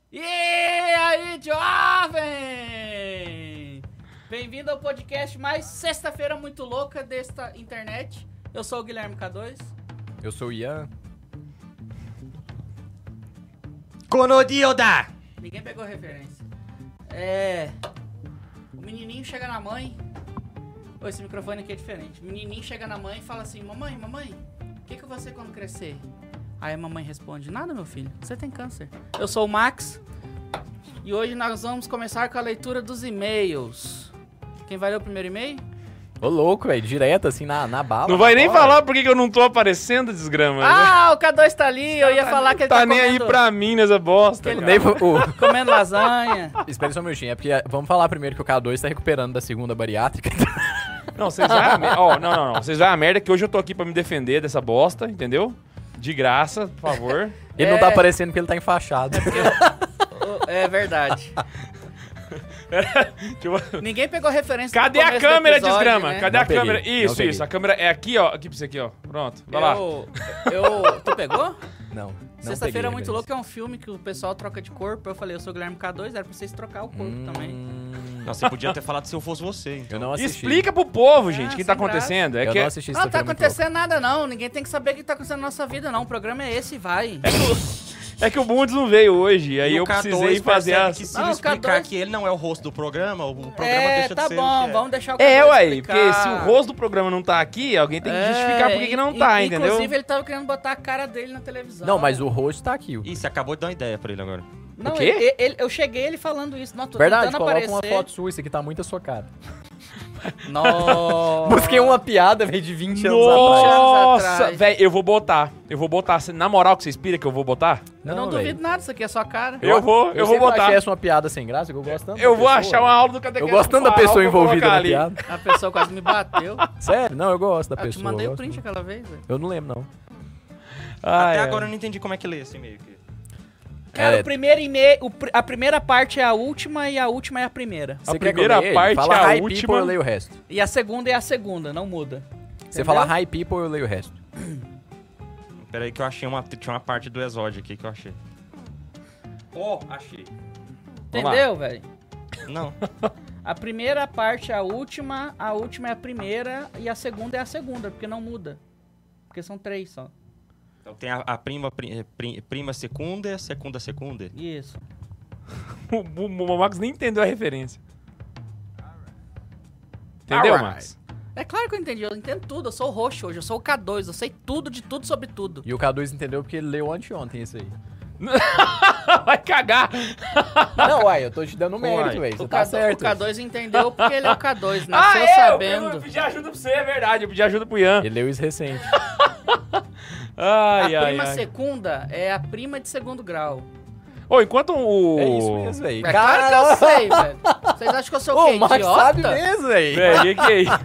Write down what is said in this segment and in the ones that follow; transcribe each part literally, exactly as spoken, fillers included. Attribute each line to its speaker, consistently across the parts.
Speaker 1: E aí, jovem! Bem-vindo ao podcast mais sexta-feira muito louca desta internet. Eu sou o Guilherme K dois.
Speaker 2: Eu sou o Ian.
Speaker 3: Conodioda!
Speaker 1: Ninguém pegou referência. É... O menininho chega na mãe... Ô, esse microfone aqui é diferente. O menininho chega na mãe e fala assim: Mamãe, mamãe, o que, que eu vou ser quando crescer? Aí a mamãe responde: Nada, meu filho, você tem câncer. Eu sou o Max e hoje nós vamos começar com a leitura dos e-mails. Quem vai ler o primeiro e-mail?
Speaker 2: Ô, louco, velho, direto assim na, na bala.
Speaker 3: Não vai nem
Speaker 2: fora.
Speaker 3: falar por que que eu não tô aparecendo, desgrama.
Speaker 1: Ah, o K dois tá ali, eu ia falar que ele
Speaker 3: tá
Speaker 1: tá
Speaker 3: nem
Speaker 1: comendo,
Speaker 3: aí pra mim nessa bosta.
Speaker 1: ele-
Speaker 3: cara.
Speaker 2: Nem, o,
Speaker 1: comendo lasanha.
Speaker 2: espera só um minutinho, é porque vamos falar primeiro que o K dois tá recuperando da segunda bariátrica.
Speaker 3: Não, vocês vai a merda. Ó, não, não, não. Vocês vai a merda que hoje eu tô aqui pra me defender dessa bosta, entendeu? De graça, por favor.
Speaker 2: Ele
Speaker 1: É.
Speaker 2: não tá aparecendo porque ele tá enfaixado.
Speaker 1: É verdade.
Speaker 3: Deixa eu-
Speaker 1: Ninguém pegou referência.
Speaker 3: Cadê
Speaker 1: no
Speaker 3: a
Speaker 1: começo do
Speaker 3: câmera,
Speaker 1: episódio,
Speaker 3: desgrama?
Speaker 1: né?
Speaker 3: Cadê
Speaker 2: Não
Speaker 3: a câmera?
Speaker 2: peguei,
Speaker 3: Isso,
Speaker 2: não peguei.
Speaker 3: isso. A câmera é aqui, ó. Aqui pra você aqui, ó. Pronto, vai lá.
Speaker 1: Eu, eu, tu pegou?
Speaker 2: Não.
Speaker 1: Sexta-feira é muito
Speaker 2: louco.
Speaker 1: louco, é um filme que o pessoal troca de corpo. Eu falei, eu sou o Guilherme K dois, era pra vocês trocar o corpo
Speaker 2: Hum,
Speaker 1: também.
Speaker 4: Não, você podia ter falado se eu fosse você. Então.
Speaker 2: Eu não assisti.
Speaker 3: Explica pro povo, gente, o
Speaker 1: Ah,
Speaker 3: que tá
Speaker 1: sem graça.
Speaker 3: acontecendo. É
Speaker 2: Eu
Speaker 3: que
Speaker 2: não assisti
Speaker 1: Não tá
Speaker 2: sexta-feira muito
Speaker 1: acontecendo nada não, ninguém tem que saber o que tá acontecendo na nossa vida não, o programa é esse e vai.
Speaker 3: é que o Bundes não veio hoje, aí
Speaker 4: E
Speaker 3: eu
Speaker 4: o K dois
Speaker 3: precisei fazer
Speaker 4: percebe
Speaker 3: as...
Speaker 4: que se
Speaker 1: Não,
Speaker 4: não
Speaker 1: o K
Speaker 4: explicar
Speaker 1: dois
Speaker 4: que ele não é o rosto do programa, o programa
Speaker 1: É,
Speaker 4: deixa
Speaker 1: tá
Speaker 4: de ser
Speaker 1: bom,
Speaker 4: o que é.
Speaker 1: vamos deixar o K
Speaker 3: É,
Speaker 1: dois
Speaker 3: ué,
Speaker 1: explicar.
Speaker 3: porque se o rosto do programa não tá aqui, alguém tem que
Speaker 1: É,
Speaker 3: justificar por que que não tá,
Speaker 1: in-
Speaker 3: entendeu?
Speaker 1: Inclusive ele tava querendo botar a cara dele na televisão.
Speaker 2: Não, mas o rosto tá aqui.
Speaker 4: Ih, você acabou de dar uma ideia pra ele agora.
Speaker 1: Não,
Speaker 3: O quê?
Speaker 1: ele- ele- eu cheguei ele falando isso, não, tô
Speaker 2: Verdade,
Speaker 1: tentando
Speaker 2: coloca
Speaker 1: aparecer.
Speaker 2: uma foto sua, isso aqui tá muito a sua cara.
Speaker 1: Nossa.
Speaker 2: Busquei uma piada, velho, de vinte anos atrás.
Speaker 1: anos
Speaker 3: Nossa,
Speaker 1: atrás.
Speaker 3: velho, eu vou botar. Eu vou botar. Na moral que você inspira que eu vou botar?
Speaker 1: Eu não,
Speaker 2: velho.
Speaker 1: duvido nada, isso aqui é sua cara.
Speaker 3: Eu vou, eu vou
Speaker 2: sempre
Speaker 3: botar.
Speaker 2: achei essa uma piada sem graça, que eu gosto tanto
Speaker 3: Eu
Speaker 2: da
Speaker 3: vou
Speaker 2: pessoa,
Speaker 3: achar uma
Speaker 2: velho.
Speaker 3: aula do
Speaker 2: Eu
Speaker 3: catequese.
Speaker 2: gosto tanto da pessoa envolvida na
Speaker 3: ali.
Speaker 2: piada.
Speaker 1: A pessoa quase me bateu.
Speaker 2: Sério? Não, eu gosto da
Speaker 1: Eu te
Speaker 2: pessoa.
Speaker 1: mandei
Speaker 2: eu
Speaker 1: o
Speaker 2: gosto.
Speaker 1: print aquela vez, velho.
Speaker 2: Eu não lembro, não.
Speaker 3: Ai,
Speaker 4: Até
Speaker 3: ai.
Speaker 4: agora eu não entendi como é que lê esse e-mail aqui.
Speaker 1: Cara,
Speaker 2: É.
Speaker 1: o primeiro e-mail, o pr- a primeira parte é a última e a última é a primeira.
Speaker 3: A
Speaker 2: Você quer que eu
Speaker 3: primeira
Speaker 2: leia ele?
Speaker 3: parte
Speaker 2: Fala
Speaker 3: é a
Speaker 2: hi
Speaker 3: última.
Speaker 2: people, eu leio o resto.
Speaker 1: E a segunda é a segunda, não muda.
Speaker 2: Você
Speaker 1: Entendeu?
Speaker 2: fala hi people, eu leio o resto.
Speaker 4: Pera aí que eu achei uma, tinha uma parte do exódio aqui que eu achei. Oh, achei.
Speaker 1: Entendeu, velho?
Speaker 4: Não.
Speaker 1: A primeira parte é a última, a última é a primeira e a segunda é a segunda, porque não muda. Porque são três só.
Speaker 4: Então tem a, a prima, pri- pri- prima secunda, secunda secunda.
Speaker 1: Isso.
Speaker 3: O, o, o Max nem entendeu a referência. Entendeu,
Speaker 2: Alright.
Speaker 3: Max?
Speaker 1: É claro que eu entendi, eu entendo tudo, eu sou o roxo hoje, eu sou o K dois, eu sei tudo de tudo sobre tudo.
Speaker 2: E o K dois entendeu porque ele leu anteontem isso aí.
Speaker 3: Vai cagar.
Speaker 2: Não, uai, eu tô te dando mérito,
Speaker 4: Uai.
Speaker 2: velho. Você
Speaker 1: O,
Speaker 2: tá
Speaker 1: K,
Speaker 2: certo.
Speaker 1: o K dois entendeu porque ele é o K dois,
Speaker 3: Ah,
Speaker 1: nasceu
Speaker 3: é? Eu,
Speaker 1: sabendo.
Speaker 3: eu pedi ajuda pra você, é verdade. Eu pedi ajuda pro Ian.
Speaker 2: Ele leu isso recente.
Speaker 3: Ai,
Speaker 1: a
Speaker 3: ai,
Speaker 1: prima
Speaker 3: ai.
Speaker 1: secunda é a prima de segundo grau.
Speaker 3: Ô, enquanto o...
Speaker 2: É isso mesmo, velho.
Speaker 1: É claro que eu sei, velho. Vocês acham que eu sou o
Speaker 2: Ô,
Speaker 1: quê,
Speaker 2: o Max
Speaker 1: idiota?
Speaker 2: sabe mesmo, velho.
Speaker 3: Véi, que que é isso?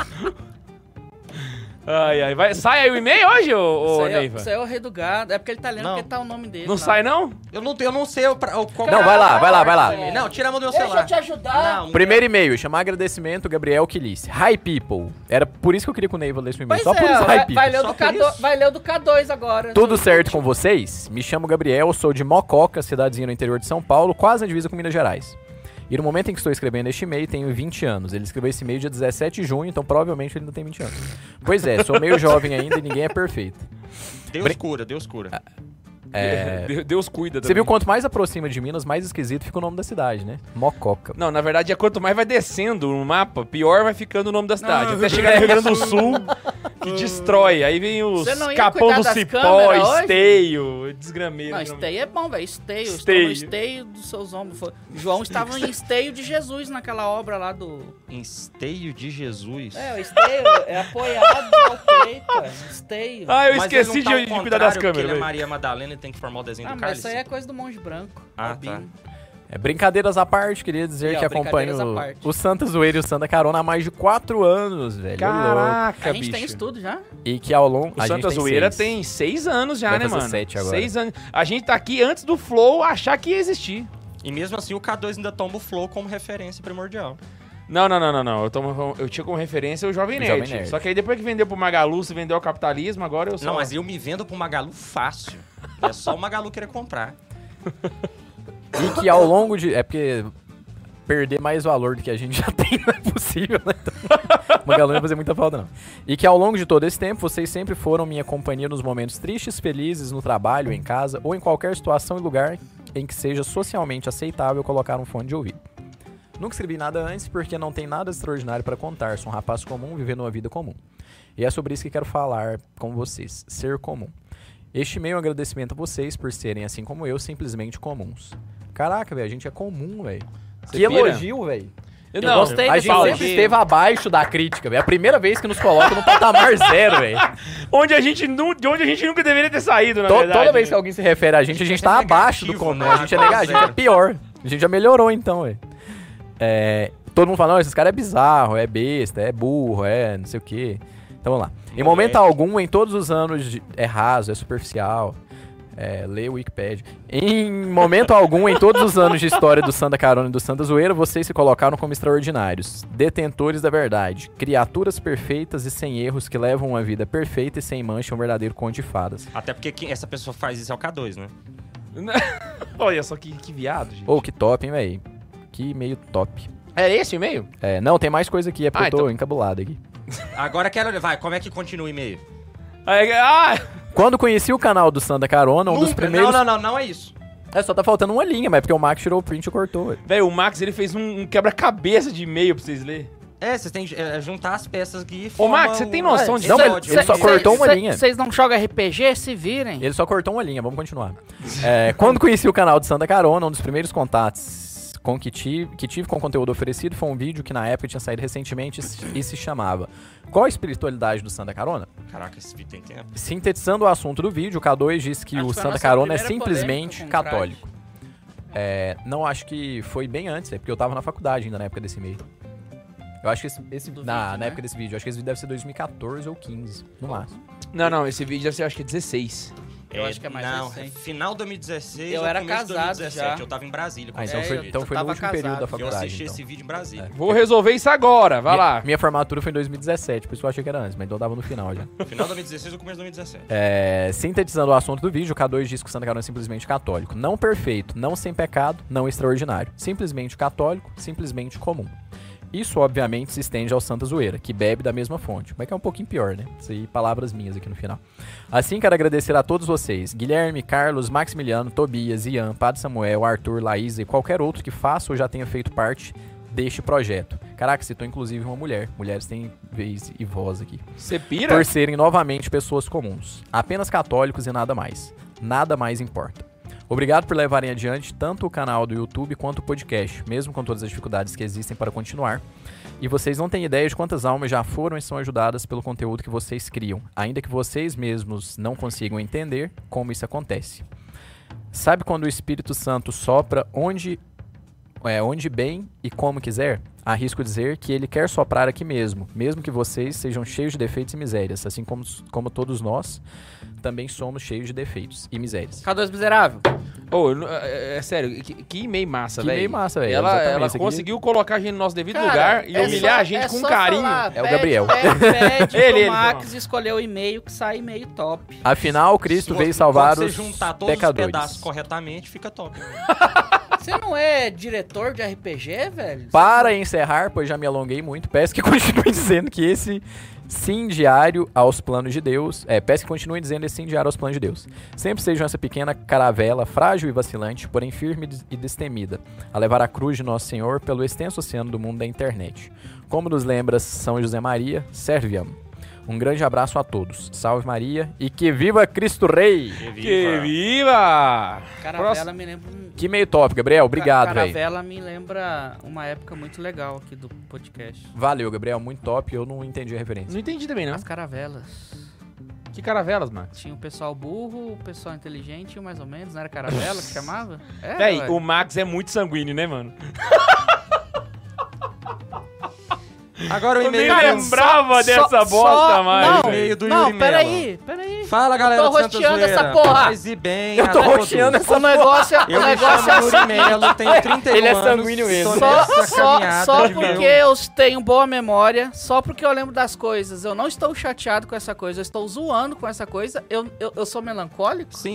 Speaker 3: Ai, ai. Vai, sai aí o e-mail hoje, ô, ô
Speaker 1: Isso aí é-
Speaker 3: Neiva?
Speaker 1: Isso aí é o rei do gado. É porque ele tá lendo
Speaker 4: Não.
Speaker 1: porque tá o nome dele.
Speaker 3: Não
Speaker 1: lá.
Speaker 3: sai, não?
Speaker 4: Eu não, eu não sei o, pra- o qual...
Speaker 2: Não, vai lá, vai lá, vai lá.
Speaker 4: Não, tira a mão do meu
Speaker 1: Deixa
Speaker 4: celular.
Speaker 1: eu te ajudar.
Speaker 4: Não,
Speaker 2: Primeiro e-mail, chamar agradecimento, Gabriel Quilice. Hi, people. Era por isso que eu queria que o Neiva lesse o e-mail.
Speaker 1: Pois
Speaker 2: Só
Speaker 1: é,
Speaker 2: por isso, hi,
Speaker 1: vai,
Speaker 2: people.
Speaker 1: vai, ler o
Speaker 4: Só
Speaker 1: do
Speaker 4: por
Speaker 1: K dois,
Speaker 4: isso?
Speaker 1: vai ler o do K dois agora.
Speaker 2: Tudo
Speaker 1: Do-
Speaker 2: certo com vocês? Me chamo Gabriel, sou de Mococa, cidadezinha no interior de São Paulo, quase na divisa com Minas Gerais. E no momento em que estou escrevendo este e-mail, tenho vinte anos. Ele escreveu esse e-mail dia dezessete de junho, então provavelmente ele ainda tem vinte anos. Pois é, sou meio jovem ainda e ninguém é perfeito.
Speaker 4: Deus
Speaker 2: Brin-
Speaker 4: cura, Deus cura.
Speaker 2: É...
Speaker 3: Deus- Deus cuida
Speaker 2: Você
Speaker 3: também.
Speaker 2: viu quanto mais aproxima de Minas, mais esquisito fica o nome da cidade, né? Mococa.
Speaker 3: Não, na verdade é quanto mais vai descendo no mapa, pior vai ficando o nome da cidade.
Speaker 1: Não.
Speaker 3: Até chegar no Rio Grande do Sul, que destrói. Aí vem os
Speaker 1: Você não ia
Speaker 3: capão
Speaker 1: cuidar
Speaker 3: do
Speaker 1: das
Speaker 3: cipó,
Speaker 1: câmeras hoje?
Speaker 3: esteio, desgrameiro.
Speaker 1: Não, esteio é bom, velho. Esteio. Estou
Speaker 3: Esteio.
Speaker 1: no esteio dos seus ombros. Foi- João estava em esteio de Jesus naquela obra lá do...
Speaker 4: Em esteio de Jesus.
Speaker 1: É, o esteio é apoiado ao peito, cara. Esteio.
Speaker 3: Ah, eu
Speaker 4: Mas
Speaker 3: esqueci
Speaker 4: ele não tá
Speaker 3: de,
Speaker 4: ao
Speaker 3: de cuidar das
Speaker 4: contrário, porque
Speaker 3: câmeras.
Speaker 4: ele é
Speaker 3: velho.
Speaker 4: Maria Madalena e tem que formar o desenho
Speaker 1: Ah,
Speaker 4: do
Speaker 1: mas
Speaker 4: cálice.
Speaker 1: isso aí é coisa do monge branco.
Speaker 4: Ah,
Speaker 1: Albino.
Speaker 4: tá.
Speaker 2: É, brincadeiras à parte, queria dizer
Speaker 1: E, ó,
Speaker 2: que acompanho
Speaker 1: brincadeiras à parte.
Speaker 2: o Santa Zoeira e o Santa Carona há mais de quatro anos, velho.
Speaker 3: Caraca,
Speaker 1: A gente
Speaker 3: bicho.
Speaker 1: tem isso tudo já?
Speaker 2: E que ao longo...
Speaker 3: O
Speaker 2: a
Speaker 3: Santa
Speaker 2: gente
Speaker 3: Zoeira
Speaker 2: seis.
Speaker 3: tem seis anos já,
Speaker 2: Vai
Speaker 3: né,
Speaker 2: fazer
Speaker 3: mano?
Speaker 2: sete agora.
Speaker 3: Seis anos. A gente tá aqui antes do Flow achar que ia existir.
Speaker 4: E mesmo assim o K dois ainda toma o Flow como referência primordial.
Speaker 3: Não, não, não, não, não. Eu, tomo, eu tinha como referência o Jovem
Speaker 2: O
Speaker 3: Nerd.
Speaker 2: Jovem Nerd.
Speaker 3: Só que aí depois que vendeu pro Magalu, se vendeu ao capitalismo, agora eu sou...
Speaker 4: Não, mas eu me vendo pro Magalu fácil. É só o Magalu querer comprar.
Speaker 2: E que ao longo de... É porque perder mais valor do que a gente já tem não é possível, né? Então, uma galera não vai fazer muita falta, não. E que ao longo de todo esse tempo, vocês sempre foram minha companhia nos momentos tristes, felizes, no trabalho, em casa, ou em qualquer situação e lugar em que seja socialmente aceitável colocar um fone de ouvido. Nunca escrevi nada antes porque não tem nada extraordinário para contar. Sou um rapaz comum vivendo uma vida comum. E é sobre isso que quero falar com vocês. Ser comum. Este e-mail é um agradecimento a vocês por serem, assim como eu, simplesmente comuns. Caraca, velho, a gente é comum, velho. Que
Speaker 3: pira?
Speaker 2: elogio, velho.
Speaker 3: Eu
Speaker 1: Eu
Speaker 3: não,
Speaker 1: gostei
Speaker 2: A
Speaker 1: desse
Speaker 2: gente sempre
Speaker 1: elogio.
Speaker 2: esteve abaixo da crítica, velho. É a primeira vez que nos coloca no patamar zero, velho.
Speaker 3: onde a gente nu- de onde a gente nunca deveria ter saído, na
Speaker 2: To-
Speaker 3: verdade.
Speaker 2: Toda vez que
Speaker 3: né?
Speaker 2: alguém se refere a gente, a gente
Speaker 4: é
Speaker 2: tá abaixo do
Speaker 4: negativo,
Speaker 2: comum.
Speaker 4: né?
Speaker 2: A gente é negativo, a gente é
Speaker 4: Zero.
Speaker 2: pior. A gente já melhorou então, velho. É, todo mundo fala, não, esses caras é bizarro, é besta, é burro, é não sei o quê. Então vamos lá. Em momento algum, em todos os anos, de, é raso, é superficial. É, lê o Wikipedia. Em momento algum, em todos os anos de história do Santa Carona e do Santa Zoeira, vocês se colocaram como extraordinários, detentores da verdade, criaturas perfeitas e sem erros que levam uma vida perfeita e sem mancha, um verdadeiro conto de fadas.
Speaker 4: Até porque quem- essa pessoa faz isso é o K dois, né?
Speaker 3: Olha só que, que viado, gente.
Speaker 2: Ô, que top, hein, velho? Que meio top.
Speaker 3: É esse o e-mail?
Speaker 2: É, não, tem mais coisa aqui, é porque
Speaker 3: Ah,
Speaker 2: eu tô
Speaker 3: então-
Speaker 2: encabulado aqui.
Speaker 4: Agora quero... Vai, como é que continua o e-mail?
Speaker 3: Ah,
Speaker 2: Quando conheci o canal do Santa Carona, um dos
Speaker 4: Nunca.
Speaker 2: primeiros...
Speaker 4: Não, não, não, não é isso.
Speaker 2: É, só tá faltando uma linha, mas é porque o Max tirou o print e cortou, velho.
Speaker 3: velho, o Max, ele fez um, um quebra-cabeça de e-mail pra vocês lerem.
Speaker 4: É, vocês têm que é, juntar as peças aqui e
Speaker 3: Ô,
Speaker 4: formam
Speaker 3: Max, você tem
Speaker 4: um-
Speaker 3: noção
Speaker 4: É,
Speaker 3: de-
Speaker 2: Não,
Speaker 4: esse
Speaker 2: mas
Speaker 4: ódio.
Speaker 2: ele só
Speaker 1: Cê-
Speaker 2: cortou uma
Speaker 1: cê-
Speaker 2: linha.
Speaker 1: Vocês não jogam R P G? Se virem.
Speaker 2: Ele só cortou uma linha, vamos continuar. É, quando conheci o canal de Santa Carona, um dos primeiros contatos com que tive, que tive com o conteúdo oferecido foi um vídeo que na época tinha saído recentemente e se chamava Qual a espiritualidade do Santa Carona?
Speaker 4: Caraca, esse vídeo tem tempo.
Speaker 2: Sintetizando o assunto do vídeo, o K dois diz que
Speaker 1: Acho
Speaker 2: o
Speaker 1: que foi a
Speaker 2: Santa
Speaker 1: nossa
Speaker 2: Carona é
Speaker 1: primeira
Speaker 2: simplesmente
Speaker 1: polêmica com o
Speaker 2: católico. É, não, acho que foi bem antes, é porque eu tava na faculdade ainda na época desse e-mail. Eu acho que esse, esse-
Speaker 1: Do
Speaker 2: na,
Speaker 1: vídeo,
Speaker 2: na
Speaker 1: né?
Speaker 2: época desse vídeo, eu acho que esse vídeo deve ser dois mil e quatorze ou quinze, no máximo.
Speaker 3: Não, não, esse vídeo deve ser, acho que é dezesseis.
Speaker 1: Eu acho que é mais
Speaker 4: Não,
Speaker 1: recente.
Speaker 4: final de dois mil e dezesseis
Speaker 1: Eu
Speaker 4: ou
Speaker 1: era
Speaker 4: começo de
Speaker 1: casado
Speaker 4: dois mil e dezessete.
Speaker 1: já.
Speaker 4: Eu tava em Brasília.
Speaker 2: Ah, então
Speaker 1: É,
Speaker 2: foi,
Speaker 1: eu
Speaker 2: então foi no
Speaker 1: tava
Speaker 2: último período da
Speaker 1: casado.
Speaker 4: Eu
Speaker 2: faculdade.
Speaker 4: assisti
Speaker 2: então.
Speaker 4: esse vídeo em Brasília.
Speaker 3: Vou resolver isso agora, vai
Speaker 2: minha,
Speaker 3: lá.
Speaker 2: Minha formatura foi em dois mil e dezessete, por isso eu achei que era antes, mas então tava no final já.
Speaker 4: Final de dois mil e dezesseis ou começo de dois mil e dezessete.
Speaker 2: É, sintetizando o assunto do vídeo, o K dois diz que o Santa Carona é simplesmente católico. Não perfeito, não sem pecado, não extraordinário. Simplesmente católico, simplesmente comum. Isso, obviamente, se estende ao Santa Zoeira, que bebe da mesma fonte. Mas que é um pouquinho pior, né? Isso aí, palavras minhas aqui no final. Assim, quero agradecer a todos vocês. Guilherme, Carlos, Maximiliano, Tobias, Ian, Padre Samuel, Arthur, Laísa e qualquer outro que faça ou já tenha feito parte deste projeto. Caraca, citou inclusive uma mulher. Mulheres têm vez e voz aqui.
Speaker 3: Você pira?
Speaker 2: Por serem novamente pessoas comuns. Apenas católicos e nada mais. Nada mais importa. Obrigado por levarem adiante tanto o canal do YouTube quanto o podcast, mesmo com todas as dificuldades que existem para continuar. E vocês não têm ideia de quantas almas já foram e são ajudadas pelo conteúdo que vocês criam, ainda que vocês mesmos não consigam entender como isso acontece. Sabe quando o Espírito Santo sopra onde, é, onde bem e como quiser? Arrisco dizer que ele quer soprar aqui mesmo, mesmo que vocês sejam cheios de defeitos e misérias, assim como, como todos nós também somos cheios de defeitos e misérias.
Speaker 1: K dois miserável.
Speaker 3: Ô, eu não- é, é sério, que, que e-mail massa,
Speaker 2: Que
Speaker 3: velho.
Speaker 2: e-mail massa, velho.
Speaker 3: Ela,
Speaker 2: Exatamente,
Speaker 3: ela
Speaker 2: isso aqui-
Speaker 3: conseguiu colocar a gente no nosso devido
Speaker 1: Cara,
Speaker 3: lugar e
Speaker 1: é
Speaker 3: humilhar
Speaker 1: só-
Speaker 3: a gente
Speaker 1: é
Speaker 3: com
Speaker 1: só
Speaker 3: carinho.
Speaker 1: falar,
Speaker 2: É o
Speaker 1: pede,
Speaker 2: Gabriel.
Speaker 1: Pede, pede
Speaker 3: Ele,
Speaker 1: pro
Speaker 3: ele,
Speaker 1: Max
Speaker 3: não.
Speaker 1: escolher o e-mail que sai e-mail top.
Speaker 2: Afinal, Cristo
Speaker 4: Se
Speaker 2: veio
Speaker 4: você-
Speaker 2: salvar
Speaker 4: quando
Speaker 2: os
Speaker 4: você juntar todos
Speaker 2: pecadores.
Speaker 4: os pedaços corretamente, fica top.
Speaker 1: Você não é diretor de R P G, velho?
Speaker 2: Para encerrar, pois já me alonguei muito, peço que continue dizendo que esse sim diário aos planos de Deus, é, peço que continue dizendo esse sim diário aos planos de Deus. Sempre sejam essa pequena caravela, frágil e vacilante, porém firme e destemida, a levar a cruz de Nosso Senhor pelo extenso oceano do mundo da internet. Como nos lembra São José Maria, serve-am. Um grande abraço a todos. Salve Maria e que viva Cristo Rei!
Speaker 3: Que viva!
Speaker 1: Caravela
Speaker 3: Próximo.
Speaker 1: me lembra um...
Speaker 2: Que meio top, Gabriel. Obrigado, velho.
Speaker 1: Caravela me lembra uma época muito legal aqui do podcast.
Speaker 2: Valeu, Gabriel. Muito top. Eu não entendi a referência.
Speaker 3: Não entendi também, não.
Speaker 1: As caravelas.
Speaker 3: Que caravelas, Max?
Speaker 1: Tinha o pessoal burro, o pessoal inteligente, mais ou menos. Não era caravela que chamava? É,
Speaker 3: Véi,
Speaker 1: ué.
Speaker 3: o Max é muito sanguíneo, né, mano?
Speaker 4: Agora o
Speaker 3: Eu nem
Speaker 4: e-mail...
Speaker 3: lembrava dessa
Speaker 1: Só-
Speaker 3: bosta
Speaker 1: só-
Speaker 3: mais.
Speaker 1: Não,
Speaker 3: velho.
Speaker 4: e-mail do
Speaker 1: não,
Speaker 4: Yuri
Speaker 1: peraí, peraí.
Speaker 4: Fala, galera
Speaker 1: Eu tô
Speaker 4: do Santa
Speaker 1: rosteando
Speaker 4: Zoeira.
Speaker 1: essa porra.
Speaker 4: Paz e bem
Speaker 2: Eu tô
Speaker 4: a todos.
Speaker 2: rosteando essa
Speaker 1: O negócio, é-
Speaker 4: Eu
Speaker 1: o
Speaker 4: me
Speaker 1: negócio
Speaker 4: chamo
Speaker 1: é
Speaker 4: Yuri
Speaker 1: assim.
Speaker 4: Melo, tenho trinta e um
Speaker 2: Ele é
Speaker 4: anos.
Speaker 2: sanguíneo mesmo.
Speaker 4: estou
Speaker 1: Só,
Speaker 4: nessa
Speaker 1: só,
Speaker 4: caminhada
Speaker 1: só
Speaker 4: de
Speaker 1: porque
Speaker 4: meu-
Speaker 1: eu tenho boa memória, só porque eu lembro das coisas. Eu não estou chateado com essa coisa, eu estou zoando com essa coisa. Eu, eu, eu sou melancólico?
Speaker 4: Sim.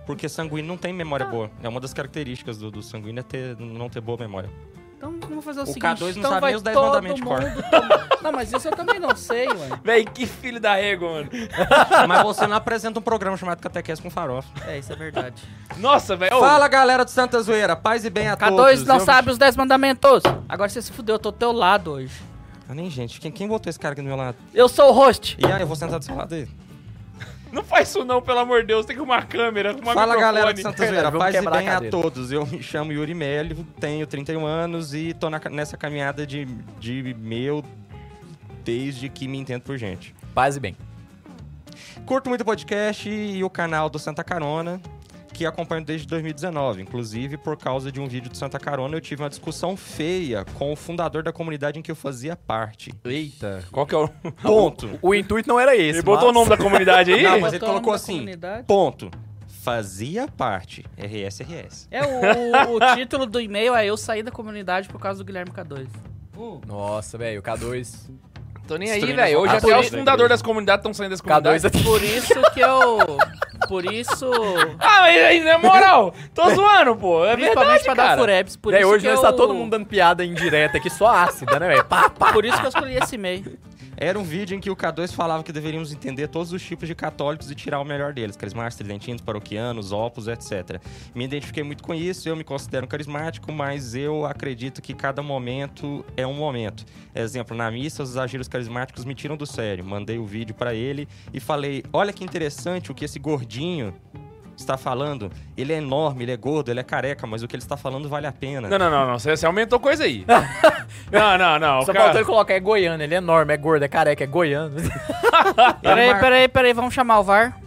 Speaker 4: Porque sanguíneo não tem memória boa. É uma das características do, do sanguíneo é ter, não ter boa memória.
Speaker 1: Então vamos fazer o,
Speaker 4: O
Speaker 1: seguinte.
Speaker 4: K dois não
Speaker 1: então
Speaker 4: sabe
Speaker 1: vai
Speaker 4: nem os dez
Speaker 1: todo
Speaker 4: mandamentos de cor.
Speaker 1: mundo tomar- Não, mas isso eu também não sei, ué.
Speaker 3: Véi, que filho da régua, mano.
Speaker 4: Mas você não apresenta um programa chamado Catequese com Farofa.
Speaker 1: É, isso é verdade.
Speaker 3: Nossa, velho.
Speaker 4: Fala, galera do Santa Zoeira. Paz e bem a
Speaker 1: K
Speaker 4: todos.
Speaker 1: dois não
Speaker 4: Eu-
Speaker 1: sabe os dez mandamentos. Agora você se fudeu, eu tô do teu lado hoje.
Speaker 4: Ah, nem gente. Quem, quem botou esse cara aqui do meu lado?
Speaker 1: Eu sou o host.
Speaker 4: E aí, eu vou sentar do seu lado aí.
Speaker 3: Não faz isso não, pelo amor de Deus. Tem que arrumar câmera, arrumar
Speaker 4: Fala,
Speaker 3: microfone.
Speaker 4: galera do Santa Zoeira.
Speaker 2: Vamos
Speaker 4: Paz e
Speaker 2: quebrar a
Speaker 4: bem a
Speaker 2: cadeira.
Speaker 4: todos. Eu me chamo Yuri Melio, tenho trinta e um anos e tô na- nessa caminhada de, de meu desde que me entendo por gente.
Speaker 2: Paz e bem.
Speaker 4: Curto muito o podcast e o canal do Santa Carona, que acompanho desde dois mil e dezenove. Inclusive, por causa de um vídeo do Santa Carona, eu tive uma discussão feia com o fundador da comunidade em que eu fazia parte.
Speaker 2: Eita.
Speaker 3: Qual que é o...
Speaker 4: Ponto.
Speaker 2: O intuito não era esse.
Speaker 3: Ele botou o
Speaker 2: mas-
Speaker 3: nome da comunidade aí?
Speaker 4: Não, mas ele
Speaker 1: Botou o nome
Speaker 4: colocou
Speaker 1: da
Speaker 4: assim,
Speaker 1: comunidade.
Speaker 4: ponto. Fazia parte. R S R S.
Speaker 1: É, o, o título do e-mail é Eu saí da comunidade por causa do Guilherme K dois.
Speaker 2: Nossa, velho, o K dois...
Speaker 3: Tô nem aí,
Speaker 4: Destruindo
Speaker 3: velho. Hoje
Speaker 4: a
Speaker 3: até os
Speaker 4: família.
Speaker 3: fundadores das comunidades estão saindo das
Speaker 2: K dois
Speaker 3: comunidades.
Speaker 2: aqui.
Speaker 1: Por isso que eu... Por isso...
Speaker 3: Ah, mas aí, na moral, tô zoando, pô. É
Speaker 1: Principalmente
Speaker 3: verdade,
Speaker 1: pra dar
Speaker 3: cara.
Speaker 1: furebs. Por
Speaker 2: Véi,
Speaker 1: isso
Speaker 2: hoje
Speaker 1: que
Speaker 2: nós
Speaker 1: eu...
Speaker 2: tá todo mundo dando piada indireta aqui, só ácida, né, velho? Pá, pá.
Speaker 1: Por isso que eu escolhi esse e-mail.
Speaker 4: Era um vídeo em que o K dois falava que deveríamos entender todos os tipos de católicos e tirar o melhor deles. Carismáticos, tridentinos, paroquianos, opus, etcétera. Me identifiquei muito com isso, eu me considero um carismático, mas eu acredito que cada momento é um momento. Exemplo, na missa, os exageros carismáticos me tiram do sério. Mandei o vídeo pra ele e falei, olha que interessante o que esse gordinho está falando. Ele é enorme, ele é gordo, ele é careca, mas o que ele está falando vale a pena.
Speaker 3: Não, não, não, não. Você, você aumentou coisa aí. não, não, não.
Speaker 2: Só
Speaker 3: cara...
Speaker 2: faltou ele colocar, é goiano, ele é enorme, é gordo, é careca, é goiano.
Speaker 1: Peraí,
Speaker 4: mar-
Speaker 1: peraí, peraí. Vamos chamar o V A R.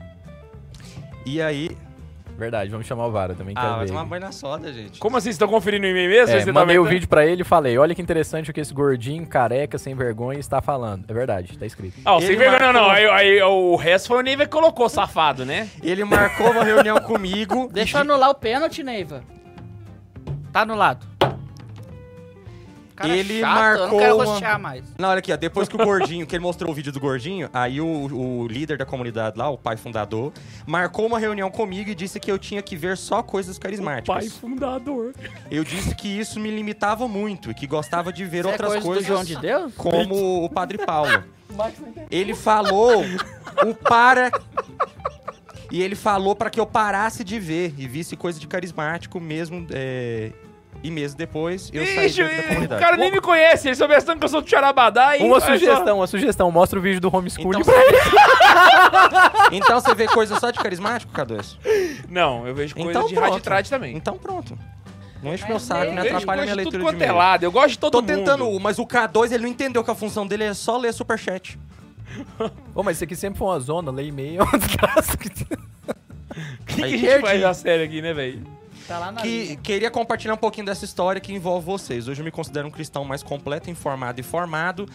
Speaker 4: E aí...
Speaker 2: Verdade, vamos chamar o Vara também, quero
Speaker 4: Ah, vai
Speaker 2: ver.
Speaker 4: tomar banho na soda, gente.
Speaker 3: Como assim? Vocês estão conferindo o e-mail mesmo?
Speaker 2: É,
Speaker 3: Você tá
Speaker 2: mandei o
Speaker 3: aumentando?
Speaker 2: vídeo pra ele e falei, olha que interessante o que esse gordinho, careca, sem vergonha está falando. É verdade, tá escrito.
Speaker 3: Ah, sem
Speaker 4: Ele
Speaker 3: vergonha, não, não.
Speaker 4: marcou-
Speaker 3: Aí, aí, o resto foi o Neiva que colocou, safado, né?
Speaker 4: Ele marcou uma reunião comigo.
Speaker 1: Deixa eu
Speaker 4: e di-
Speaker 1: anular o pênalti, Neiva. Tá anulado. Cara
Speaker 4: Ele
Speaker 1: chato, eu não
Speaker 4: marcou
Speaker 1: quero
Speaker 4: uma-
Speaker 1: rostear mais.
Speaker 4: Não, olha aqui, ó. Depois que o gordinho, que ele mostrou o vídeo do gordinho, aí o, o líder da comunidade lá, o pai fundador, marcou uma reunião comigo e disse que eu tinha que ver só coisas carismáticas.
Speaker 3: fundador.
Speaker 4: Eu disse que isso me limitava muito e que gostava de ver
Speaker 1: Isso é
Speaker 4: outras
Speaker 1: coisa do
Speaker 4: coisas
Speaker 1: João de Deus?
Speaker 4: como o Padre Paulo. Ele falou o para... E ele falou pra que eu parasse de ver e visse coisa de carismático mesmo... É... E meses depois, eu saí
Speaker 3: Ixi,
Speaker 4: dentro da
Speaker 3: o
Speaker 4: comunidade.
Speaker 3: cara nem me conhece, ele só pensando que eu sou do Charabadá e...
Speaker 2: Uma
Speaker 3: olha
Speaker 2: sugestão, uma sugestão. Mostra o vídeo do homeschooling
Speaker 4: Então,
Speaker 2: pra ele.
Speaker 4: Então você vê coisa só de carismático, K dois?
Speaker 3: só. Não, eu vejo coisa
Speaker 4: Então
Speaker 3: de
Speaker 4: pronto.
Speaker 3: raditrade também.
Speaker 4: Então pronto. Não enche meu
Speaker 1: Mas
Speaker 4: saco,
Speaker 1: nem-
Speaker 4: me
Speaker 3: Eu vejo
Speaker 4: atrapalha a
Speaker 3: coisa
Speaker 4: minha
Speaker 3: de tudo
Speaker 4: leitura de
Speaker 3: quanto é
Speaker 4: e-mail.
Speaker 3: lado, eu gosto de todo
Speaker 4: Tô
Speaker 3: mundo.
Speaker 4: tentando, mas o K dois ele não entendeu que a função dele é só ler superchat.
Speaker 2: Ô, mas isso aqui sempre foi uma zona, lei e meia, é uma desgraça.
Speaker 3: O que, que a
Speaker 4: Aí
Speaker 3: gente
Speaker 4: perdi.
Speaker 3: faz na série aqui, né, velho?
Speaker 1: Tá lá na
Speaker 4: Que
Speaker 1: linha.
Speaker 4: queria compartilhar um pouquinho dessa história que envolve vocês. Hoje eu me considero um cristão mais completo, informado e formado.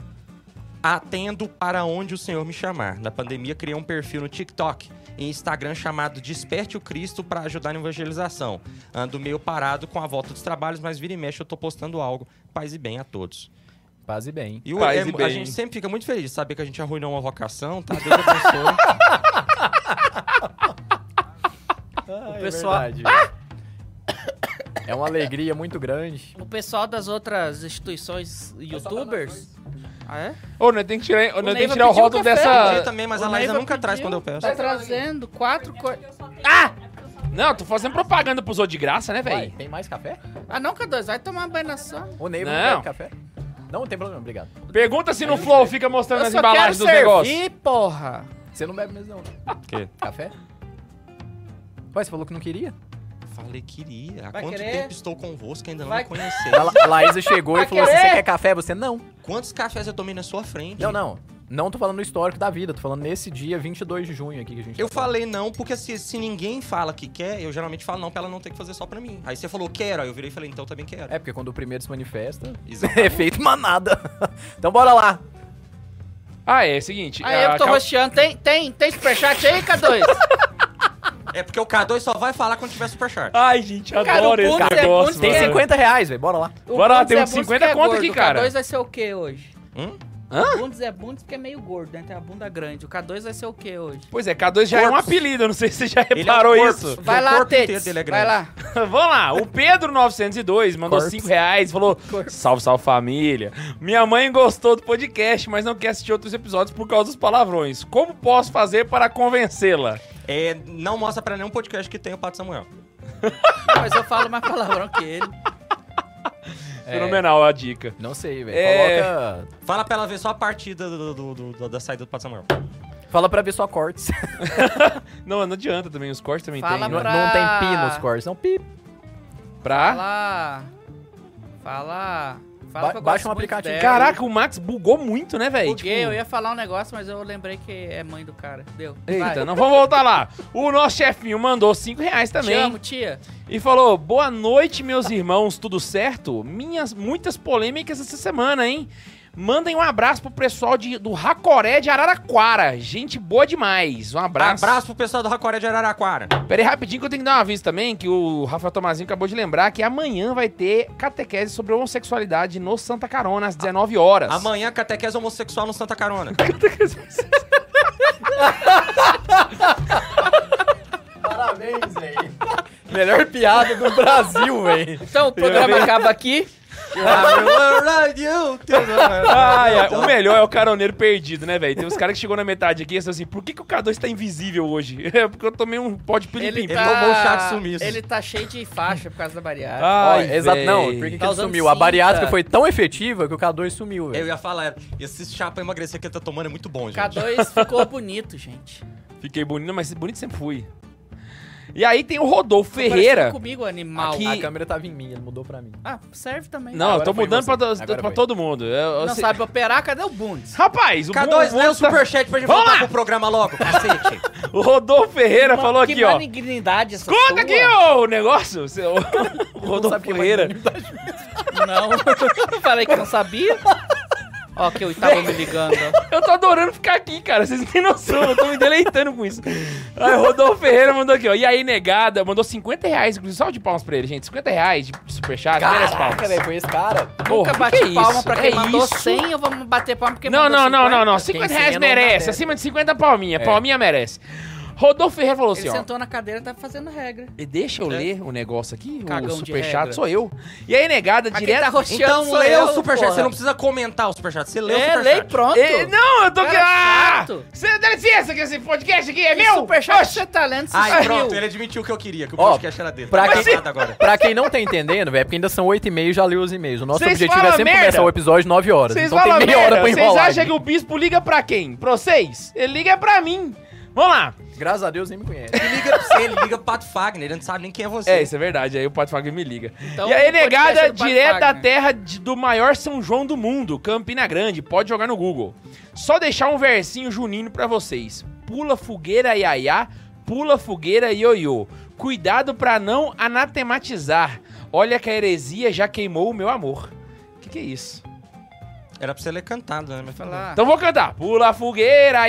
Speaker 4: Atendo para onde o Senhor me chamar. Na pandemia, criei um perfil no TikTok e Instagram chamado Desperte o Cristo para ajudar na evangelização. Ando meio parado com a volta dos trabalhos, mas vira e mexe eu tô postando algo. Paz e bem a todos.
Speaker 2: Paz e bem.
Speaker 4: E o,
Speaker 3: Paz
Speaker 4: é-
Speaker 3: e
Speaker 4: a
Speaker 3: bem.
Speaker 4: gente sempre fica muito feliz de saber que a gente arruinou uma vocação, tá? Deus abençoe.
Speaker 2: O
Speaker 1: pessoal-
Speaker 2: É uma alegria muito grande.
Speaker 1: O pessoal das outras instituições youtubers... Ah, é?
Speaker 3: Ô, nós tem que tirar, nós tem que
Speaker 1: Neiva
Speaker 3: tirar o
Speaker 1: pediu
Speaker 3: rótulo
Speaker 1: café,
Speaker 4: Eu
Speaker 3: dessa...
Speaker 4: também, mas
Speaker 1: O
Speaker 4: a Laísa
Speaker 1: Neiva
Speaker 4: nunca traz
Speaker 1: pediu,
Speaker 4: quando eu peço.
Speaker 1: Tá trazendo quatro coisas...
Speaker 3: Ah! Não, tô fazendo propaganda pros outros de graça, né,
Speaker 2: Vai,
Speaker 3: velho?
Speaker 2: tem mais café?
Speaker 1: Ah, não, K dois, vai tomar banho na sua.
Speaker 2: O Neiva
Speaker 3: Não.
Speaker 2: não quer café? Não, não tem problema, obrigado.
Speaker 3: Pergunta se no Flow fica mostrando
Speaker 1: Eu
Speaker 3: as
Speaker 1: só
Speaker 3: embalagens
Speaker 1: quero
Speaker 3: dos negócios.
Speaker 1: servir, porra.
Speaker 2: Você não bebe mesmo não, né?
Speaker 4: quê?
Speaker 2: Café? Ué, você falou que não queria?
Speaker 4: Falei queria. Há
Speaker 1: Vai
Speaker 4: quanto
Speaker 1: querer?
Speaker 4: tempo estou convosco ainda não
Speaker 1: Vai-
Speaker 4: me conheceis?
Speaker 2: A, La a Laísa chegou
Speaker 1: Vai
Speaker 2: e falou assim,
Speaker 1: querer?
Speaker 2: você quer café? Você, não.
Speaker 4: Quantos cafés eu tomei na sua frente?
Speaker 2: Não, não. Não tô falando no histórico da vida, tô falando nesse dia vinte e dois de junho aqui que a gente
Speaker 4: Eu
Speaker 2: tá falando.
Speaker 4: falei não, porque se, se ninguém fala que quer, eu geralmente falo não pra ela não ter que fazer só pra mim. Aí você falou quero, aí eu virei e falei então também quero.
Speaker 2: É, porque quando o primeiro se manifesta,
Speaker 4: Exatamente.
Speaker 2: é feito manada. Então bora lá.
Speaker 3: Ah, é, é o seguinte...
Speaker 1: Aí eu
Speaker 3: a
Speaker 1: que tô
Speaker 3: Cal-
Speaker 1: rosteando. Tem, tem, tem superchat aí, K dois?
Speaker 4: É porque o K dois só vai falar quando tiver superchat.
Speaker 3: Ai, gente,
Speaker 1: Cara,
Speaker 3: adoro
Speaker 1: o
Speaker 3: esse
Speaker 1: Bundes é
Speaker 3: negócio,
Speaker 1: Bundes
Speaker 2: Tem
Speaker 3: mano.
Speaker 1: é-
Speaker 2: cinquenta reais, velho, bora lá.
Speaker 1: O
Speaker 3: Bora lá,
Speaker 1: Bundes
Speaker 3: tem
Speaker 1: é
Speaker 3: uns
Speaker 1: Bundes
Speaker 3: cinquenta
Speaker 1: que é
Speaker 3: conto
Speaker 1: gordo.
Speaker 3: aqui,
Speaker 1: O
Speaker 3: cara.
Speaker 1: K dois vai ser o quê hoje?
Speaker 4: Hum?
Speaker 3: Hã?
Speaker 1: Bundes é Bundes porque é meio gordo, né? Tem a bunda grande. O K dois vai ser o quê hoje?
Speaker 3: Pois é, K dois já é um
Speaker 4: Corpos.
Speaker 3: apelido, eu não sei se você já
Speaker 4: Ele é
Speaker 3: reparou
Speaker 4: um corpo.
Speaker 3: isso.
Speaker 1: Vai
Speaker 4: o
Speaker 1: lá,
Speaker 4: corpo inteiro
Speaker 1: Tetes.
Speaker 4: dele é
Speaker 1: Vai
Speaker 4: grande.
Speaker 1: lá.
Speaker 3: Vamos lá, o Pedro novecentos e dois mandou
Speaker 2: Corpos.
Speaker 3: cinco reais, falou, salve, salve família. Minha mãe gostou do podcast, mas não quer assistir outros episódios por causa dos palavrões. Como posso fazer para convencê-la?
Speaker 4: É, não mostra pra nenhum podcast que tem o Pato Samuel.
Speaker 1: Mas eu falo mais palavrão que ele.
Speaker 3: Fenomenal a dica.
Speaker 2: Não sei, velho.
Speaker 3: É.
Speaker 2: Coloca...
Speaker 4: Fala pra ela ver só a partida do, do- do- do- da saída do Pato Samuel.
Speaker 2: Fala pra ver só cortes.
Speaker 3: Não, não adianta também, os cortes também
Speaker 1: Fala
Speaker 3: tem.
Speaker 2: Não,
Speaker 1: pra-
Speaker 2: não tem pi nos cortes, não pi.
Speaker 3: Pra...
Speaker 1: Fala. Fala. Fala
Speaker 2: Ba-
Speaker 1: que eu
Speaker 2: baixa
Speaker 1: gosto
Speaker 2: um
Speaker 1: muito
Speaker 2: aplicativo.
Speaker 1: dela.
Speaker 3: Caraca, o Max bugou muito, né, velho?
Speaker 1: Buguei, eu ia falar um negócio, mas eu lembrei que é mãe do cara. Deu.
Speaker 3: Eita,
Speaker 1: Vai.
Speaker 3: não vamos voltar lá. O nosso chefinho mandou cinco reais
Speaker 1: Te
Speaker 3: também.
Speaker 1: amo, tia.
Speaker 3: E falou, boa noite, meus irmãos, tudo certo? Minhas muitas polêmicas essa semana, hein? Mandem um abraço pro pessoal de, do Racoré de Araraquara. Gente boa demais. Um abraço.
Speaker 4: Abraço pro pessoal do Racoré de Araraquara.
Speaker 3: Pera aí rapidinho que eu tenho que dar uma aviso também, que o Rafael Tomazinho acabou de lembrar que amanhã vai ter catequese sobre homossexualidade no Santa Carona, às dezenove horas.
Speaker 4: Amanhã, catequese homossexual no Santa Carona.
Speaker 2: Parabéns, velho. Melhor piada do Brasil, velho.
Speaker 1: Então o programa acaba aqui.
Speaker 3: Ai, ai, o melhor é o caroneiro perdido, né, velho? Tem uns caras que chegou na metade aqui e estão assim, por que, que o K dois tá invisível hoje? É porque eu tomei um pó de
Speaker 1: Ele,
Speaker 3: piripim.
Speaker 1: tá...
Speaker 4: tomou um chá de sumiço.
Speaker 1: Ele tá cheio de faixa por causa da bariátrica.
Speaker 3: Ai,
Speaker 2: Ó, exato,
Speaker 3: véi.
Speaker 2: não, por que, que
Speaker 1: Tá
Speaker 2: ele
Speaker 1: usando
Speaker 2: sumiu? A
Speaker 1: cinta.
Speaker 2: bariátrica foi tão efetiva que o K dois sumiu,
Speaker 4: Eu
Speaker 2: velho.
Speaker 4: ia falar, esse chá pra emagrecer que ele tá tomando é muito bom, gente.
Speaker 1: K dois ficou bonito, gente.
Speaker 3: Fiquei bonito, mas bonito sempre fui. E aí tem o Rodolfo
Speaker 1: Parecido
Speaker 3: Ferreira.
Speaker 1: comigo, animal.
Speaker 3: Aqui-
Speaker 2: A câmera tava em mim, ele mudou pra mim.
Speaker 1: Ah, serve também.
Speaker 3: Não, eu
Speaker 2: Agora
Speaker 3: tô
Speaker 2: foi
Speaker 3: mudando
Speaker 2: você.
Speaker 3: pra,
Speaker 2: Agora
Speaker 3: pra
Speaker 2: foi.
Speaker 3: todo mundo. Eu- eu
Speaker 1: Não
Speaker 3: sei-
Speaker 1: sabe operar, cadê o Bundes?
Speaker 3: Rapaz, o
Speaker 4: K dois,
Speaker 3: bu-
Speaker 4: lê o
Speaker 3: o tá-
Speaker 4: superchat pra gente
Speaker 3: Vamos
Speaker 4: voltar
Speaker 3: lá.
Speaker 4: pro programa logo, cacete.
Speaker 3: O Rodolfo Ferreira
Speaker 1: Que
Speaker 3: falou
Speaker 1: que
Speaker 3: aqui, ó.
Speaker 1: malignidade essa
Speaker 3: Escuta
Speaker 1: sua.
Speaker 3: aqui ó, o negócio. O seu- o
Speaker 2: Não
Speaker 3: Rodolfo
Speaker 2: sabe que é
Speaker 3: Ferreira.
Speaker 1: Não. Falei que não sabia. Ó, que eu tava me ligando. ó.
Speaker 3: Eu tô adorando ficar aqui, cara. Vocês não têm noção. Eu tô me deleitando com isso. Aí o Rodolfo Ferreira mandou aqui, ó. E aí, negada, mandou cinquenta reais. Inclusive, salve de palmas pra ele, gente. cinquenta reais de superchat. Merece
Speaker 2: Caraca,
Speaker 3: palmas.
Speaker 2: velho, foi esse cara.
Speaker 3: Porra,
Speaker 1: Nunca
Speaker 3: que
Speaker 1: bati
Speaker 3: que é
Speaker 1: palma
Speaker 3: isso?
Speaker 1: pra quem
Speaker 3: É
Speaker 1: mandou
Speaker 3: isso?
Speaker 1: cem, eu vou bater palma porque
Speaker 3: Não,
Speaker 1: mandou
Speaker 3: não, não, não, não.
Speaker 1: cinquenta.
Speaker 3: cinquenta
Speaker 2: Quem
Speaker 3: reais
Speaker 2: cem não dá
Speaker 3: merece.
Speaker 2: dez.
Speaker 3: Acima de cinquenta, palminha.
Speaker 2: É.
Speaker 3: Palminha merece. Rodolfo Ferreira falou assim,
Speaker 1: Ele
Speaker 3: ó.
Speaker 1: sentou na cadeira e tá fazendo regra.
Speaker 3: E deixa eu ler o negócio aqui,
Speaker 1: Cagão
Speaker 3: o
Speaker 1: de
Speaker 3: superchat
Speaker 1: regra.
Speaker 3: sou eu. E aí, negada,
Speaker 1: Mas quem
Speaker 3: direto...
Speaker 1: tá rosteando
Speaker 4: Então
Speaker 1: sou
Speaker 4: lê
Speaker 1: eu,
Speaker 4: o superchat,
Speaker 1: porra.
Speaker 4: você não precisa comentar o superchat, você lê o
Speaker 1: É,
Speaker 4: superchat.
Speaker 1: lê e pronto.
Speaker 3: É, não, eu tô aqui...
Speaker 1: Cara
Speaker 3: Ah!
Speaker 1: chato.
Speaker 3: Você dá licença que esse podcast aqui é
Speaker 1: Que
Speaker 3: meu?
Speaker 1: superchat
Speaker 3: Oxi.
Speaker 1: você tá lendo?
Speaker 4: Ai,
Speaker 1: Ai,
Speaker 4: pronto, ele admitiu o que eu queria, que o
Speaker 2: Ó,
Speaker 4: podcast era dele.
Speaker 2: pra
Speaker 4: Tá
Speaker 2: quem-
Speaker 4: errado agora.
Speaker 2: Pra quem não tá entendendo, velho, é porque ainda são oito e meia e já leu os e-mails. O nosso
Speaker 3: Vocês
Speaker 2: objetivo é
Speaker 3: falam
Speaker 2: sempre
Speaker 3: merda.
Speaker 2: começar o episódio nove horas.
Speaker 3: Vocês
Speaker 2: então tem
Speaker 3: falam
Speaker 2: meia
Speaker 3: merda.
Speaker 2: hora pra
Speaker 3: Vocês
Speaker 2: enrolar.
Speaker 3: acham que o bispo liga pra quem? Pra vocês? Ele liga pra mim. Vamos lá.
Speaker 2: Graças a Deus nem me conhece.
Speaker 4: Ele liga pra você, ele liga pro Pato Fagner, ele não sabe nem quem é você.
Speaker 3: É, isso é verdade. Aí o Pato Fagner me liga.
Speaker 1: Então,
Speaker 3: e aí,
Speaker 1: o podcast
Speaker 3: negada,
Speaker 1: é do Pato
Speaker 3: direto da
Speaker 1: Fagner.
Speaker 3: terra de- do maior São João do mundo, Campina Grande. Pode jogar no Google. Só deixar um versinho junino pra vocês. Pula fogueira, iaiá. Pula fogueira, ioiô. Cuidado pra não anatematizar. Olha que a heresia já queimou o meu amor. O que, que é isso?
Speaker 4: Era pra você ler cantado, né? Mas
Speaker 1: Falar.
Speaker 3: Então vou cantar. Pula fogueira,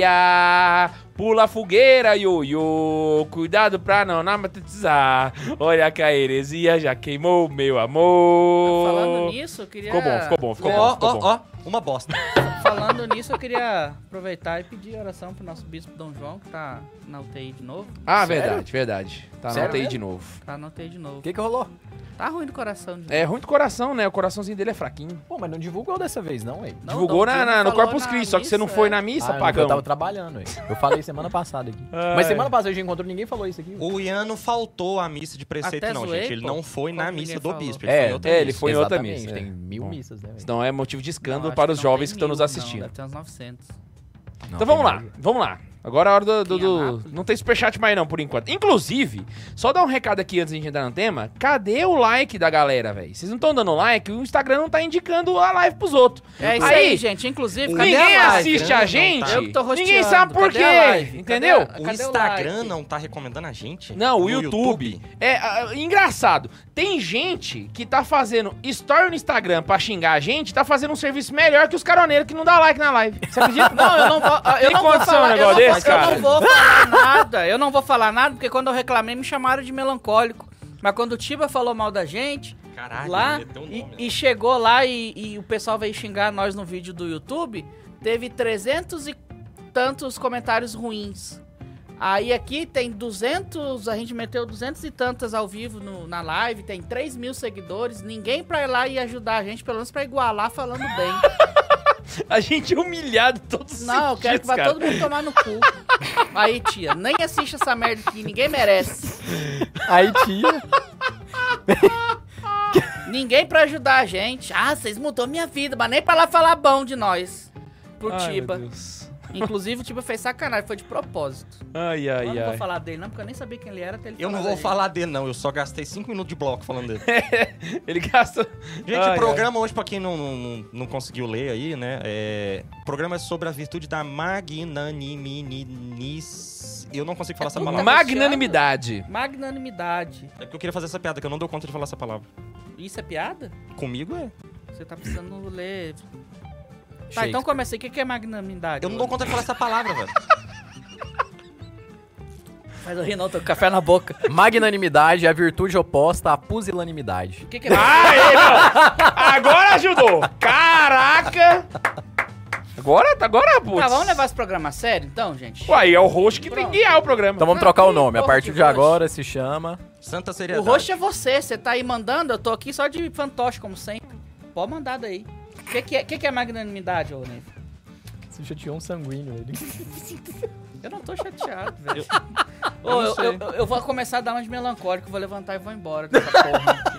Speaker 3: iaiá. Pula fogueira, ioiô. Cuidado pra não anatematizar. Olha que a heresia já queimou o meu amor.
Speaker 1: Falando nisso, eu queria...
Speaker 3: Ficou bom, ficou bom, ficou bom.
Speaker 4: Ó,
Speaker 3: ficou
Speaker 4: ó,
Speaker 3: bom.
Speaker 4: ó, uma bosta.
Speaker 1: Falando nisso, eu queria aproveitar e pedir oração pro nosso bispo Dom João, que tá na U T I de novo.
Speaker 3: Ah,
Speaker 2: Sério?
Speaker 3: verdade, verdade. Tá na
Speaker 2: Sério
Speaker 3: U T I
Speaker 2: mesmo?
Speaker 3: de novo.
Speaker 1: Tá na U T I de novo.
Speaker 2: O que que rolou?
Speaker 1: Tá ruim do coração. De
Speaker 3: É ruim do coração, né? O coraçãozinho dele é fraquinho.
Speaker 2: Pô, mas não divulgou dessa vez, não, velho.
Speaker 1: Não,
Speaker 3: Divulgou
Speaker 1: Dom
Speaker 3: na,
Speaker 1: João
Speaker 3: na- no
Speaker 1: falou
Speaker 3: Corpus
Speaker 1: na
Speaker 3: Christi, só que você não
Speaker 1: missa,
Speaker 3: foi
Speaker 1: é.
Speaker 3: na missa,
Speaker 2: Ah, eu,
Speaker 3: pagão.
Speaker 2: eu tava trabalhando, velho. Eu falei semana passada aqui.
Speaker 3: Ai.
Speaker 2: Mas semana passada a gente encontrou, ninguém falou isso aqui.
Speaker 4: O Ian não faltou a missa de preceito,
Speaker 1: Até
Speaker 4: não,
Speaker 1: zoei,
Speaker 4: gente. Ele
Speaker 1: pô.
Speaker 4: não foi na
Speaker 1: Como
Speaker 4: missa
Speaker 1: ninguém
Speaker 4: do
Speaker 1: falou.
Speaker 4: bispo. Ele
Speaker 2: É,
Speaker 4: foi em outra
Speaker 3: é, ele
Speaker 4: missa.
Speaker 3: foi em outra
Speaker 2: Exatamente,
Speaker 3: missa.
Speaker 2: Tem
Speaker 3: é.
Speaker 2: mil
Speaker 3: Bom.
Speaker 2: missas, né, velho?
Speaker 3: Então é motivo de
Speaker 1: Não,
Speaker 3: escândalo
Speaker 1: acho
Speaker 3: para
Speaker 1: que
Speaker 3: os
Speaker 1: não
Speaker 3: jovens
Speaker 1: tem
Speaker 3: que estão nos
Speaker 1: mil,
Speaker 3: assistindo.
Speaker 1: Não, deve ter uns novecentos.
Speaker 2: Não,
Speaker 3: Então
Speaker 2: tem
Speaker 3: vamos lá,
Speaker 2: mil.
Speaker 3: vamos lá. Agora é a hora do, do-
Speaker 1: Aqui em
Speaker 3: do-
Speaker 1: Anápolis.
Speaker 3: Não tem superchat mais não, por enquanto. Inclusive, só dar um recado aqui antes de a gente entrar no tema. Cadê o like da galera, velho? Vocês não estão dando like, o Instagram não tá indicando a live pros outros.
Speaker 1: É isso aí, gente. Inclusive, cadê
Speaker 3: Ninguém
Speaker 1: a live?
Speaker 3: assiste a
Speaker 4: Não tá.
Speaker 3: gente,
Speaker 1: Eu que tô rosteando.
Speaker 3: ninguém sabe por
Speaker 1: Cadê
Speaker 3: quê,
Speaker 1: a live?
Speaker 3: entendeu?
Speaker 1: Cadê a-
Speaker 4: O
Speaker 1: cadê
Speaker 4: Instagram
Speaker 1: like?
Speaker 4: não tá recomendando a gente?
Speaker 3: Não, o
Speaker 4: No
Speaker 3: YouTube. É ah, engraçado. Tem gente que tá fazendo story no Instagram pra xingar a gente, tá fazendo um serviço melhor que os caroneiros que não dá like na live. Você acredita?
Speaker 1: Não, eu não vou, eu
Speaker 3: Tem
Speaker 1: não vou
Speaker 3: condição
Speaker 1: falar,
Speaker 3: um negócio
Speaker 1: eu não,
Speaker 3: desse,
Speaker 1: eu
Speaker 3: cara?
Speaker 1: não vou falar nada. Eu não vou falar nada, porque quando eu reclamei, me chamaram de melancólico. Mas quando o Tiba falou mal da gente,
Speaker 4: Caralho,
Speaker 1: lá
Speaker 4: meteu o
Speaker 1: e,
Speaker 4: nome, né?
Speaker 1: e chegou lá e, e o pessoal veio xingar nós no vídeo do YouTube. Teve trezentos e tantos comentários ruins. Aí aqui tem duzentos, a gente meteu duzentos e tantas ao vivo no, na live, tem três mil seguidores, ninguém pra ir lá e ajudar a gente, pelo menos pra igualar falando bem.
Speaker 3: A gente é humilhado todos os
Speaker 1: Não, eu quero que vá
Speaker 3: cara.
Speaker 1: todo mundo tomar no cu. Aí, tia, nem assiste essa merda aqui, ninguém merece.
Speaker 2: Aí, tia.
Speaker 1: Ninguém pra ajudar a gente. Ah, vocês mudou minha vida, mas nem pra lá falar bom de nós. Pro
Speaker 3: Ai,
Speaker 1: Tiba.
Speaker 3: meu Deus.
Speaker 1: Inclusive, o Tiba fez sacanagem, foi de propósito.
Speaker 3: Ai,
Speaker 1: Eu
Speaker 3: ai,
Speaker 1: não vou
Speaker 3: ai.
Speaker 1: falar dele não, porque eu nem sabia quem ele era até ele
Speaker 4: Eu não
Speaker 1: falar
Speaker 4: vou
Speaker 1: dele.
Speaker 4: falar dele, não. Eu só gastei cinco minutos de bloco falando dele.
Speaker 3: Ele gastou...
Speaker 4: Gente,
Speaker 3: Ai,
Speaker 4: o programa hoje, pra quem não, não, não conseguiu ler aí, né? É... O programa é sobre a virtude da magnanimidade. Eu não consigo falar essa
Speaker 1: puta
Speaker 4: palavra.
Speaker 3: Magnanimidade.
Speaker 1: Magnanimidade.
Speaker 4: É porque eu queria fazer essa piada, que eu não dou conta de falar essa palavra.
Speaker 1: Isso é piada?
Speaker 4: Comigo é.
Speaker 1: Você tá precisando ler... Tá,
Speaker 4: Shakespeare.
Speaker 1: então comecei. O que que é magnanimidade?
Speaker 4: Eu não dou conta de falar essa palavra, velho.
Speaker 1: Faz eu rir não, tô com café na boca.
Speaker 2: Magnanimidade é a virtude oposta à pusilanimidade.
Speaker 1: O que que é...
Speaker 3: Aê, não. Agora ajudou. Caraca. Agora, agora, putz.
Speaker 1: Tá, vamos levar esse programa a sério então, gente?
Speaker 3: Uai, é o host que tem
Speaker 1: Pronto.
Speaker 3: que guiar o programa.
Speaker 2: Então vamos
Speaker 1: Não,
Speaker 2: trocar o
Speaker 1: que
Speaker 2: nome. A
Speaker 1: porra
Speaker 2: partir
Speaker 1: de
Speaker 2: de
Speaker 1: host.
Speaker 2: agora se chama...
Speaker 4: Santa
Speaker 1: O
Speaker 4: seriedade.
Speaker 1: host é você, você tá aí mandando, eu tô aqui só de fantoche, como sempre. Pode mandar daí. O que que é, que que é magnanimidade, ô Ney?
Speaker 2: Se chateou um sanguíneo ele.
Speaker 1: Eu não tô chateado, velho. Ô,
Speaker 4: Eu não
Speaker 1: eu,
Speaker 4: sei.
Speaker 1: eu, eu vou começar a dar uma de melancólico, vou levantar e vou embora dessa porra aqui.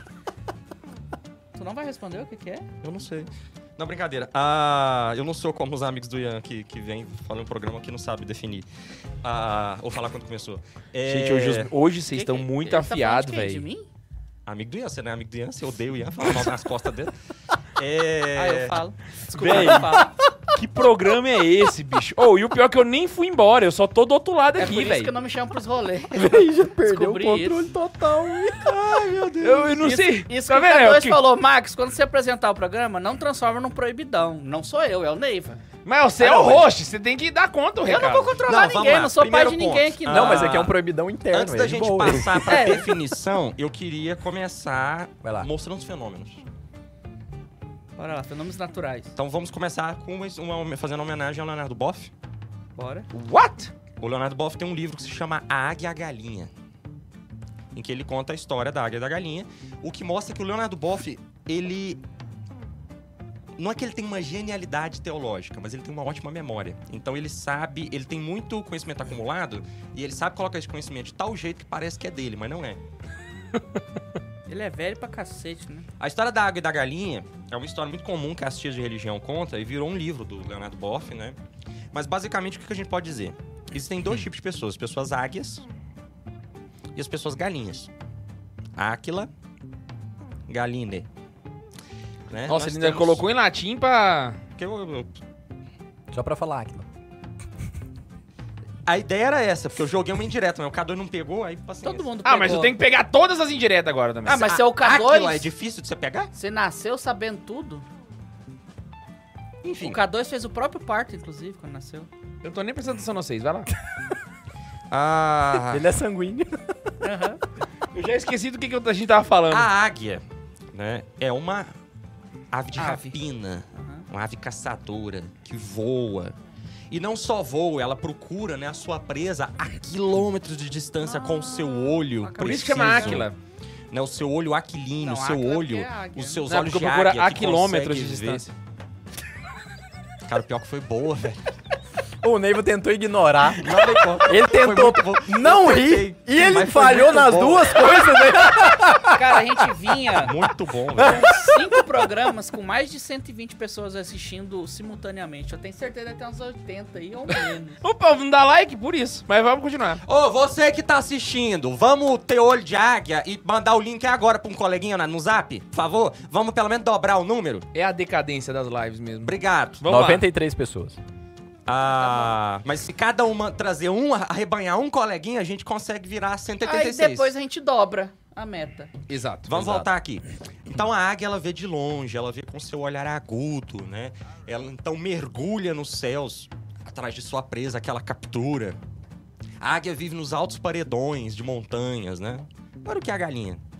Speaker 1: Tu não vai responder o que que é?
Speaker 4: Eu não sei. Não, brincadeira. Ah, eu não sou como os amigos do Ian que, que vem falar um programa que não sabe definir. Ah, ou falar quando começou. É...
Speaker 3: Gente, hoje, os- hoje vocês
Speaker 1: Que
Speaker 3: estão
Speaker 1: que-
Speaker 3: muito
Speaker 1: ele tá falando de
Speaker 3: afiados,
Speaker 1: quem? De
Speaker 3: velho.
Speaker 1: mim?
Speaker 4: Amigo do Ian, você não é amigo do Ian? Você odeia o Ian, fala mal nas costas dele. É...
Speaker 1: Ah, eu falo. Desculpa,
Speaker 3: Véi.
Speaker 1: eu falo.
Speaker 3: Que programa é esse, bicho? Oh, e o pior é que eu nem fui embora, eu só tô do outro lado
Speaker 1: É
Speaker 3: aqui,
Speaker 1: por isso que eu
Speaker 3: velho.
Speaker 1: não me chamo pros rolês.
Speaker 2: Aí já perdeu
Speaker 1: Descobri
Speaker 2: o controle
Speaker 1: isso.
Speaker 2: total. Ai, meu Deus.
Speaker 3: Eu, eu não
Speaker 1: Isso,
Speaker 3: sei.
Speaker 1: isso
Speaker 3: tá
Speaker 1: que o
Speaker 3: vendo?
Speaker 1: K
Speaker 3: É o
Speaker 1: dois
Speaker 3: que-
Speaker 1: falou, Max, quando você apresentar o programa, não transforma num proibidão. Não sou eu, é o Neiva.
Speaker 3: Mas você
Speaker 4: Ah,
Speaker 3: é o
Speaker 4: não, mas-
Speaker 3: host, você tem que dar conta do
Speaker 1: Eu
Speaker 3: recado.
Speaker 1: não vou controlar
Speaker 4: Não, vamos
Speaker 1: ninguém,
Speaker 4: lá.
Speaker 1: não sou pai
Speaker 4: Primeiro
Speaker 1: de ninguém
Speaker 4: ponto.
Speaker 1: aqui, não.
Speaker 2: Não, mas
Speaker 4: Ah,
Speaker 2: é que é um proibidão interno.
Speaker 4: Antes
Speaker 2: é
Speaker 4: da
Speaker 2: de
Speaker 4: gente
Speaker 2: boa.
Speaker 4: passar pra
Speaker 1: É.
Speaker 4: definição, eu queria começar
Speaker 2: Vai lá.
Speaker 4: mostrando os fenômenos.
Speaker 1: Bora lá, fenômenos naturais.
Speaker 4: Então vamos começar com uma, uma- fazendo uma homenagem ao Leonardo Boff.
Speaker 1: Bora.
Speaker 3: What?
Speaker 4: O Leonardo Boff tem um livro que se chama A Águia e a Galinha, em que ele conta a história da águia e da galinha, o que mostra que o Leonardo Boff, ele... Não é que ele tem uma genialidade teológica, mas ele tem uma ótima memória. Então ele sabe, ele tem muito conhecimento acumulado e ele sabe colocar esse conhecimento de tal jeito que parece que é dele, mas não é.
Speaker 1: Ele é velho pra cacete, né?
Speaker 4: A história da água e da galinha é uma história muito comum que as tias de religião contam e virou um livro do Leonardo Boff, né? Mas basicamente o que a gente pode dizer? Existem dois tipos de pessoas, as pessoas águias e as pessoas galinhas. Áquila, galine. Né?
Speaker 3: Nossa,
Speaker 4: Nós
Speaker 3: ele ainda
Speaker 4: temos-
Speaker 3: colocou em latim pra...
Speaker 4: Porque eu- eu-
Speaker 2: Só pra falar aquilo.
Speaker 4: A ideia era essa, porque eu joguei uma indireta, mas o K dois não pegou, aí passei.
Speaker 1: Todo mundo
Speaker 3: Ah,
Speaker 1: pegou.
Speaker 3: mas eu tenho que pegar todas as indiretas agora também.
Speaker 1: Ah, mas você é o K
Speaker 4: Áquila é
Speaker 1: dois?
Speaker 4: difícil de você pegar?
Speaker 1: Você nasceu sabendo tudo?
Speaker 4: Enfim.
Speaker 1: O K dois fez o próprio parto, inclusive, quando nasceu.
Speaker 3: Eu não tô nem prestando atenção em vocês, vai lá.
Speaker 4: A,
Speaker 2: Ele é sanguíneo.
Speaker 1: Aham.
Speaker 3: Eu já esqueci do que, que a gente tava falando.
Speaker 4: a águia, né, é uma ave de
Speaker 1: Ave.
Speaker 4: rapina.
Speaker 1: Aham.
Speaker 4: Uma ave caçadora que voa. E não só voa, ela procura, né, a sua presa a quilômetros de distância com o seu olho.
Speaker 3: Por isso que chama
Speaker 4: preciso,
Speaker 3: Áquila.
Speaker 4: Né, o seu olho aquilíneo,
Speaker 1: Não,
Speaker 4: o seu
Speaker 1: áquila
Speaker 4: olho,
Speaker 1: é águia.
Speaker 4: os seus
Speaker 3: Não,
Speaker 4: olhos
Speaker 3: porque
Speaker 4: de
Speaker 3: procura
Speaker 4: águia
Speaker 3: a
Speaker 4: que
Speaker 3: quilômetros de
Speaker 4: consegue ver.
Speaker 3: distância.
Speaker 4: Cara, o pior que foi boa, velho.
Speaker 2: O Neiva tentou ignorar.
Speaker 4: Não dei conta.
Speaker 2: Ele tentou
Speaker 4: Foi muito bom.
Speaker 2: não
Speaker 4: Eu
Speaker 2: rir
Speaker 4: tentei,
Speaker 2: e ele
Speaker 4: mas foi
Speaker 2: falhou
Speaker 4: muito
Speaker 2: nas
Speaker 4: bom.
Speaker 2: duas coisas, né?
Speaker 1: Cara, a gente vinha
Speaker 4: Muito bom, velho.
Speaker 1: cinco programas com mais de cento e vinte pessoas assistindo simultaneamente. Eu tenho certeza que tem uns oitenta aí ou menos.
Speaker 3: O povo não dá like por isso, mas vamos continuar.
Speaker 4: Ô, você que tá assistindo, vamos ter olho de águia e mandar o link agora pra um coleguinha na- no zap? Por favor, vamos pelo menos dobrar o número?
Speaker 3: É a decadência das lives mesmo.
Speaker 4: Obrigado.
Speaker 3: Vamos
Speaker 2: noventa e três pessoas.
Speaker 4: Ah, mas se cada uma trazer um, arrebanhar um coleguinha, a gente consegue virar cento e oitenta e
Speaker 1: Aí
Speaker 4: seis.
Speaker 1: depois a gente dobra a meta.
Speaker 3: lá. Exato.
Speaker 4: Vamos
Speaker 3: exato.
Speaker 4: voltar aqui. Então a águia, ela vê de longe, ela vê com seu olhar agudo, né? Ela então mergulha nos céus, atrás de sua presa, que ela captura. A águia vive nos altos paredões de montanhas, né? Agora o que é a galinha?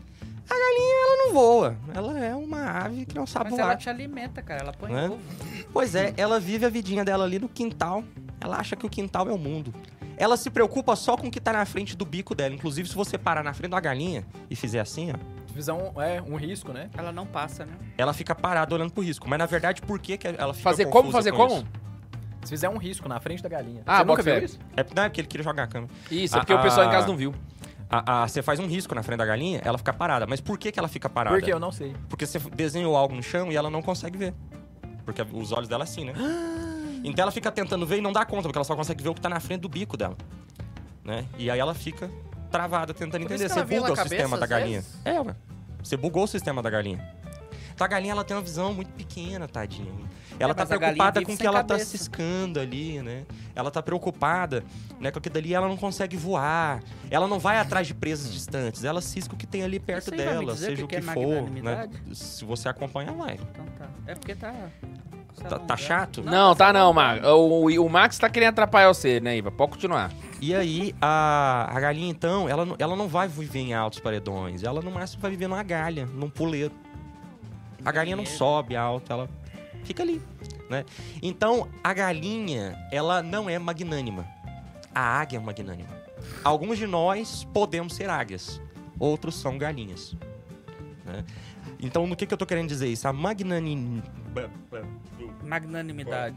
Speaker 4: A galinha, ela não voa. Ela é uma ave que não sabe
Speaker 1: Mas
Speaker 4: voar.
Speaker 1: ela te alimenta, cara. Ela põe
Speaker 4: Né?
Speaker 1: ovo.
Speaker 4: Pois é, ela vive a vidinha dela ali no quintal. Ela acha que o quintal é o mundo. Ela se preocupa só com o que tá na frente do bico dela. Inclusive, se você parar na frente da galinha e fizer assim, ó,
Speaker 2: Se fizer um, é, um risco, né?
Speaker 1: Ela não passa, né?
Speaker 4: ela fica parada olhando pro risco. Mas, na verdade, por que, que ela fica
Speaker 3: Fazer como?
Speaker 4: confusa
Speaker 3: Fazer
Speaker 4: com
Speaker 3: como?
Speaker 4: isso?
Speaker 2: Se fizer um risco na frente da galinha.
Speaker 3: Ah,
Speaker 2: Você nunca
Speaker 3: bota fé.
Speaker 2: viu isso?
Speaker 4: É, não, é porque ele queria jogar a câmera.
Speaker 3: Isso, é
Speaker 4: A-
Speaker 3: porque o pessoal em
Speaker 4: a-
Speaker 3: casa não viu.
Speaker 4: A- a- você faz um risco na frente da galinha, ela fica parada. Mas por que, que ela fica parada?
Speaker 2: Porque eu não sei.
Speaker 4: Porque você desenhou algo no chão e ela não consegue ver. Porque os olhos dela é assim, né? Então ela fica tentando ver e não dá conta, porque ela só consegue ver o que tá na frente do bico dela. Né? E aí ela fica travada tentando
Speaker 1: Por
Speaker 4: entender.
Speaker 1: isso que
Speaker 4: Você
Speaker 1: ela vira
Speaker 4: buga o
Speaker 1: na cabeça,
Speaker 4: sistema da
Speaker 1: às
Speaker 4: galinha.
Speaker 1: vezes?
Speaker 4: É, ué. Você bugou o sistema da galinha. Então a galinha ela tem uma visão muito pequena, tadinha. Ela
Speaker 1: É,
Speaker 4: tá
Speaker 1: mas a galinha
Speaker 4: preocupada
Speaker 1: vive
Speaker 4: com o que
Speaker 1: sem
Speaker 4: ela tá
Speaker 1: cabeça.
Speaker 4: ciscando ali, né? Ela tá preocupada, né? Com aquilo dali ela não consegue voar. Ela não vai atrás de presas distantes. Ela cisca o que tem ali perto
Speaker 1: Isso aí vai me
Speaker 4: dela,
Speaker 1: dizer
Speaker 4: seja
Speaker 1: o
Speaker 4: o
Speaker 1: que
Speaker 4: que
Speaker 1: que é
Speaker 4: for. Né?
Speaker 1: magnanimidade?
Speaker 4: Se você acompanha, vai.
Speaker 1: Então tá. É porque tá...
Speaker 4: Tá- tá chato?
Speaker 3: Não, tá não,
Speaker 1: Max.
Speaker 3: Max. O, o, o Max tá querendo atrapalhar você, né, Iva? Pode continuar.
Speaker 4: E aí, a, a galinha, então, ela, não- ela não vai viver em altos paredões. Ela, no máximo, vai viver numa galha, num puleiro. A galinha não sobe alto, ela fica ali, né? Então, a galinha, ela não é magnânima. A águia é magnânima. Alguns de nós podemos ser águias. Outros são galinhas. Né? Então, no que, que eu tô querendo dizer isso? A magnanim...
Speaker 1: Magnanimidade.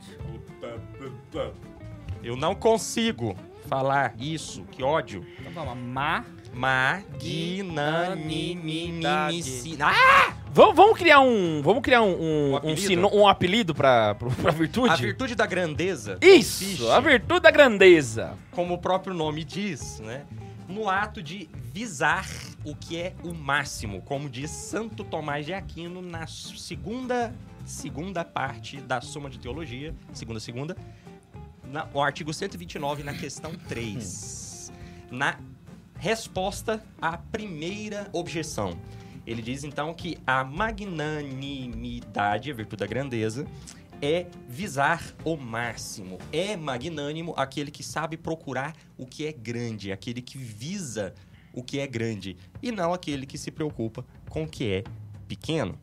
Speaker 4: Eu não consigo falar isso. Que ódio.
Speaker 1: Então vamos. Ma...
Speaker 4: Magnanimidade. Ah!
Speaker 3: Vamos, vamos criar um. Vamos criar um, um,
Speaker 4: Um
Speaker 3: um,
Speaker 4: apelido?
Speaker 3: sino- um apelido pra, pra, pra virtude?
Speaker 4: A virtude da grandeza
Speaker 3: Isso!
Speaker 4: consiste,
Speaker 3: A virtude da grandeza.
Speaker 4: como o próprio nome diz, né? No ato de visar o que é o máximo, como diz Santo Tomás de Aquino na segunda, segunda parte da Suma de Teologia, segunda, segunda, na, o artigo cento e vinte e nove, na questão três. Na resposta à primeira objeção. Ele diz, então, que a magnanimidade, a virtude da grandeza, é visar o máximo. É magnânimo aquele que sabe procurar o que é grande, aquele que visa o que é grande, e não aquele que se preocupa com o que é pequeno.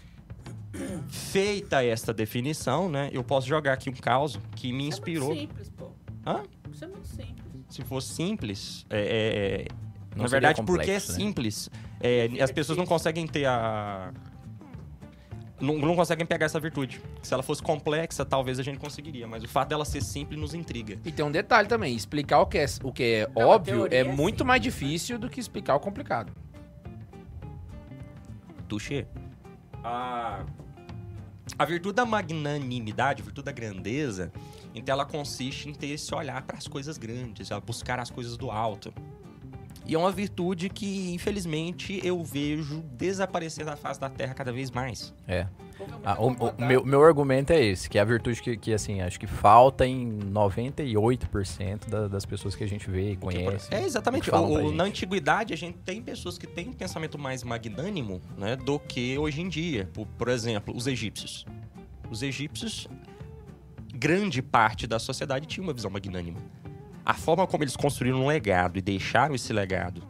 Speaker 4: Feita esta definição, né, eu posso jogar aqui um caso que me inspirou.
Speaker 1: Isso é muito simples, pô.
Speaker 4: Hã?
Speaker 1: Isso é muito simples.
Speaker 4: Se fosse simples, é, é, é,
Speaker 2: Não
Speaker 4: na
Speaker 2: seria
Speaker 4: verdade, porque é
Speaker 2: complexo, né?
Speaker 4: simples, é, as pessoas não conseguem ter a... Não, não conseguem pegar essa virtude. Se ela fosse complexa, talvez a gente conseguiria, mas o fato dela ser simples nos intriga.
Speaker 3: E tem um detalhe também: explicar o que é, o que é
Speaker 1: Não, a
Speaker 3: óbvio
Speaker 1: teoria
Speaker 3: é
Speaker 1: é
Speaker 3: muito
Speaker 1: simples,
Speaker 3: mais
Speaker 1: né?
Speaker 3: difícil do que explicar o complicado.
Speaker 4: Touché. A, a virtude da magnanimidade, a virtude da grandeza, então ela consiste em ter esse olhar para as coisas grandes, a buscar as coisas do alto. E é uma virtude que, infelizmente, eu vejo desaparecer da face da Terra cada vez mais.
Speaker 2: É.
Speaker 1: O povo é muito
Speaker 2: Ah, o, o
Speaker 1: acomodado.
Speaker 2: meu, meu argumento é esse, que é a virtude que, que, assim, acho que falta em noventa e oito por cento da- das pessoas que a gente vê e conhece.
Speaker 4: É, exatamente.
Speaker 2: que falam
Speaker 4: O-
Speaker 2: pra
Speaker 4: o-
Speaker 2: gente.
Speaker 4: na antiguidade, a gente tem pessoas que têm um pensamento mais magnânimo, né, do que hoje em dia. Por, por exemplo, os egípcios. Os egípcios, grande parte da sociedade tinha uma visão magnânima. A forma como eles construíram um legado e deixaram esse legado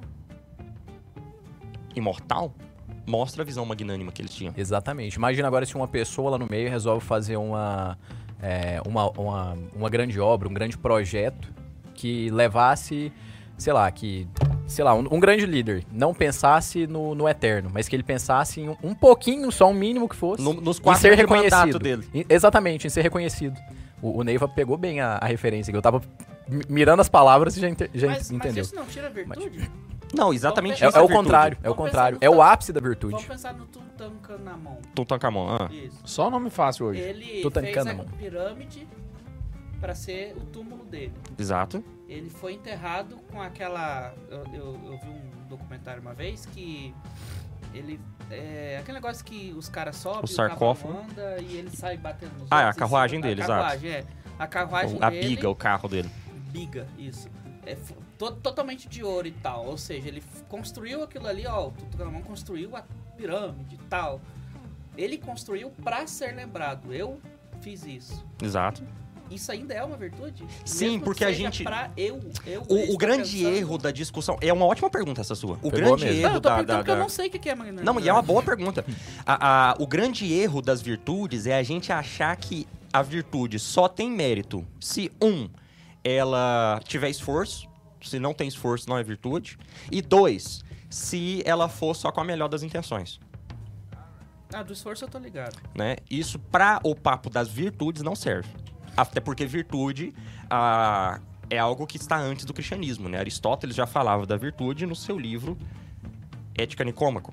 Speaker 4: imortal mostra a visão magnânima que eles tinham.
Speaker 2: Exatamente. Imagina agora se uma pessoa lá no meio resolve fazer uma, é, uma, uma, uma grande obra, um grande projeto que levasse, sei lá, que, sei lá, um, um grande líder não pensasse no, no eterno, mas que ele pensasse em um, um pouquinho, só um mínimo que fosse,
Speaker 4: No- nos
Speaker 2: em
Speaker 4: quatro
Speaker 2: ser
Speaker 4: anos de
Speaker 2: reconhecido.
Speaker 4: mandato dele.
Speaker 2: Em- exatamente, em ser reconhecido. O, o Neiva pegou bem a, a referência, que eu tava mi- mirando as palavras e já, ente- já
Speaker 1: Mas, mas
Speaker 2: entendeu.
Speaker 1: isso não tira a virtude?
Speaker 4: Não, exatamente
Speaker 2: É,
Speaker 4: isso
Speaker 2: é o
Speaker 4: virtude.
Speaker 2: contrário, é o
Speaker 1: Vamos
Speaker 2: contrário.
Speaker 1: pensar
Speaker 2: É
Speaker 1: no
Speaker 2: o ápice da virtude.
Speaker 1: Vamos pensar no Tutankhamon.
Speaker 4: Tutankhamon, ah.
Speaker 1: Isso.
Speaker 3: Só nome fácil hoje.
Speaker 1: Ele fez
Speaker 2: Tutankhamon.
Speaker 1: a pirâmide pra ser o túmulo dele.
Speaker 4: Exato.
Speaker 1: Ele foi enterrado com aquela... Eu, eu, eu vi um documentário uma vez que ele... É, aquele negócio que os caras sobem,
Speaker 4: O sarcófago.
Speaker 1: cavalo anda e ele sai batendo nos
Speaker 4: Ah, é a
Speaker 1: outros em
Speaker 4: carruagem
Speaker 1: cima.
Speaker 4: dele,
Speaker 1: a
Speaker 4: exato.
Speaker 1: carruagem, é. A carruagem
Speaker 4: A
Speaker 1: dele...
Speaker 4: biga, o carro dele.
Speaker 1: Biga, isso. É f- to- totalmente de ouro e tal. Ou seja, ele f- construiu aquilo ali, ó. O Tutankhamon construiu a pirâmide e tal. Ele construiu pra ser lembrado. Eu fiz isso.
Speaker 4: Exato.
Speaker 1: isso ainda é uma virtude?
Speaker 4: Sim,
Speaker 1: Mesmo
Speaker 4: porque
Speaker 1: que
Speaker 4: a
Speaker 1: seja
Speaker 4: gente-
Speaker 1: Pra eu, eu
Speaker 4: O,
Speaker 1: estar
Speaker 4: o grande
Speaker 1: pensando-
Speaker 4: erro da discussão... É uma ótima pergunta essa sua. O
Speaker 2: Foi
Speaker 4: grande
Speaker 2: boa mesmo.
Speaker 1: Não,
Speaker 4: erro
Speaker 1: eu tô
Speaker 4: da...
Speaker 1: perguntando
Speaker 4: da,
Speaker 1: porque eu
Speaker 4: da-
Speaker 1: não sei o que é magnânimo.
Speaker 4: Não, e é uma boa pergunta. A, a- o grande erro das virtudes é a gente achar que a virtude só tem mérito se, um, ela tiver esforço. Se não tem esforço, não é virtude. E dois, se ela for só com a melhor das intenções.
Speaker 1: Ah, do esforço eu tô ligado.
Speaker 4: Né? Isso, para o papo das virtudes, não serve. Até porque virtude ah, é algo que está antes do cristianismo. Né? Aristóteles já falava da virtude no seu livro Ética Nicômaco.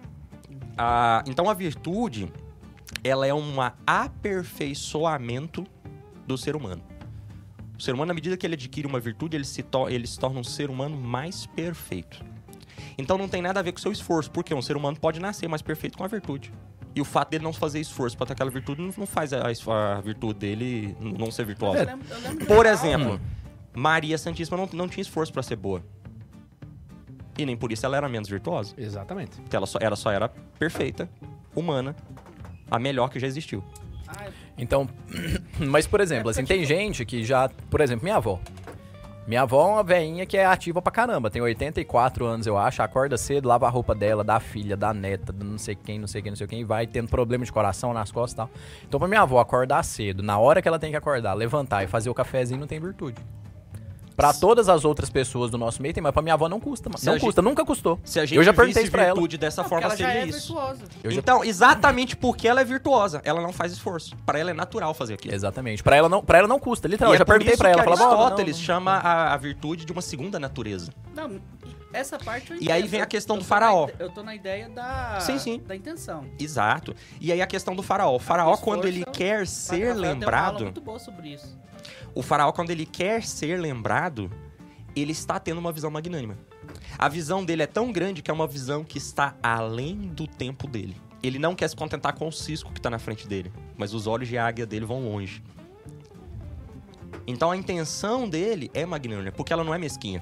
Speaker 4: Ah, então, a virtude, ela é um aperfeiçoamento do ser humano. O ser humano, à medida que ele adquire uma virtude, ele se, to- ele se torna um ser humano mais perfeito. Então não tem nada a ver com o seu esforço, porque um ser humano pode nascer mais perfeito com a virtude. E o fato dele não fazer esforço para ter aquela virtude não, não faz a, a virtude dele não ser
Speaker 1: Eu
Speaker 4: virtuosa.
Speaker 1: lembro- eu lembro de
Speaker 4: Por
Speaker 1: uma
Speaker 4: exemplo,
Speaker 1: aula-
Speaker 4: Maria Santíssima não, não tinha esforço para ser boa. E nem por isso ela era menos virtuosa.
Speaker 2: Exatamente.
Speaker 4: Porque ela só, ela só era perfeita, humana, a melhor que já existiu.
Speaker 1: Ah,
Speaker 2: Então, mas por exemplo,
Speaker 1: É,
Speaker 2: assim,
Speaker 1: porque,
Speaker 2: tem
Speaker 1: tipo-
Speaker 2: gente que já, por exemplo, minha avó. Minha avó é uma veinha que é ativa pra caramba, tem oitenta e quatro anos, eu acho, acorda cedo, lava a roupa dela, da filha, da neta, do não sei quem, não sei quem, não sei quem, vai tendo problema de coração nas costas e tal. Então pra minha avó acordar cedo, na hora que ela tem que acordar, levantar e fazer o cafezinho, não tem virtude. Pra todas as outras pessoas do nosso meio tem, mas pra minha avó não custa, mano.
Speaker 4: Se
Speaker 2: Não
Speaker 4: a
Speaker 2: custa, nunca custou.
Speaker 4: Se a gente
Speaker 2: Eu já
Speaker 4: visse
Speaker 2: perguntei isso pra ela.
Speaker 4: virtude dessa
Speaker 1: não, porque
Speaker 4: forma,
Speaker 1: ela já
Speaker 4: seria
Speaker 1: é
Speaker 4: isso.
Speaker 1: virtuosa.
Speaker 2: Eu já-
Speaker 4: Então, exatamente porque ela é virtuosa, ela não faz esforço. Para ela é natural fazer aquilo.
Speaker 2: Exatamente. Pra ela não, pra ela não custa, literal.
Speaker 4: E
Speaker 2: Eu já
Speaker 4: é por
Speaker 2: perguntei
Speaker 4: isso
Speaker 2: pra ela,
Speaker 4: que
Speaker 2: falava, ó, não,
Speaker 4: Aristóteles
Speaker 2: não.
Speaker 4: chama a, a virtude de uma segunda natureza.
Speaker 1: Não, essa parte eu
Speaker 4: E aí
Speaker 1: entendo.
Speaker 4: vem a questão
Speaker 1: Eu
Speaker 4: do
Speaker 1: tô na
Speaker 4: faraó.
Speaker 1: ide- Eu tô na ideia da,
Speaker 4: Sim, sim.
Speaker 1: da intenção.
Speaker 4: Exato. E aí a questão do faraó. O faraó,
Speaker 1: esforço
Speaker 4: quando ele
Speaker 1: é um-
Speaker 4: quer
Speaker 1: Padre
Speaker 4: ser
Speaker 1: Rafael tem uma aula
Speaker 4: lembrado...
Speaker 1: muito boa sobre isso.
Speaker 4: O faraó, quando ele quer ser lembrado, ele está tendo uma visão magnânima. A visão dele é tão grande que é uma visão que está além do tempo dele. Ele não quer se contentar com o cisco que está na frente dele, mas os olhos de águia dele vão longe. Então a intenção dele é magnânima, porque ela não é mesquinha.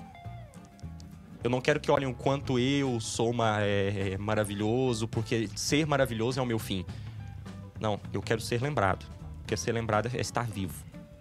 Speaker 4: Eu não quero que olhem o quanto eu sou uma, é, é, maravilhoso, porque ser maravilhoso é o meu fim. Não, eu quero ser lembrado. Porque ser lembrado é estar vivo.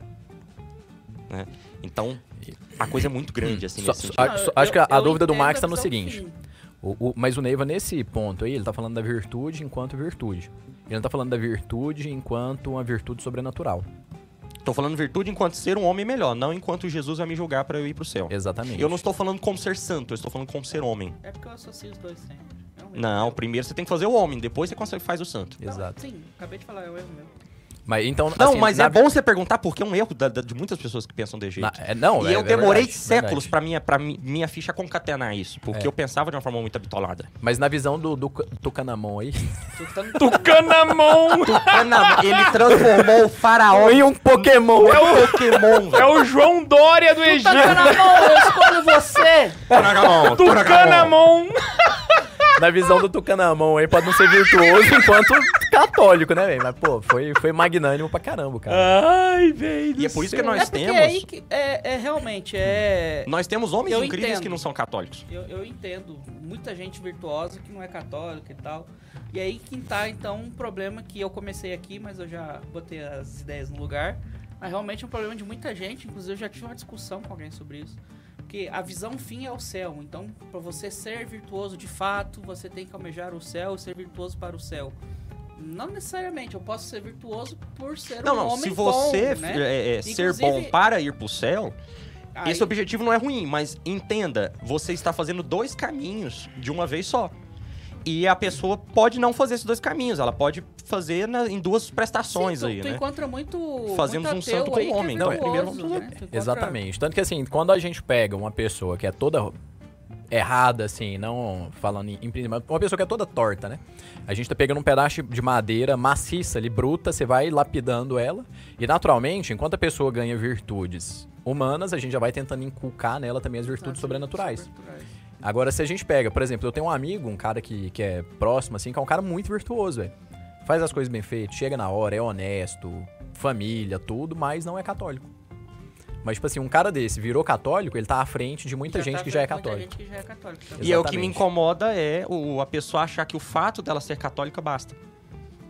Speaker 4: Né? Então, a coisa é muito grande, assim,
Speaker 2: Só-
Speaker 4: nesse
Speaker 2: só-
Speaker 4: sentido.
Speaker 2: a-
Speaker 1: eu-
Speaker 2: acho que a- a
Speaker 1: eu
Speaker 2: dúvida do
Speaker 1: entendo
Speaker 2: Max
Speaker 1: a
Speaker 2: tá no
Speaker 1: visão
Speaker 2: seguinte.
Speaker 1: fim.
Speaker 2: O- o- mas o Neiva, nesse ponto aí, ele tá falando da virtude enquanto virtude. Ele não tá falando da virtude enquanto uma virtude sobrenatural.
Speaker 4: Tô falando virtude enquanto ser um homem melhor, não enquanto Jesus vai me julgar para eu ir pro céu.
Speaker 2: Exatamente.
Speaker 4: Eu não estou falando como ser santo, eu estou falando como ser homem.
Speaker 1: É porque eu associo os dois sempre. É um erro
Speaker 4: Não,
Speaker 1: meu.
Speaker 4: primeiro você tem que fazer o homem, depois você consegue faz o santo.
Speaker 1: Não,
Speaker 2: Exato.
Speaker 1: Sim, acabei de falar, é um erro meu.
Speaker 2: Mas, então,
Speaker 4: Não,
Speaker 2: assim,
Speaker 4: mas
Speaker 2: na
Speaker 4: é
Speaker 2: vi-
Speaker 4: bom você perguntar porque é um erro da- da- de muitas pessoas que pensam desse jeito.
Speaker 2: na- é, não,
Speaker 4: E
Speaker 2: é-
Speaker 4: eu
Speaker 2: é
Speaker 4: demorei
Speaker 2: verdade,
Speaker 4: séculos
Speaker 2: verdade.
Speaker 4: pra minha, pra mi- minha ficha concatenar isso, porque
Speaker 2: É.
Speaker 4: eu pensava de uma forma muito habitolada.
Speaker 2: Mas na visão do, do Tucanamon aí...
Speaker 1: Chutando
Speaker 3: Tucanamon!
Speaker 4: Tucanamon, ele transformou o faraó
Speaker 2: em um Pokémon!
Speaker 4: é o Pokémon,
Speaker 3: É
Speaker 4: velho.
Speaker 3: o João Dória do Egito.
Speaker 1: Tucanamon, eu escolho você!
Speaker 4: Tucanamon,
Speaker 3: Tucanamon!
Speaker 2: Na visão do Tucanamon aí, pode não ser virtuoso enquanto católico, né, velho? Mas, pô, foi, foi magnânimo pra caramba, cara.
Speaker 3: Ai, velho.
Speaker 4: E é por isso que
Speaker 1: é
Speaker 4: nós
Speaker 1: porque
Speaker 4: temos...
Speaker 1: aí que é, é realmente, é...
Speaker 4: Nós temos homens
Speaker 1: Eu
Speaker 4: incríveis
Speaker 1: entendo.
Speaker 4: que não são católicos.
Speaker 1: Eu, eu entendo, muita gente virtuosa que não é católica e tal. E aí que tá, então, um problema que eu comecei aqui, mas eu já botei as ideias no lugar. Mas realmente é um problema de muita gente, inclusive eu já tive uma discussão com alguém sobre isso. Porque a visão fim é o céu, então para você ser virtuoso de fato, você tem que almejar o céu e ser virtuoso para o céu. Não necessariamente, eu posso ser virtuoso por ser
Speaker 4: Não,
Speaker 1: um
Speaker 4: não,
Speaker 1: homem
Speaker 4: se você
Speaker 1: bom, né?
Speaker 4: é, é, ser
Speaker 1: Inclusive-
Speaker 4: bom para ir pro céu,
Speaker 1: Aí-
Speaker 4: esse objetivo não é ruim, mas entenda, você está fazendo dois caminhos de uma vez só. E a pessoa pode não fazer esses dois caminhos, ela pode fazer na- em duas prestações
Speaker 1: Sim, tu,
Speaker 4: aí,
Speaker 1: tu
Speaker 4: né?
Speaker 1: encontra muito.
Speaker 4: Fazemos
Speaker 1: muito
Speaker 4: um santo
Speaker 1: ateu
Speaker 4: com
Speaker 1: aí que
Speaker 4: homem.
Speaker 1: É
Speaker 4: Não,
Speaker 1: virtuoso,
Speaker 4: primeiro vamos fazer-
Speaker 1: né? Tu encontra-
Speaker 2: Exatamente. Tanto que, assim, quando a gente pega uma pessoa que é toda errada, assim, não falando em empreendimento, uma pessoa que é toda torta, né? A gente tá pegando um pedaço de madeira maciça ali, bruta, você vai lapidando ela, e naturalmente, enquanto a pessoa ganha virtudes humanas, a gente já vai tentando inculcar nela também as virtudes
Speaker 1: Ah,
Speaker 2: sobrenaturais.
Speaker 1: sobrenaturais.
Speaker 2: Agora, se a gente pega, por exemplo, eu tenho um amigo, um cara que, que é próximo, assim, que é um cara muito virtuoso, velho. Faz as coisas bem feitas, chega na hora, é honesto, família, tudo, mas não é católico. Mas, tipo assim, um cara desse virou católico, ele tá à frente de muita
Speaker 1: Já
Speaker 2: gente
Speaker 1: tá
Speaker 2: que já é
Speaker 1: vendo muita
Speaker 2: católica.
Speaker 1: gente que já é católica também.
Speaker 4: E é o que me
Speaker 2: Exatamente.
Speaker 4: incomoda é o, a pessoa achar que o fato dela ser católica basta.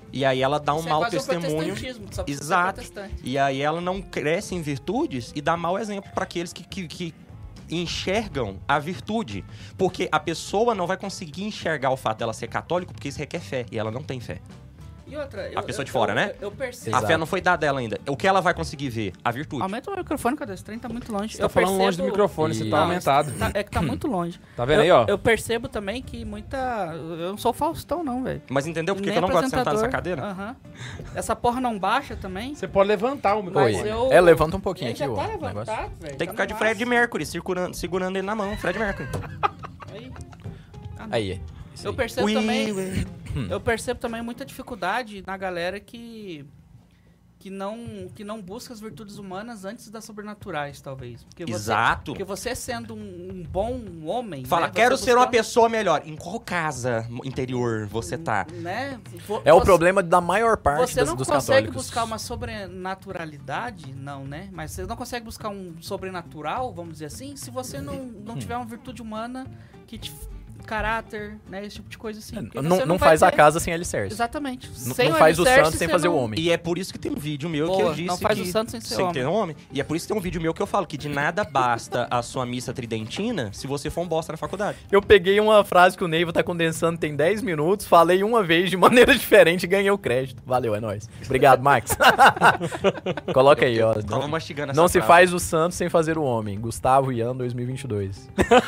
Speaker 4: E aí ela dá um
Speaker 1: Isso é
Speaker 4: mau
Speaker 1: quase
Speaker 4: testemunho.
Speaker 1: protestantismo, só precisa ser
Speaker 4: Exato.
Speaker 1: protestante.
Speaker 4: E aí ela não cresce em virtudes e dá mau exemplo para aqueles que, que, que enxergam a virtude. Porque a pessoa não vai conseguir enxergar o fato dela ser católico porque isso requer fé. E ela não tem fé.
Speaker 1: E outra, eu,
Speaker 4: A pessoa
Speaker 1: eu,
Speaker 4: de fora,
Speaker 1: eu,
Speaker 4: né?
Speaker 1: Eu, eu percebo.
Speaker 4: A fé não foi dada a ela ainda. O que ela vai conseguir ver? A virtude.
Speaker 1: Aumenta o microfone, cadê? Esse trem tá muito longe.
Speaker 3: Você tá
Speaker 1: eu
Speaker 3: falando
Speaker 1: percebo...
Speaker 3: longe do microfone, você
Speaker 2: E-
Speaker 3: tá
Speaker 2: Não,
Speaker 3: aumentado.
Speaker 1: Tá- é que tá muito longe.
Speaker 3: Tá vendo
Speaker 1: eu,
Speaker 3: aí, ó?
Speaker 1: Eu percebo também que muita... Eu não sou Faustão, não, velho.
Speaker 4: Mas entendeu por que
Speaker 1: Nem
Speaker 4: que eu não gosto de sentar nessa
Speaker 1: apresentador.
Speaker 4: cadeira?
Speaker 1: Aham. Essa porra não baixa também.
Speaker 3: Você pode levantar o
Speaker 1: Mas
Speaker 3: microfone.
Speaker 1: eu...
Speaker 2: É, levanta um pouquinho
Speaker 1: Ele
Speaker 2: aqui
Speaker 1: já
Speaker 2: o
Speaker 1: tá
Speaker 2: negócio.
Speaker 1: levantado, velho.
Speaker 4: Tem que
Speaker 1: tá
Speaker 4: ficar
Speaker 1: no
Speaker 4: de Fred
Speaker 1: máximo.
Speaker 4: Mercury, segurando, segurando ele na mão, Fred Mercury.
Speaker 1: Aí.
Speaker 2: Aí, é. Isso
Speaker 1: Eu
Speaker 2: aí.
Speaker 1: percebo
Speaker 4: Ui,
Speaker 1: também...
Speaker 4: ui.
Speaker 1: Eu percebo também muita dificuldade na galera que... Que não, que não busca as virtudes humanas antes das sobrenaturais, talvez. Porque você,
Speaker 4: Exato.
Speaker 1: Porque você sendo um, um bom homem...
Speaker 4: Fala,
Speaker 1: né,
Speaker 4: quero
Speaker 1: você
Speaker 4: ser uma
Speaker 1: buscar-
Speaker 4: pessoa melhor. Em qual casa interior você tá?
Speaker 1: Né? Vo-
Speaker 2: É o
Speaker 1: você-
Speaker 2: problema da maior parte
Speaker 1: Você
Speaker 2: das,
Speaker 1: não
Speaker 2: dos
Speaker 1: consegue
Speaker 2: católicos.
Speaker 1: buscar uma sobrenaturalidade, não, né? Mas você não consegue buscar um sobrenatural, vamos dizer assim, se você não, não tiver uma virtude humana que te... caráter, né? Esse tipo de coisa assim. Porque
Speaker 2: É, Não,
Speaker 1: você
Speaker 2: não
Speaker 1: vai
Speaker 2: faz a
Speaker 1: ter-
Speaker 2: casa sem alicerce.
Speaker 1: Exatamente.
Speaker 2: Não,
Speaker 1: Sem
Speaker 2: não faz o
Speaker 1: alicerce,
Speaker 2: santo sem
Speaker 1: você
Speaker 2: fazer
Speaker 1: não-
Speaker 2: o homem.
Speaker 4: E é por isso que tem um vídeo meu que
Speaker 1: Boa,
Speaker 4: eu disse
Speaker 1: não faz
Speaker 4: que...
Speaker 1: o santo sem ser
Speaker 4: sem
Speaker 1: homem.
Speaker 4: ter homem. E é por isso que tem um vídeo meu que eu falo que de nada basta a sua missa tridentina se você for um bosta na faculdade.
Speaker 2: Eu peguei uma frase que o Neiva tá condensando tem dez minutos, falei uma vez de maneira diferente e ganhei o crédito. Valeu, é nóis. Obrigado, Max. Coloca aí, ó.
Speaker 4: Tava
Speaker 2: Não,
Speaker 4: mastigando essa
Speaker 2: não se
Speaker 4: frase.
Speaker 2: faz o santo sem fazer o homem. Gustavo Ian dois mil e vinte e dois.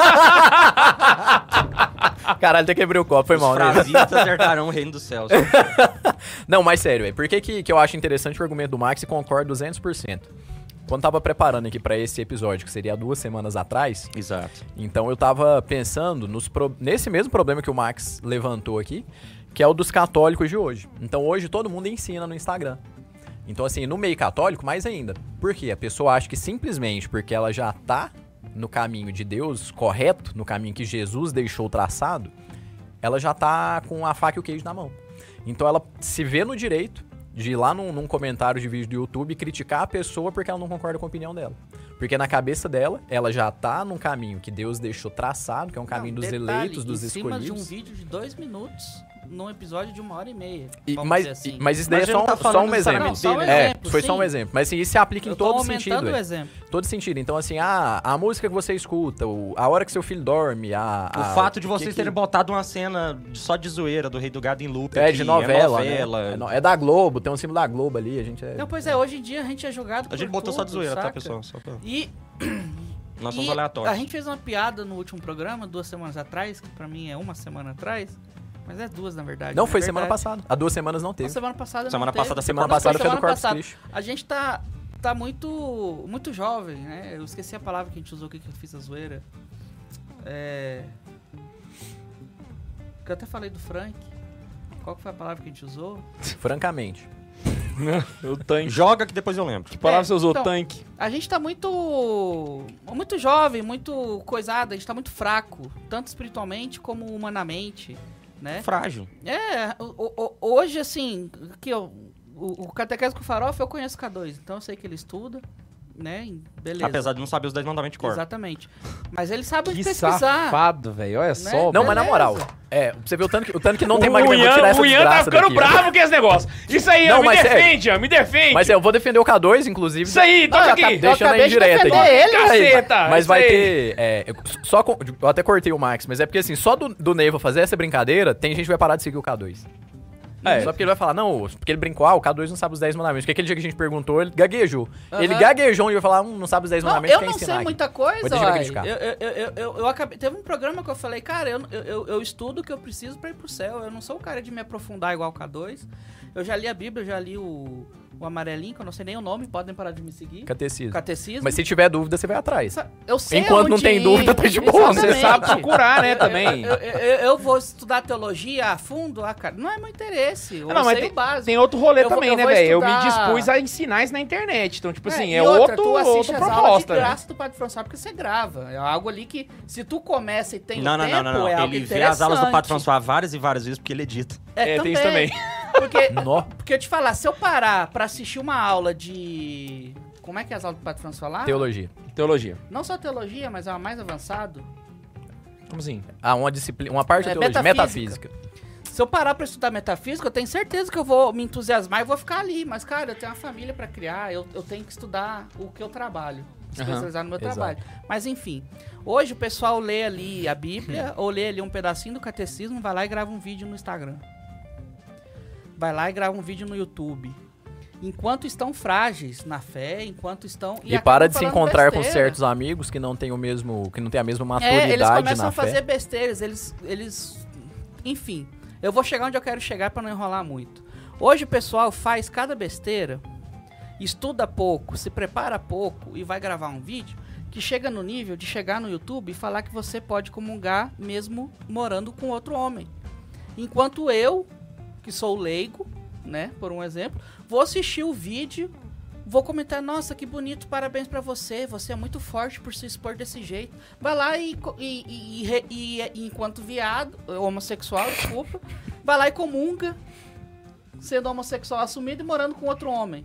Speaker 2: Caralho, até quebrei o copo, foi
Speaker 4: Os
Speaker 2: mal, né?
Speaker 4: frasistas herdarão o reino dos céus.
Speaker 2: Não, mas sério, é por que, que, que eu acho interessante o argumento do Max e concordo duzentos por cento. Quando tava preparando aqui pra esse episódio, que seria há duas semanas atrás,
Speaker 4: Exato.
Speaker 2: então eu tava pensando nos pro- nesse mesmo problema que o Max levantou aqui, que é o dos católicos de hoje. Então hoje todo mundo ensina no Instagram. Então assim, no meio católico, mais ainda. Por quê? A pessoa acha que simplesmente porque ela já tá no caminho de Deus correto, no caminho que Jesus deixou traçado, ela já tá com a faca e o queijo na mão. Então ela se vê no direito de ir lá num, num comentário de vídeo do YouTube e criticar a pessoa porque ela não concorda com a opinião dela. Porque na cabeça dela, ela já tá num caminho que Deus deixou traçado, que é um caminho
Speaker 1: Não,
Speaker 2: dos
Speaker 1: detalhe,
Speaker 2: eleitos, dos
Speaker 1: em cima
Speaker 2: escolhidos.
Speaker 1: de um vídeo de dois minutos num episódio de uma hora e meia.
Speaker 2: E-
Speaker 1: vamos
Speaker 2: mas,
Speaker 1: dizer assim.
Speaker 2: e- mas isso daí
Speaker 4: Mas
Speaker 2: é
Speaker 4: ele
Speaker 2: só,
Speaker 4: tá
Speaker 2: um- só
Speaker 4: falando
Speaker 2: um exemplo.
Speaker 1: Não, só um
Speaker 2: é,
Speaker 1: exemplo,
Speaker 2: foi só um
Speaker 1: sim.
Speaker 2: exemplo. Mas assim, isso se aplica em
Speaker 1: Eu tô
Speaker 2: todo
Speaker 1: aumentando
Speaker 2: sentido.
Speaker 1: o
Speaker 2: é.
Speaker 1: exemplo.
Speaker 2: Todo sentido. Então, assim, a, a música que você escuta, o- a hora que seu filho dorme, a.
Speaker 4: O
Speaker 2: a-
Speaker 4: fato de
Speaker 2: que-
Speaker 4: vocês
Speaker 2: que-
Speaker 4: terem botado uma cena só de zoeira do Rei do Gado em loop
Speaker 2: É,
Speaker 4: aqui,
Speaker 2: de novela.
Speaker 4: é, novela.
Speaker 2: né? É, no- é da Globo, tem um símbolo da Globo ali. A gente é.
Speaker 1: Não, pois é, hoje em dia a gente é julgado
Speaker 4: A gente
Speaker 1: por
Speaker 4: botou só de
Speaker 1: tudo,
Speaker 4: zoeira, tá,
Speaker 1: saca?
Speaker 4: pessoal? Só pra...
Speaker 1: E,
Speaker 4: Nós somos
Speaker 1: e
Speaker 4: aleatórios.
Speaker 1: a gente fez uma piada no último programa, duas semanas atrás, que pra mim é uma semana atrás, mas é duas na verdade.
Speaker 2: Não,
Speaker 1: na
Speaker 2: foi
Speaker 1: verdade.
Speaker 2: semana passada. Há duas semanas não
Speaker 1: Não,
Speaker 2: teve.
Speaker 1: semana passada
Speaker 4: Semana
Speaker 1: não teve.
Speaker 4: passada,
Speaker 2: Semana
Speaker 1: Não,
Speaker 2: passada foi do
Speaker 1: semana
Speaker 2: Corpus
Speaker 1: passada.
Speaker 2: Christi.
Speaker 1: A gente tá, tá muito, muito jovem, né? Eu esqueci a palavra que a gente usou aqui, que eu fiz a zoeira. É... Que eu até falei do Frank. Qual que foi a palavra que a gente usou?
Speaker 2: Francamente.
Speaker 3: O tanque.
Speaker 4: Joga que depois eu lembro.
Speaker 3: Que palavra
Speaker 1: É,
Speaker 3: você usou?
Speaker 1: então,
Speaker 3: Tanque.
Speaker 1: A gente tá muito muito jovem, muito coisado, a gente tá muito fraco, tanto espiritualmente como humanamente, né?
Speaker 4: Frágil.
Speaker 1: É, o- o- hoje assim, aqui, ó, o, o Catequese com Farofa eu conheço o K dois, então eu sei que ele estuda, né? e Beleza.
Speaker 4: Apesar de não saber os dez mandamentos de cor.
Speaker 1: Exatamente. Mas ele sabe onde
Speaker 3: Que
Speaker 1: pesquisar.
Speaker 3: safado, velho. Olha só.
Speaker 2: Não, mas na
Speaker 1: Beleza.
Speaker 2: moral, é, você vê o tanto que, o tanto que não tem
Speaker 3: o
Speaker 2: mais. Eu vou
Speaker 3: Ian,
Speaker 2: tirar essa
Speaker 3: o Ian tá
Speaker 2: desgraça
Speaker 3: ficando
Speaker 2: daqui.
Speaker 3: bravo com esse negócio. Isso aí,
Speaker 2: Não,
Speaker 3: Ian, me
Speaker 2: mas sério.
Speaker 3: defende, Ian, me defende.
Speaker 2: Mas é, eu vou defender o K dois, inclusive.
Speaker 3: Isso aí,
Speaker 1: Não,
Speaker 3: toca
Speaker 1: eu
Speaker 3: aqui.
Speaker 1: acabei-
Speaker 2: Deixando
Speaker 1: acabei
Speaker 2: aí
Speaker 1: de
Speaker 2: direto
Speaker 1: defender
Speaker 2: aqui.
Speaker 1: ele,
Speaker 3: Caceta,
Speaker 2: Mas
Speaker 3: isso
Speaker 2: vai
Speaker 3: aí.
Speaker 2: ter. É, eu- só com- eu até cortei o Max, mas é porque assim, só do, do Neiva fazer essa brincadeira, tem gente que vai parar de seguir o K dois.
Speaker 3: É.
Speaker 2: Só porque ele vai falar, não, porque ele brincou, ah, o K dois não sabe os dez mandamentos. Porque aquele dia que a gente perguntou, ele gaguejou.
Speaker 1: Aham.
Speaker 2: Ele gaguejou e vai falar, hum, não sabe os dez
Speaker 1: Não,
Speaker 2: mandamentos,
Speaker 1: eu
Speaker 2: quer
Speaker 1: não
Speaker 2: ensinar
Speaker 1: sei
Speaker 2: aqui.
Speaker 1: muita
Speaker 2: Vou
Speaker 1: coisa,
Speaker 2: deixar eu
Speaker 1: uai.
Speaker 2: criticar.
Speaker 1: eu, eu, eu, eu, eu acabei, teve um programa que eu falei, cara, eu, eu, eu, eu estudo o que eu preciso pra ir pro céu. Eu não sou o cara de me aprofundar igual o K dois. Eu já li a Bíblia, eu já li o, o amarelinho, que eu não sei nem o nome, podem parar de me seguir.
Speaker 2: Catecismo.
Speaker 1: Catecismo.
Speaker 2: Mas se tiver dúvida, você vai atrás.
Speaker 1: Eu sei
Speaker 2: Enquanto não
Speaker 1: onde
Speaker 2: tem
Speaker 1: ir.
Speaker 2: dúvida, tá de boa.
Speaker 3: Você
Speaker 1: Exatamente.
Speaker 3: sabe procurar, né, também.
Speaker 1: Eu, eu, eu- eu vou estudar teologia a fundo, ah, cara, não é meu interesse. Eu
Speaker 3: Ah, não, mas
Speaker 1: sei
Speaker 3: tem,
Speaker 1: o básico.
Speaker 3: tem outro rolê
Speaker 1: Eu vou-
Speaker 3: também,
Speaker 1: eu
Speaker 3: né,
Speaker 1: vou
Speaker 3: velho? Eu me
Speaker 1: estudar-
Speaker 3: dispus a ensinar isso na internet. Então, tipo assim,
Speaker 1: e
Speaker 3: é
Speaker 1: outra,
Speaker 3: outro,
Speaker 1: tu assiste
Speaker 3: outra
Speaker 1: as aulas
Speaker 3: proposta,
Speaker 1: de
Speaker 3: né?
Speaker 1: graça do Padre François porque você grava. É algo ali que, se tu começa e tem
Speaker 4: Não,
Speaker 1: o
Speaker 4: não,
Speaker 1: tempo,
Speaker 4: não, não, não.
Speaker 1: é algo
Speaker 4: Ele vê as aulas do Padre
Speaker 1: interessante.
Speaker 4: François várias e várias vezes porque ele edita.
Speaker 1: É,
Speaker 3: É, tem isso também.
Speaker 1: Porque,
Speaker 2: Nó.
Speaker 1: porque eu te falar, se eu parar pra assistir uma aula de... Como é que é as aulas do Padre François lá?
Speaker 2: Teologia.
Speaker 3: Teologia.
Speaker 1: Não só teologia, mas é uma mais avançado.
Speaker 3: Como assim?
Speaker 2: Ah, uma disciplina, uma parte
Speaker 1: É,
Speaker 2: da teologia,
Speaker 1: metafísica.
Speaker 2: metafísica.
Speaker 1: Se Se eu parar pra estudar metafísica, eu tenho certeza que eu vou me entusiasmar e vou ficar ali. Mas, cara, eu tenho uma família pra criar, eu, eu tenho que estudar o que eu trabalho. Especializar no meu
Speaker 2: Exato.
Speaker 1: trabalho. Mas, enfim. Hoje o pessoal lê ali a Bíblia, ou lê ali um pedacinho do catecismo, vai lá e grava um vídeo no Instagram. Vai lá e grava um vídeo no YouTube. Enquanto estão frágeis na fé, enquanto estão...
Speaker 2: E,
Speaker 1: acabam
Speaker 2: para de se
Speaker 1: falando
Speaker 2: encontrar com
Speaker 1: besteira.
Speaker 2: certos amigos que não têm o mesmo, que não têm a mesma maturidade
Speaker 1: É, eles começam
Speaker 2: na
Speaker 1: a fazer
Speaker 2: fé.
Speaker 1: besteiras, eles, eles... Enfim, eu vou chegar onde eu quero chegar pra não enrolar muito. Hoje o pessoal faz cada besteira, estuda pouco, se prepara pouco e vai gravar um vídeo que chega no nível de chegar no YouTube e falar que você pode comungar mesmo morando com outro homem. Enquanto eu, que sou leigo, né, por um exemplo, vou assistir o vídeo, vou comentar, nossa, que bonito, parabéns pra você, você é muito forte por se expor desse jeito. Vai lá e, e, e, e, e enquanto viado, homossexual, desculpa, vai lá e comunga, sendo homossexual assumido e morando com outro homem.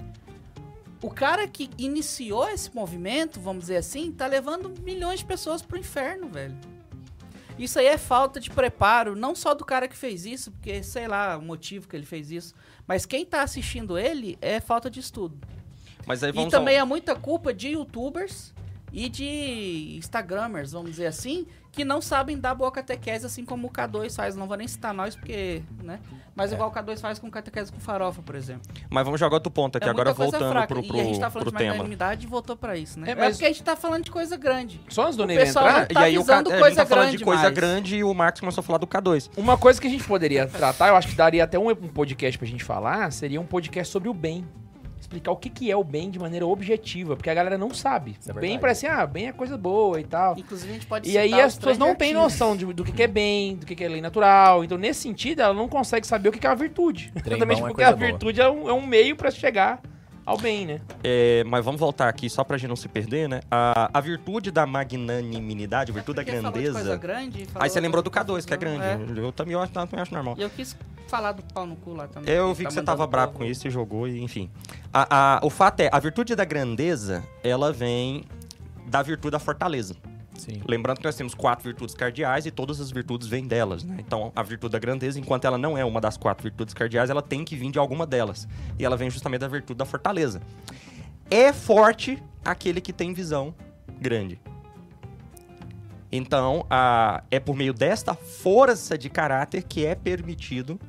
Speaker 1: O cara que iniciou esse movimento, vamos dizer assim, tá levando milhões de pessoas pro inferno, velho. Isso aí é falta de preparo, não só do cara que fez isso, porque sei lá o motivo que ele fez isso, mas quem tá assistindo ele é falta de estudo.
Speaker 4: Mas aí
Speaker 1: E
Speaker 4: vamos
Speaker 1: também
Speaker 4: ao...
Speaker 1: é muita culpa de youtubers e de instagramers, vamos dizer assim, que não sabem dar boa catequese, assim como o K dois faz. Não vou nem citar nós, porque, né? Mas
Speaker 2: É.
Speaker 1: igual o K dois faz com catequese com farofa, por exemplo.
Speaker 4: Mas vamos jogar outro ponto aqui,
Speaker 1: É
Speaker 4: agora
Speaker 1: muita coisa
Speaker 4: voltando
Speaker 1: fraca.
Speaker 4: pro, pro,
Speaker 1: E a gente tá falando
Speaker 4: pro
Speaker 1: de
Speaker 4: tema.
Speaker 1: magnanimidade e voltou pra isso, né?
Speaker 3: É,
Speaker 1: É,
Speaker 3: mas-
Speaker 1: porque a gente tá falando de coisa grande.
Speaker 3: Só antes do
Speaker 1: O
Speaker 3: Neiva
Speaker 1: pessoal
Speaker 3: entrar,
Speaker 1: não tá
Speaker 4: e aí o K...
Speaker 1: visando
Speaker 4: a gente
Speaker 1: coisa
Speaker 4: tá falando
Speaker 1: grande
Speaker 4: de coisa
Speaker 1: mais.
Speaker 4: grande e o Marcos começou a falar do K dois.
Speaker 3: uma coisa que a gente poderia tratar, eu acho que daria até um, um podcast pra gente falar, seria um podcast sobre o bem. Explicar o que, que é o bem de maneira objetiva, porque a galera não sabe.
Speaker 2: Isso é
Speaker 3: bem
Speaker 2: verdade.
Speaker 3: parece, ah, bem é coisa boa e tal.
Speaker 1: Inclusive, a gente pode
Speaker 3: E aí
Speaker 1: citar
Speaker 3: as
Speaker 1: os
Speaker 3: pessoas não têm
Speaker 1: Stranger
Speaker 3: noção de- do que, que é bem, do que, que é lei natural. Então, nesse sentido, ela não consegue saber o que, que é uma virtude. Exatamente
Speaker 2: é
Speaker 3: porque
Speaker 2: coisa
Speaker 3: a
Speaker 2: boa.
Speaker 3: virtude é um, é um meio pra chegar ao bem, né?
Speaker 4: É, mas vamos voltar aqui, só pra gente não se perder, né? A, a virtude da magnanimidade, a virtude da
Speaker 1: Porque falou de coisa
Speaker 4: grandeza...
Speaker 1: grande, falou
Speaker 4: Aí você lembrou do
Speaker 1: outra
Speaker 4: K dois, que é grande.
Speaker 1: É.
Speaker 4: Eu também acho, também acho normal.
Speaker 1: E eu quis falar do pau no cu lá também.
Speaker 4: Eu
Speaker 1: que
Speaker 4: vi
Speaker 1: tá
Speaker 4: que você
Speaker 1: mandando
Speaker 4: tava bravo
Speaker 1: povo.
Speaker 4: com isso e jogou, e enfim. A, a, o fato é, a virtude da grandeza, ela vem da virtude da fortaleza.
Speaker 2: Sim.
Speaker 4: Lembrando que nós temos quatro virtudes cardeais e todas as virtudes vêm delas, né? Então, a virtude da grandeza, enquanto ela não é uma das quatro virtudes cardeais, ela tem que vir de alguma delas. E ela vem justamente da virtude da fortaleza. É forte aquele que tem visão grande. Então, a, é por meio desta força de caráter que é permitido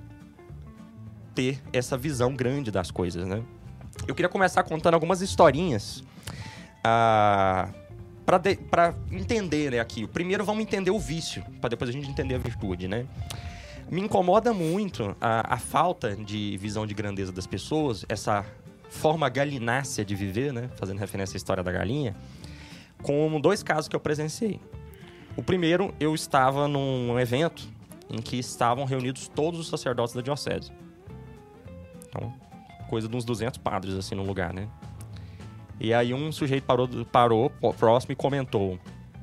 Speaker 4: ter essa visão grande das coisas, né? Eu queria começar contando algumas historinhas ah, para entender, né, aqui. Primeiro vamos entender o vício, para depois a gente entender a virtude, né? Me incomoda muito a, a falta de visão de grandeza das pessoas, essa forma galinácea de viver, né? Fazendo referência à história da galinha, com dois casos que eu presenciei. O primeiro, eu estava num evento em que estavam reunidos todos os sacerdotes da diocese. Então, coisa de uns duzentos padres, assim, no lugar, né? E aí um sujeito parou, parou próximo e comentou: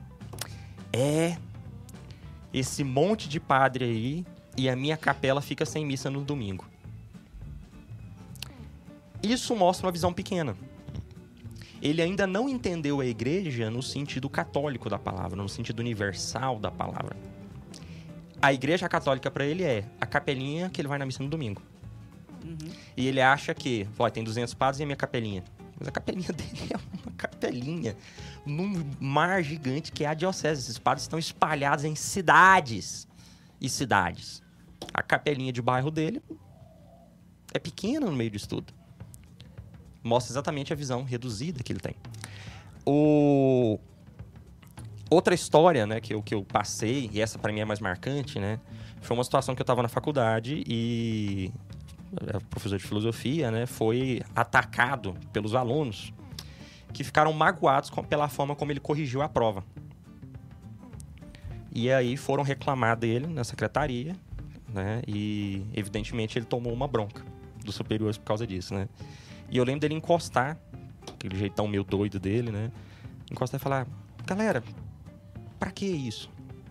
Speaker 4: É, esse monte de padre aí e a minha capela fica sem missa no domingo. Isso mostra uma visão pequena. Ele ainda não entendeu a igreja no sentido católico da palavra, no sentido universal da palavra. A igreja católica para ele é a capelinha que ele vai na missa no domingo.
Speaker 1: Uhum.
Speaker 4: E ele acha que, ó, tem duzentos padres e a minha capelinha. Mas a capelinha dele é uma capelinha num mar gigante que é a diocese. Esses padres estão espalhados em cidades e cidades. A capelinha de bairro dele é pequena no meio disso tudo. Mostra exatamente a visão reduzida que ele tem. O... Outra história, né, que eu, que eu passei, e essa para mim é mais marcante, né, foi uma situação que eu estava na faculdade e o professor de filosofia, né, foi atacado pelos alunos que ficaram magoados com, pela forma como ele corrigiu a prova. E aí foram reclamar dele na secretaria, né, e evidentemente ele tomou uma bronca dos superiores por causa disso, né. E eu lembro dele encostar, aquele jeitão meio doido dele, né, encostar e falar: galera, pra que isso?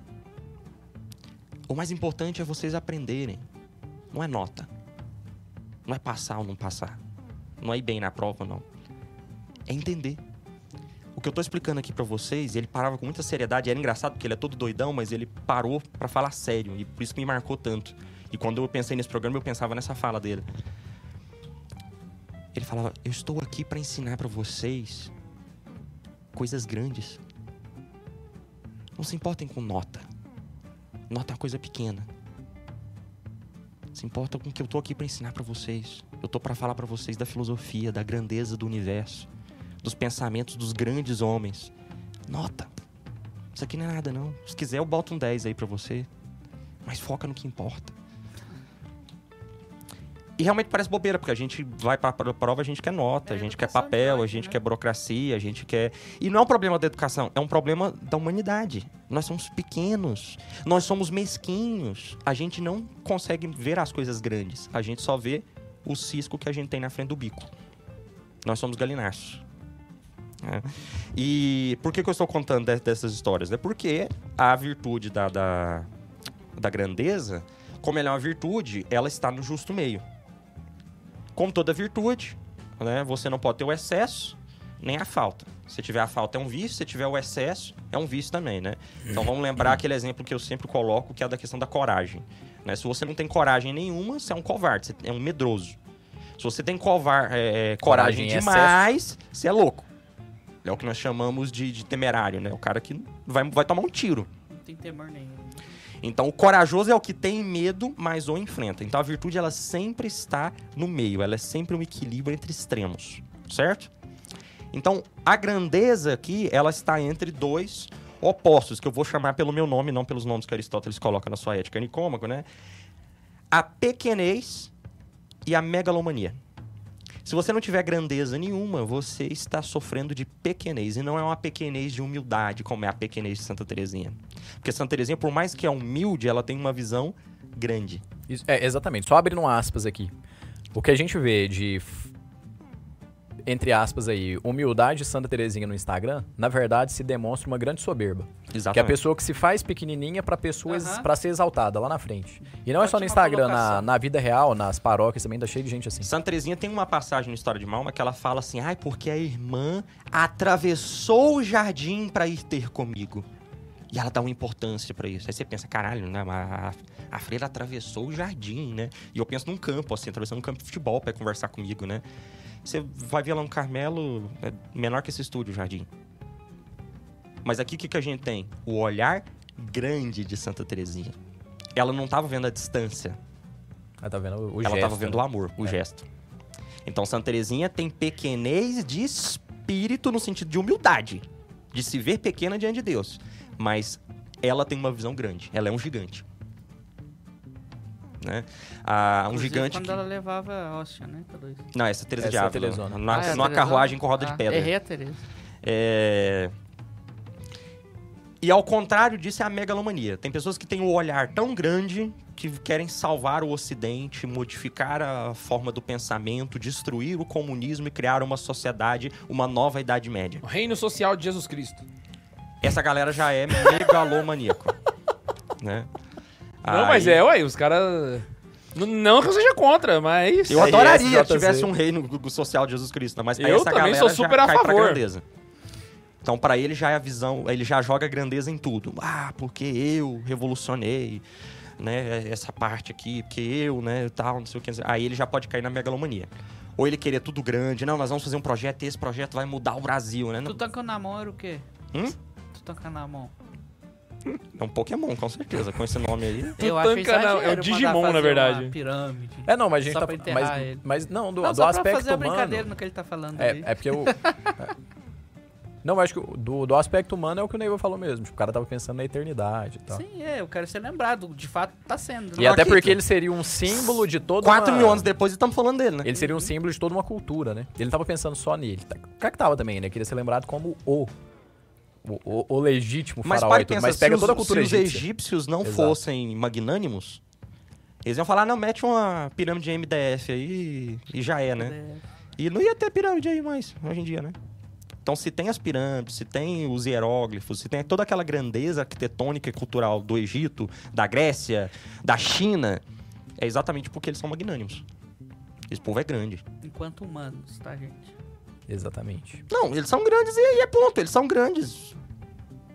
Speaker 4: O mais importante é vocês aprenderem. Não é nota. Não é passar ou não passar. Não é ir bem na prova, não. É entender. O que eu tô explicando aqui pra vocês, ele parava com muita seriedade. Era engraçado porque ele é todo doidão, mas ele parou pra falar sério. E por isso que me marcou tanto. E quando eu pensei nesse programa, eu pensava nessa fala dele. Ele falava, eu estou aqui para ensinar para vocês coisas grandes. Não se importem com nota. Nota é uma coisa pequena. Se importa com o que eu estou aqui para ensinar para vocês. Eu estou para falar para vocês da filosofia, da grandeza do universo, dos pensamentos dos grandes homens. Nota. Isso aqui não é nada, não. Se quiser, eu boto um dez aí para você. Mas foca no que importa. E realmente parece bobeira, porque a gente vai para a prova, a gente quer nota,
Speaker 1: É,
Speaker 4: a gente quer
Speaker 1: educação
Speaker 4: papel,
Speaker 1: de
Speaker 4: a
Speaker 1: hoje,
Speaker 4: gente
Speaker 1: né?
Speaker 4: quer burocracia, a gente quer... E não é um problema da educação, é um problema da humanidade. Nós somos pequenos, nós somos mesquinhos. A gente não consegue ver as coisas grandes, a gente só vê o cisco que a gente tem na frente do bico. Nós somos galináceos. É. E por que, que eu estou contando de- dessas histórias? É porque a virtude da, da, da grandeza, como ela é uma virtude, ela está no justo meio. Como toda virtude, né, você não pode ter o excesso nem a falta. Se tiver a falta é um vício, se tiver o excesso é um vício também, né? Então vamos lembrar aquele exemplo que eu sempre coloco, que é da questão da coragem. Né? Se você não tem coragem nenhuma, você é um covarde, você é um medroso. Se você tem covar, é, coragem,
Speaker 2: Coragem em
Speaker 4: demais, você é louco. É o que nós chamamos de, de temerário, né? O cara que vai, vai tomar um tiro.
Speaker 1: Não tem temor nenhum.
Speaker 4: Então, o corajoso é o que tem medo, mas o enfrenta. Então, a virtude, ela sempre está no meio. Ela é sempre um equilíbrio entre extremos, certo? Então, a grandeza aqui, ela está entre dois opostos, que eu vou chamar pelo meu nome, não pelos nomes que Aristóteles coloca na sua Ética Nicômaco, né? A pequenez e a megalomania. Se você não tiver grandeza nenhuma, você está sofrendo de pequenez. E não é uma pequenez de humildade, como é a pequenez de Santa Teresinha. Porque Santa Teresinha, por mais que é humilde, ela tem uma visão grande.
Speaker 2: Isso- é, exatamente. Só abrindo aspas aqui. O que a gente vê de, f- entre aspas aí, humildade de Santa Teresinha no Instagram, na verdade se demonstra uma grande soberba. Que é a
Speaker 4: Exatamente.
Speaker 2: pessoa que se faz pequenininha pra pessoa ex-
Speaker 1: Aham.
Speaker 2: pra ser exaltada lá na frente. E não é só no
Speaker 1: Ótima
Speaker 2: Instagram, na,
Speaker 1: colocação.
Speaker 2: na vida real, nas paróquias também tá cheio de gente assim.
Speaker 4: Santa Teresinha tem uma passagem na História de Malma que ela fala assim, ai, porque a irmã atravessou o jardim pra ir ter comigo. E ela dá uma importância pra isso. Aí você pensa, caralho, né? A, a freira atravessou o jardim, né? E eu penso num campo, assim, atravessando um campo de futebol pra ir conversar comigo, né? Você vai ver lá no Carmelo, é menor que esse estúdio, o jardim. Mas aqui o que, que a gente tem? O olhar grande de Santa Teresinha. Ela não tava vendo a distância.
Speaker 2: Ela tá vendo o
Speaker 4: Ela
Speaker 2: gesto,
Speaker 4: estava vendo o
Speaker 2: né?
Speaker 4: amor, o
Speaker 2: É.
Speaker 4: gesto. Então, Santa Teresinha tem pequenez de espírito no sentido de humildade. De se ver pequena diante de Deus. Mas ela tem uma visão grande. Ela é um gigante. Né? Ah, um
Speaker 1: Inclusive,
Speaker 4: gigante
Speaker 1: quando
Speaker 4: que...
Speaker 1: ela levava a hóstia, né? pra dois.
Speaker 4: Não, essa é Teresa de
Speaker 2: Essa é a
Speaker 4: Ávila.
Speaker 2: Teresona.
Speaker 4: Numa,
Speaker 1: Ah, é a
Speaker 4: numa
Speaker 1: Teresona?
Speaker 4: carruagem com roda
Speaker 1: Ah,
Speaker 4: de pedra.
Speaker 1: Errei a Teresa.
Speaker 4: É... E ao contrário disso é a megalomania. Tem pessoas que têm um olhar tão grande que querem salvar o Ocidente, modificar a forma do pensamento, destruir o comunismo e criar uma sociedade, uma nova Idade Média.
Speaker 3: O reino social de Jesus Cristo.
Speaker 4: Essa galera já é megalomaníaco. Né?
Speaker 3: Não,
Speaker 4: Aí-
Speaker 3: mas é, ué, os caras... N- Não que eu seja contra, mas...
Speaker 4: Eu
Speaker 2: Aí,
Speaker 4: adoraria
Speaker 2: S J C.
Speaker 4: que tivesse um reino social de Jesus Cristo, né? Mas pra
Speaker 3: Eu
Speaker 4: essa
Speaker 3: também
Speaker 4: galera
Speaker 3: sou
Speaker 4: já
Speaker 3: super a
Speaker 4: cai pra
Speaker 3: favor.
Speaker 4: grandeza. Então, pra ele já é a visão, ele já joga grandeza em tudo. Ah, porque eu revolucionei, né, essa parte aqui, porque eu, né, tal, não sei o que. Aí ele já pode cair na megalomania. Ou ele querer tudo grande, não, nós vamos fazer um projeto e esse projeto vai mudar o Brasil, né? Não,
Speaker 1: Tutankhamon era o quê?
Speaker 4: Hum?
Speaker 1: Tutankhamon.
Speaker 4: é um Pokémon, com certeza, com esse nome aí.
Speaker 1: Eu acho
Speaker 3: Tutankhamon, é o
Speaker 1: exagero
Speaker 3: Digimon,
Speaker 1: mandar
Speaker 3: na
Speaker 1: fazer
Speaker 3: verdade.
Speaker 1: Uma pirâmide.
Speaker 2: É, não, mas a gente
Speaker 1: Só
Speaker 2: tá...
Speaker 1: pra enterrar
Speaker 2: Mas,
Speaker 1: ele.
Speaker 2: mas não, do,
Speaker 1: Não,
Speaker 2: do
Speaker 1: só pra
Speaker 2: aspecto
Speaker 1: fazer a
Speaker 2: humano...
Speaker 1: brincadeira no que ele tá falando
Speaker 2: É,
Speaker 1: ali.
Speaker 2: é porque o... é. Não, eu acho que o- do, do aspecto humano é o que o Neiva falou mesmo. Tipo, o cara tava pensando na eternidade e tal.
Speaker 1: Sim, é, eu quero ser lembrado. De fato, tá sendo.
Speaker 2: E
Speaker 1: né?
Speaker 2: até
Speaker 4: Aqui,
Speaker 2: porque
Speaker 4: cara.
Speaker 2: ele seria um símbolo de toda
Speaker 4: Quatro
Speaker 2: uma...
Speaker 4: mil anos depois estamos falando dele, né?
Speaker 2: Ele seria um símbolo de toda uma cultura, né? Ele não tava pensando só nele. Tá- O cara que tava também, né? Queria ser lembrado como o... O, o- o legítimo
Speaker 4: Mas
Speaker 2: faraó
Speaker 4: para
Speaker 2: e
Speaker 4: e
Speaker 2: tudo.
Speaker 4: pensa,
Speaker 2: Mas pega
Speaker 4: se,
Speaker 2: toda a
Speaker 4: os, se
Speaker 2: cultura
Speaker 4: os
Speaker 2: egípcia.
Speaker 4: egípcios não
Speaker 2: Exato.
Speaker 4: fossem magnânimos, eles iam falar, não, mete uma pirâmide M D F aí e já é, né?
Speaker 1: É.
Speaker 4: E não ia ter pirâmide aí mais, hoje em dia, né? Então, se tem as pirâmides, se tem os hieróglifos, se tem toda aquela grandeza arquitetônica e cultural do Egito, da Grécia, da China, é exatamente porque eles são magnânimos. Esse povo é grande.
Speaker 1: Enquanto humanos, tá, gente?
Speaker 2: Exatamente.
Speaker 4: Não, eles são grandes e aí é ponto, eles são grandes.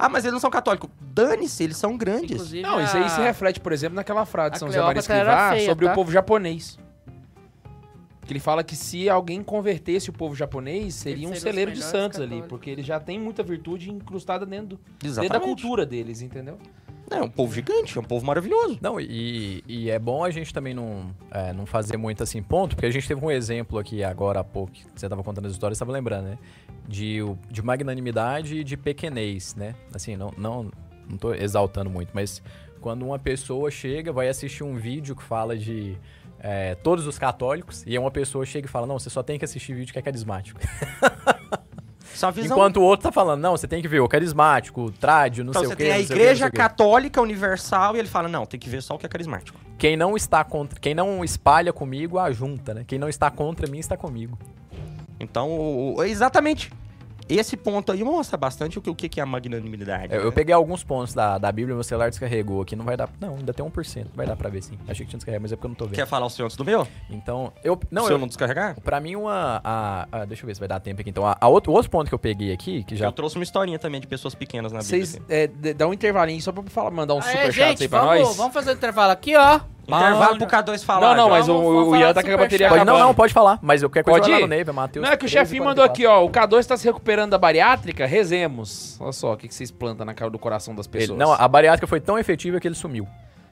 Speaker 4: Ah, mas eles não são católicos. Dane-se, eles são grandes.
Speaker 1: Inclusive,
Speaker 3: Não, isso aí
Speaker 1: a-
Speaker 3: se reflete, por exemplo, naquela frase de
Speaker 1: a
Speaker 3: São José Maria
Speaker 1: Cleópatra era
Speaker 3: Escrivá
Speaker 1: feia,
Speaker 3: sobre
Speaker 1: tá?
Speaker 3: o povo japonês. Que ele fala que se alguém convertesse o povo japonês, seria um
Speaker 1: Eles seriam
Speaker 3: celeiro
Speaker 1: os
Speaker 3: de
Speaker 1: melhores
Speaker 3: santos ali,
Speaker 1: católicos.
Speaker 3: porque ele já tem muita virtude incrustada dentro, do- dentro da
Speaker 4: Exatamente.
Speaker 3: cultura deles, entendeu?
Speaker 4: É um povo gigante, é um povo maravilhoso.
Speaker 2: Não, e, e é bom a gente também não, é, não fazer muito assim ponto, porque a gente teve um exemplo aqui agora há pouco, que você estava contando as histórias, você estava lembrando, né? De, o- de magnanimidade e de pequenez, né? Assim, não, não, não tô exaltando muito, mas quando uma pessoa chega, vai assistir um vídeo que fala de é, todos os católicos, e aí uma pessoa chega e fala, não, você só tem que assistir vídeo que é carismático.
Speaker 4: Só visão.
Speaker 2: Enquanto o outro tá falando, não, você tem que ver o carismático, o trádio, não
Speaker 4: Então
Speaker 2: sei
Speaker 4: você
Speaker 2: o quê.
Speaker 4: tem a
Speaker 2: não sei o quê,
Speaker 4: igreja
Speaker 2: não sei o quê.
Speaker 4: católica universal e ele fala, não, tem que ver só o que é carismático.
Speaker 2: Quem não está contra, quem não espalha comigo, ajunta, né? Quem não está contra mim, está comigo.
Speaker 4: Então, o- o- exatamente. Esse ponto aí mostra bastante o que, o que que é a magnanimidade.
Speaker 2: Eu,
Speaker 4: né?
Speaker 2: eu peguei alguns pontos da, da Bíblia, meu celular descarregou aqui, não vai dar... Não, ainda tem um por cento, vai dar pra ver sim. Achei que tinha descarregado, mas é porque eu não tô vendo.
Speaker 4: Quer falar o seu antes do meu?
Speaker 2: Então, eu... Não,
Speaker 4: Se eu
Speaker 2: eu,
Speaker 4: não descarregar?
Speaker 2: pra mim uma... A, a- deixa eu ver se vai dar tempo aqui. Então, a, a outro, o outro ponto que eu peguei aqui, que já...
Speaker 4: Eu trouxe uma historinha também de pessoas pequenas na Bíblia.
Speaker 3: Vocês
Speaker 4: assim.
Speaker 3: é, d- dá um intervalinho só pra falar, mandar um
Speaker 1: Ah, é,
Speaker 3: superchat
Speaker 1: gente,
Speaker 3: aí pra
Speaker 1: vamos,
Speaker 3: nós.
Speaker 1: vamos fazer o intervalo aqui, ó.
Speaker 4: Intervalo
Speaker 1: Ah,
Speaker 4: pro K dois falar.
Speaker 3: Não, não,
Speaker 4: já.
Speaker 3: mas o,
Speaker 1: Vamos- vamos
Speaker 3: o Ian
Speaker 1: falar
Speaker 3: tá
Speaker 1: do
Speaker 3: com a bateria
Speaker 1: superchat.
Speaker 2: Pode, não,
Speaker 3: acabando.
Speaker 2: não, pode falar, mas eu quero coisa
Speaker 3: Pode
Speaker 2: vai lá
Speaker 3: ir?
Speaker 2: no Neiva, Matheus.
Speaker 3: Não, é que o
Speaker 2: treze e
Speaker 3: chefinho
Speaker 2: quarenta e
Speaker 3: mandou
Speaker 2: quatro.
Speaker 3: aqui, ó. O K dois tá se recuperando da bariátrica, rezemos. Olha só, o que, que vocês plantam na cara do coração das
Speaker 2: Ele-
Speaker 3: pessoas.
Speaker 2: não, a bariátrica foi tão efetiva que ele sumiu.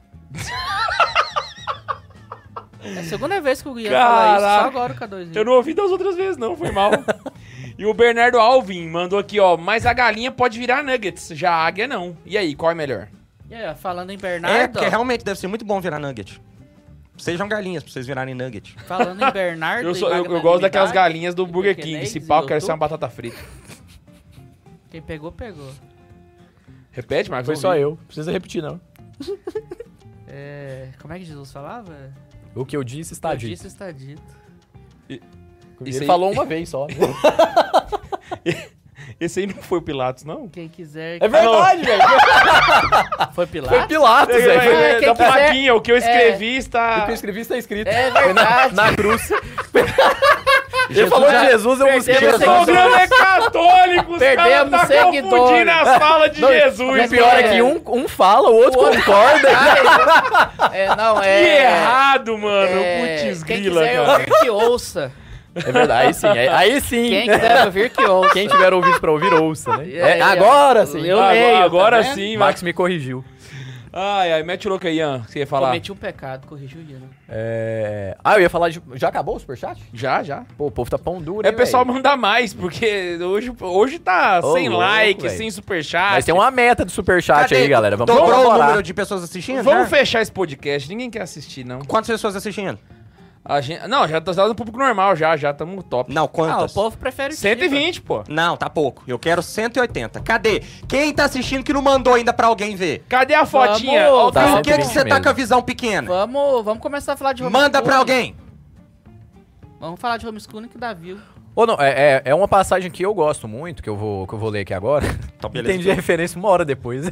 Speaker 1: É a segunda vez que o Guilherme fala isso, só
Speaker 3: Caraca.
Speaker 1: agora o K dois.
Speaker 3: Eu não ouvi das outras vezes, não, foi mal. E o Bernardo Alvin mandou aqui, ó. Mas a galinha pode virar nuggets, já a águia não. E aí, qual é melhor?
Speaker 1: E aí, falando em
Speaker 4: É,
Speaker 1: Bernardo,
Speaker 4: porque
Speaker 1: ó,
Speaker 4: realmente deve ser muito bom virar nugget. Sejam galinhas pra vocês virarem nugget.
Speaker 1: falando em Bernardo
Speaker 3: Eu,
Speaker 1: e
Speaker 3: sou- eu- eu gosto daquelas
Speaker 1: magnanimidade,
Speaker 3: galinhas do
Speaker 1: e
Speaker 3: Burger King.
Speaker 1: pequenez
Speaker 3: Se
Speaker 1: e
Speaker 3: pau, eu quero ser uma
Speaker 1: YouTube.
Speaker 3: batata frita.
Speaker 1: Quem pegou, pegou.
Speaker 3: Repete, Marcos.
Speaker 2: Foi
Speaker 3: não
Speaker 2: só
Speaker 3: ouvi.
Speaker 2: eu, não precisa repetir não.
Speaker 1: É, como é que Jesus falava?
Speaker 2: O que eu disse está
Speaker 1: Eu
Speaker 2: dito.
Speaker 1: disse está dito.
Speaker 2: Ele
Speaker 3: Isso aí-
Speaker 2: falou uma vez só.
Speaker 3: Esse aí não foi o Pilatos, não?
Speaker 1: Quem quiser...
Speaker 2: É verdade, velho.
Speaker 1: Foi
Speaker 2: Foi
Speaker 1: Pilatos?
Speaker 2: Pilatos,
Speaker 3: É,
Speaker 2: velho.
Speaker 1: é,
Speaker 3: da
Speaker 1: quem quiser-
Speaker 3: plaquinha, o que eu escrevi
Speaker 2: O
Speaker 3: está...
Speaker 2: que eu escrevi está escrito.
Speaker 1: É
Speaker 2: Foi na,
Speaker 1: verdade.
Speaker 2: na cruz. Ele
Speaker 1: Jesus
Speaker 2: falou
Speaker 1: já-
Speaker 2: de Jesus, eu busquei.
Speaker 1: Perdemos
Speaker 3: O programa é católico, os
Speaker 1: Perdemos
Speaker 3: caras tá
Speaker 1: seguidores.
Speaker 3: confundindo a fala de
Speaker 2: Não,
Speaker 3: Jesus.
Speaker 2: O pior é
Speaker 1: é.
Speaker 2: que um, um fala, o outro concorda.
Speaker 1: É, não,
Speaker 3: Que
Speaker 1: é...
Speaker 3: errado, mano.
Speaker 1: é,
Speaker 3: Putz,
Speaker 1: quem
Speaker 3: grila,
Speaker 1: quiser
Speaker 3: cara.
Speaker 1: ouvir, que ouça.
Speaker 2: É verdade, aí sim. Aí, aí sim.
Speaker 1: Quem quiser ouvir, que ouça.
Speaker 2: Quem tiver ouvido pra ouvir, ouça, né?
Speaker 1: É,
Speaker 2: É, agora sim.
Speaker 1: eu
Speaker 3: Ah,
Speaker 1: leio,
Speaker 3: agora
Speaker 1: tá vendo?
Speaker 3: sim,
Speaker 2: Max me corrigiu.
Speaker 3: Ai, ai, mete o louco aí, Ian. Você ia falar?
Speaker 1: Cometi um pecado, corrigiu o Ian.
Speaker 2: É... Ah, eu ia falar de... Já acabou o superchat?
Speaker 3: Já, já.
Speaker 2: Pô, o povo tá pão duro,
Speaker 3: É
Speaker 2: hein,
Speaker 3: o pessoal
Speaker 2: velho?
Speaker 3: mandar mais, porque hoje, hoje tá
Speaker 2: Ô,
Speaker 3: sem
Speaker 2: louco,
Speaker 3: like,
Speaker 2: velho.
Speaker 3: sem superchat.
Speaker 2: Mas tem uma meta de superchat aí, galera. Vamos
Speaker 4: Dobrou o
Speaker 2: colaborar.
Speaker 4: número de pessoas assistindo?
Speaker 3: Vamos
Speaker 4: já?
Speaker 3: fechar esse podcast, ninguém quer assistir, não.
Speaker 4: Quantas pessoas assistindo?
Speaker 3: A gente... Não, já tá no público normal, já, já estamos top.
Speaker 4: Não,
Speaker 1: Ah, o
Speaker 4: quantas?
Speaker 1: povo prefere o
Speaker 3: cento e
Speaker 1: Tiba.
Speaker 3: vinte, pô.
Speaker 4: Não, tá pouco. Eu quero cento e oitenta. Cadê? Quem tá assistindo que não mandou ainda pra alguém ver?
Speaker 3: Cadê a fotinha?
Speaker 1: Vamos,
Speaker 3: Ó,
Speaker 2: tá
Speaker 3: tem um-
Speaker 4: Por que, que
Speaker 2: cento e vinte
Speaker 4: você tá
Speaker 2: mesmo.
Speaker 4: com a visão pequena?
Speaker 1: Vamos, vamos começar a falar de
Speaker 4: Manda
Speaker 1: homeschooling.
Speaker 4: pra alguém.
Speaker 1: Vamos falar de homeschooling que dá view.
Speaker 2: Ou não, é, é, é uma passagem que eu gosto muito, que eu vou, que eu vou ler aqui agora.
Speaker 4: Então, beleza.
Speaker 2: Entendi a referência uma hora depois.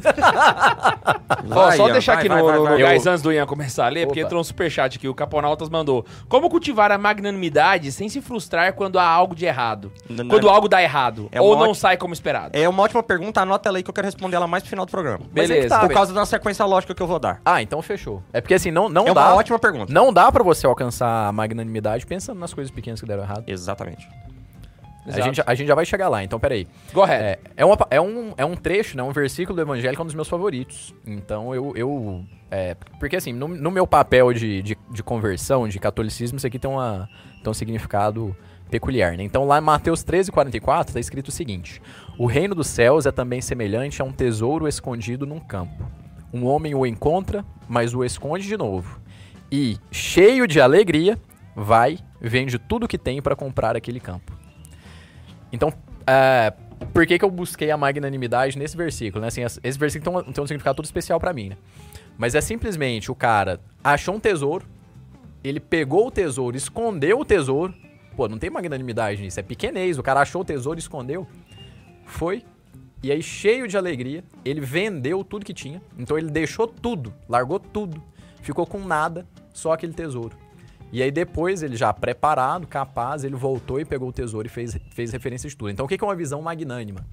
Speaker 3: Ó,
Speaker 4: Vai,
Speaker 3: só
Speaker 4: Ian,
Speaker 3: deixar
Speaker 4: vai,
Speaker 3: aqui
Speaker 4: vai,
Speaker 3: no,
Speaker 4: vai,
Speaker 3: no
Speaker 4: vai.
Speaker 3: gás
Speaker 2: Eu-
Speaker 3: antes do Ian começar a ler, porque
Speaker 2: Opa.
Speaker 3: entrou um superchat aqui, o Caponautas mandou. Como cultivar a magnanimidade sem se frustrar quando há algo de errado?
Speaker 4: N-
Speaker 3: Quando
Speaker 4: não-
Speaker 3: algo dá errado,
Speaker 4: É
Speaker 3: ou
Speaker 4: uma
Speaker 3: não
Speaker 4: ótima-
Speaker 3: sai como esperado.
Speaker 4: É uma ótima pergunta, anota ela aí que eu quero responder ela mais pro final do programa.
Speaker 2: Mas é que
Speaker 3: Beleza.
Speaker 2: tá,
Speaker 4: Por
Speaker 2: velho.
Speaker 4: causa da sequência lógica que eu vou dar.
Speaker 2: Ah, então fechou. É porque assim, não, não
Speaker 4: é
Speaker 2: dá.
Speaker 4: uma ótima pergunta.
Speaker 2: Não dá pra você alcançar a magnanimidade pensando nas coisas pequenas que deram errado.
Speaker 4: Exatamente.
Speaker 2: A
Speaker 3: Exato.
Speaker 2: gente, a gente já vai chegar lá, então peraí.
Speaker 3: Go ahead.
Speaker 2: É, é, uma, é, um, é um trecho, né, um versículo do Evangelho que é um dos meus favoritos. Então eu. eu é, porque assim, no, no meu papel de, de, de conversão, de catolicismo, isso aqui tem, uma, tem um significado peculiar, né? Então lá em Mateus treze, quarenta e quatro, está escrito o seguinte: O reino dos céus é também semelhante a um tesouro escondido num campo. Um homem o encontra, mas o esconde de novo. E, cheio de alegria, vai, vende tudo que tem para comprar aquele campo. Então, é, por que, que eu busquei a magnanimidade nesse versículo? Né? Assim, esse versículo tem um, tem um significado todo especial pra mim, né? Mas é simplesmente o cara achou um tesouro, ele pegou o tesouro, escondeu o tesouro. Pô, não tem magnanimidade nisso, é pequenez. O cara achou o tesouro, escondeu, foi, e aí cheio de alegria, ele vendeu tudo que tinha. Então ele deixou tudo, largou tudo, ficou com nada, só aquele tesouro. E aí depois, ele já preparado, capaz, ele voltou e pegou o tesouro e fez, fez referência de tudo. Então o que é uma visão magnânima?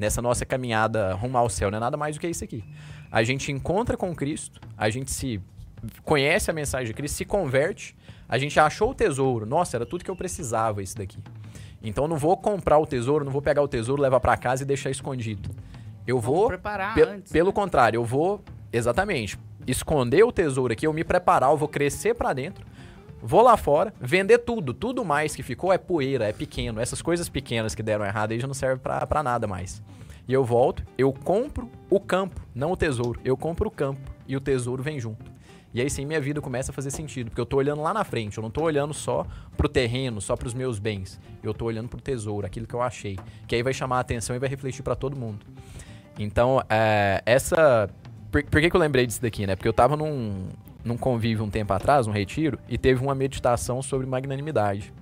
Speaker 2: nessa nossa caminhada rumo ao céu, não é nada mais do que isso aqui. A gente encontra com Cristo, a gente se conhece a mensagem de Cristo, se converte, a gente achou o tesouro. Nossa, era tudo que eu precisava isso daqui. Então eu não vou comprar o tesouro, não vou pegar o tesouro, levar para casa e deixar escondido. Eu
Speaker 1: Vamos
Speaker 2: vou,
Speaker 1: preparar
Speaker 2: pe
Speaker 1: antes,
Speaker 2: pelo
Speaker 1: né?
Speaker 2: contrário, eu vou, exatamente, esconder o tesouro aqui, eu me preparar, eu vou crescer para dentro, vou lá fora, vender tudo, tudo mais que ficou é poeira, é pequeno, essas coisas pequenas que deram errado aí já não servem pra, pra nada mais. E eu volto, eu compro o campo, não o tesouro, eu compro o campo e o tesouro vem junto. E aí sim minha vida começa a fazer sentido, porque eu tô olhando lá na frente, eu não tô olhando só pro terreno, só pros meus bens, eu tô olhando pro tesouro, aquilo que eu achei, que aí vai chamar a atenção e vai refletir pra todo mundo. Então, é, essa... Por, por que que eu lembrei disso daqui, né? Porque eu tava num, num convívio um tempo atrás, um retiro, e teve uma meditação sobre magnanimidade.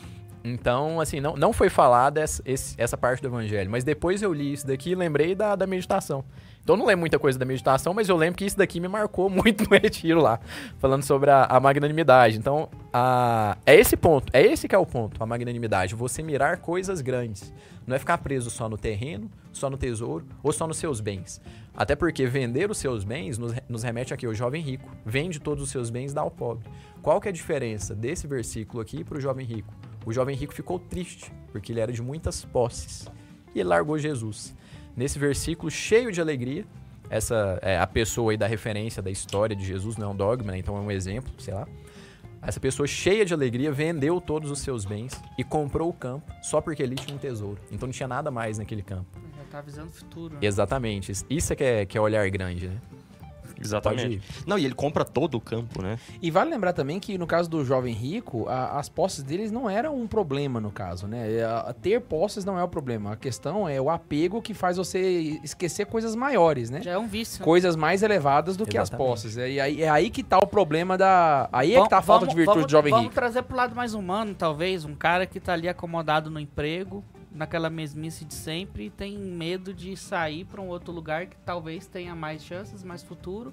Speaker 2: Então, assim, não, não foi falada essa, esse, essa parte do evangelho, mas depois eu li isso daqui e lembrei da, da meditação. Então, eu não lembro muita coisa da meditação, mas eu lembro que isso daqui me marcou muito no retiro lá, falando sobre a, a magnanimidade. Então, a, é esse ponto, é esse que é o ponto, a magnanimidade, você mirar coisas grandes. Não é ficar preso só no terreno, só no tesouro ou só nos seus bens. Até porque vender os seus bens nos, nos remete aqui ao jovem rico. Vende todos os seus bens, dá ao pobre. Qual que é a diferença desse versículo aqui para o jovem rico? O jovem rico ficou triste, porque ele era de muitas posses. E ele largou Jesus. Nesse versículo, cheio de alegria, essa é a pessoa aí da referência da história de Jesus, não é um dogma, né? Então é um exemplo, sei lá. Essa pessoa cheia de alegria vendeu todos os seus bens e comprou o campo só porque ali tinha um tesouro. Então não tinha nada mais naquele campo.
Speaker 1: Já tá avisando o futuro. Né?
Speaker 2: Exatamente. Isso é que é, que é olhar grande, né?
Speaker 4: Exatamente. Não, e ele compra todo o campo, né?
Speaker 3: E vale lembrar também que no caso do jovem rico, a, as posses deles não eram um problema no caso, né? A, a ter posses não é o problema. A questão é o apego que faz você esquecer coisas maiores, né?
Speaker 1: Já é um vício. Né?
Speaker 3: Coisas mais elevadas do que as
Speaker 2: Exatamente.
Speaker 3: posses. É, aí, é aí que tá o problema da... Aí é que tá a falta de virtude
Speaker 1: vamos,
Speaker 3: do jovem
Speaker 1: vamos
Speaker 3: rico.
Speaker 1: trazer pro lado mais humano, talvez. Um cara que tá ali acomodado no emprego, naquela mesmice de sempre, e tem medo de sair pra um outro lugar que talvez tenha mais chances, mais futuro,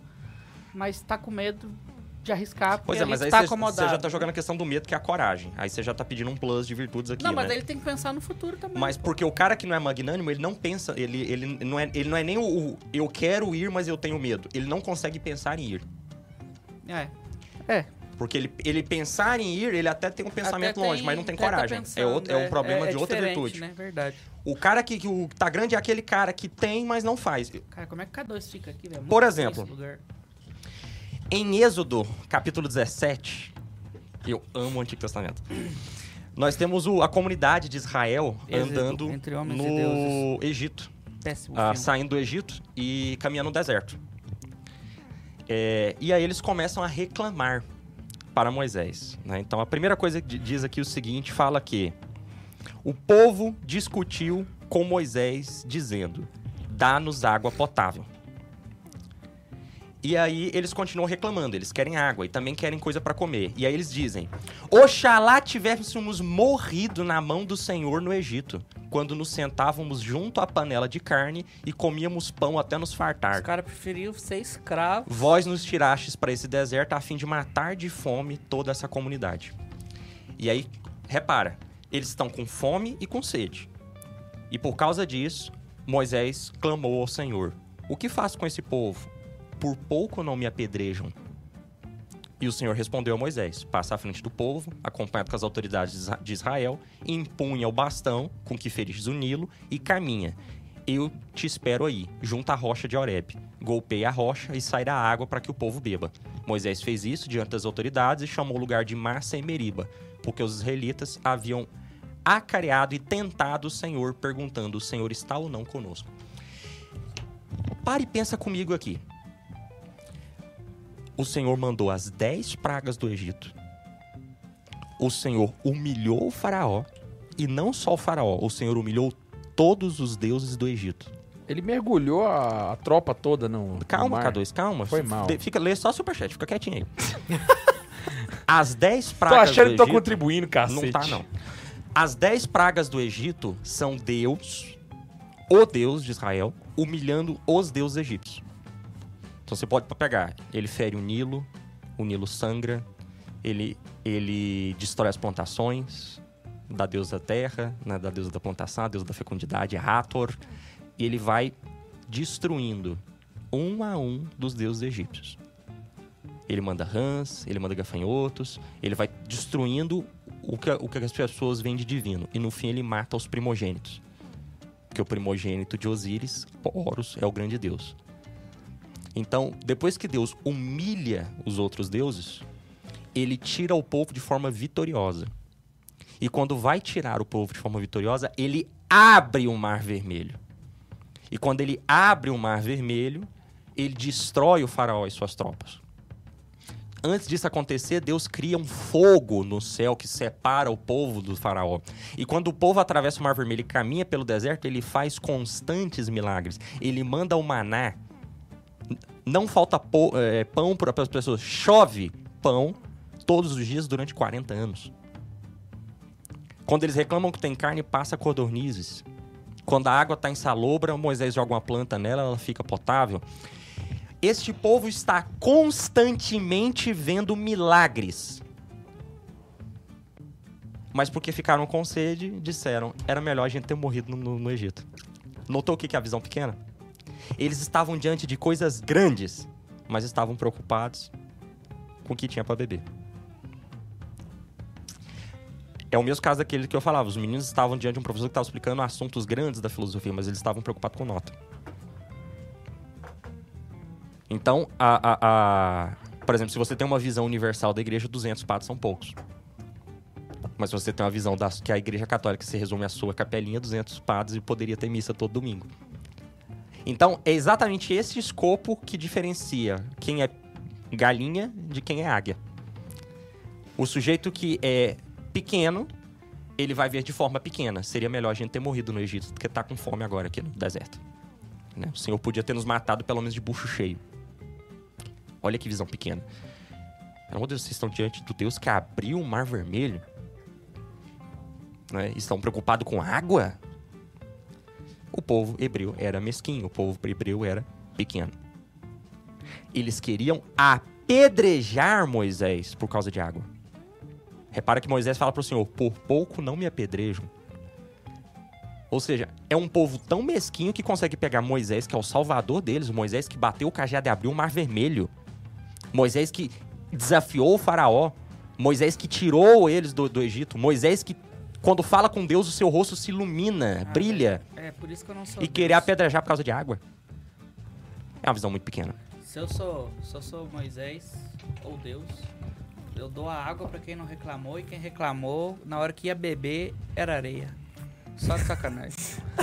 Speaker 1: mas tá com medo de arriscar porque
Speaker 4: Pois é,
Speaker 1: ali
Speaker 4: mas aí
Speaker 1: tá
Speaker 4: você
Speaker 1: acomodado.
Speaker 4: já tá jogando a questão do medo, que é a coragem. Aí você já tá pedindo um plus de virtudes aqui,
Speaker 1: Não, mas
Speaker 4: né?
Speaker 1: ele tem que pensar no futuro também.
Speaker 4: Mas porque o cara que não é magnânimo, ele não pensa, ele, ele, não, é, ele não é nem o, o eu quero ir, mas eu tenho medo. Ele não consegue pensar em ir.
Speaker 1: É. É.
Speaker 4: Porque ele, ele pensar em ir, ele até tem um pensamento
Speaker 1: Até
Speaker 4: longe,
Speaker 1: tem-
Speaker 4: mas não tem
Speaker 1: até tá
Speaker 4: coragem.
Speaker 1: pensando,
Speaker 4: é, outro, é um problema
Speaker 1: é
Speaker 4: de outra
Speaker 1: diferente,
Speaker 4: virtude.
Speaker 1: Né? Verdade.
Speaker 4: O cara que, que o, tá grande é aquele cara que tem, mas não faz.
Speaker 1: Cara, como é que K dois fica aqui, velho?
Speaker 4: Por
Speaker 1: Muito
Speaker 4: exemplo,
Speaker 1: esse lugar.
Speaker 4: Em Êxodo, capítulo dezessete, eu amo o Antigo Testamento, nós temos o- a comunidade de Israel
Speaker 1: Êxodo,
Speaker 4: andando
Speaker 1: entre homens e
Speaker 4: no
Speaker 1: deuses.
Speaker 4: Egito,
Speaker 1: Péssimo
Speaker 4: ah,
Speaker 1: filme.
Speaker 4: saindo do Egito e caminhando no deserto. É, e aí eles começam a reclamar para Moisés, né? Então a primeira coisa que diz aqui o seguinte, fala que o povo discutiu com Moisés dizendo, dá-nos água potável. E aí eles continuam reclamando, eles querem água e também querem coisa para comer. E aí eles dizem, oxalá tivéssemos morrido na mão do Senhor no Egito, quando nos sentávamos junto à panela de carne e comíamos pão até nos
Speaker 1: Os
Speaker 4: fartar.
Speaker 1: caras preferiam ser escravo.
Speaker 4: Vós nos tirastes para esse deserto a fim de matar de fome toda essa comunidade. E aí, repara, eles estão com fome e com sede. E por causa disso, Moisés clamou ao Senhor, o que faço com esse povo? Por pouco não me apedrejam. E o Senhor respondeu a Moisés, passa à frente do povo, acompanhado com as autoridades de Israel, empunha o bastão com que feristes o Nilo e caminha. Eu te espero aí, junto à rocha de Horebe. Golpeie a rocha e sairá água para que o povo beba. Moisés fez isso diante das autoridades e chamou o lugar de Massa e Meriba, porque os israelitas haviam acareado e tentado o Senhor, perguntando, o Senhor está ou não conosco? Pare e pensa comigo aqui. O Senhor mandou as dez pragas do Egito. O Senhor humilhou o faraó. E não só o faraó, o Senhor humilhou todos os deuses do Egito.
Speaker 3: Ele mergulhou a, a tropa toda no, no
Speaker 4: Calma,
Speaker 3: mar.
Speaker 4: K dois, calma.
Speaker 3: Foi mal.
Speaker 4: De- Fica, lê só o superchat, fica quietinho aí. As dez
Speaker 3: Tô
Speaker 4: pragas
Speaker 3: achando
Speaker 4: do
Speaker 3: que tô
Speaker 4: Egito...
Speaker 3: contribuindo, cacete.
Speaker 4: Não tá, não. As dez pragas do Egito são Deus, o Deus de Israel, humilhando os deuses egípcios. Então você pode pegar, ele fere o Nilo, o Nilo sangra, ele, ele destrói as plantações da deusa da terra, né, da deusa da plantação, a deusa da fecundidade, Hathor. e ele vai destruindo um a um dos deuses egípcios. Ele manda rãs, ele manda gafanhotos, ele vai destruindo o que, o que as pessoas veem de divino. E no fim ele mata os primogênitos. Porque o primogênito de Osíris, Horus, é o grande deus. Então, depois que Deus humilha os outros deuses, ele tira o povo de forma vitoriosa. E quando vai tirar o povo de forma vitoriosa, ele abre o Mar Vermelho. E quando ele abre o Mar Vermelho, ele destrói o faraó e suas tropas. Antes disso acontecer, Deus cria um fogo no céu que separa o povo do faraó. E quando o povo atravessa o Mar Vermelho e caminha pelo deserto, ele faz constantes milagres. Ele manda o maná. Não falta pô, é, pão para as pessoas. Chove pão todos os dias durante quarenta anos. Quando eles reclamam que tem carne, passa codornizes. Quando a água está insalobra, Moisés joga uma planta nela, ela fica potável. Este povo está constantemente vendo milagres. Mas porque ficaram com sede, disseram, era melhor a gente ter morrido no, no, no Egito. Notou o que é a visão pequena? Eles estavam diante de coisas grandes, mas estavam preocupados com o que tinha para beber. É o mesmo caso daquele que eu falava. Os meninos estavam diante de um professor que estava explicando assuntos grandes da filosofia, mas eles estavam preocupados com nota. Então, a, a, a, por exemplo, se você tem uma visão universal da igreja, duzentos padres são poucos. Mas se você tem uma visão da, que a igreja católica se resume à sua capelinha, duzentos padres e poderia ter missa todo domingo. Então, é exatamente esse escopo que diferencia quem é galinha de quem é águia. O sujeito que é pequeno, ele vai ver de forma pequena. Seria melhor a gente ter morrido no Egito do que estar com fome agora aqui no deserto. Né? O Senhor podia ter nos matado pelo menos de bucho cheio. Olha que visão pequena. Pelo amor de Deus, vocês estão diante do Deus que abriu o Mar Vermelho? Né? Estão preocupados com água? O povo hebreu era mesquinho, o povo hebreu era pequeno. Eles queriam apedrejar Moisés por causa de água. Repara que Moisés fala para o Senhor, por pouco não me apedrejam. Ou seja, é um povo tão mesquinho que consegue pegar Moisés, que é o salvador deles, o Moisés que bateu o cajado e abriu o Mar Vermelho. Moisés que desafiou o faraó. Moisés que tirou eles do, do Egito. Moisés que, quando fala com Deus, o seu rosto se ilumina, ah, brilha.
Speaker 1: É, é por isso que eu não sou
Speaker 4: E
Speaker 1: Deus.
Speaker 4: querer apedrejar por causa de água. É uma visão muito pequena.
Speaker 1: Se eu sou, se eu sou Moisés ou Deus, eu dou a água pra quem não reclamou, e quem reclamou, na hora que ia beber, era areia. Só de sacanagem.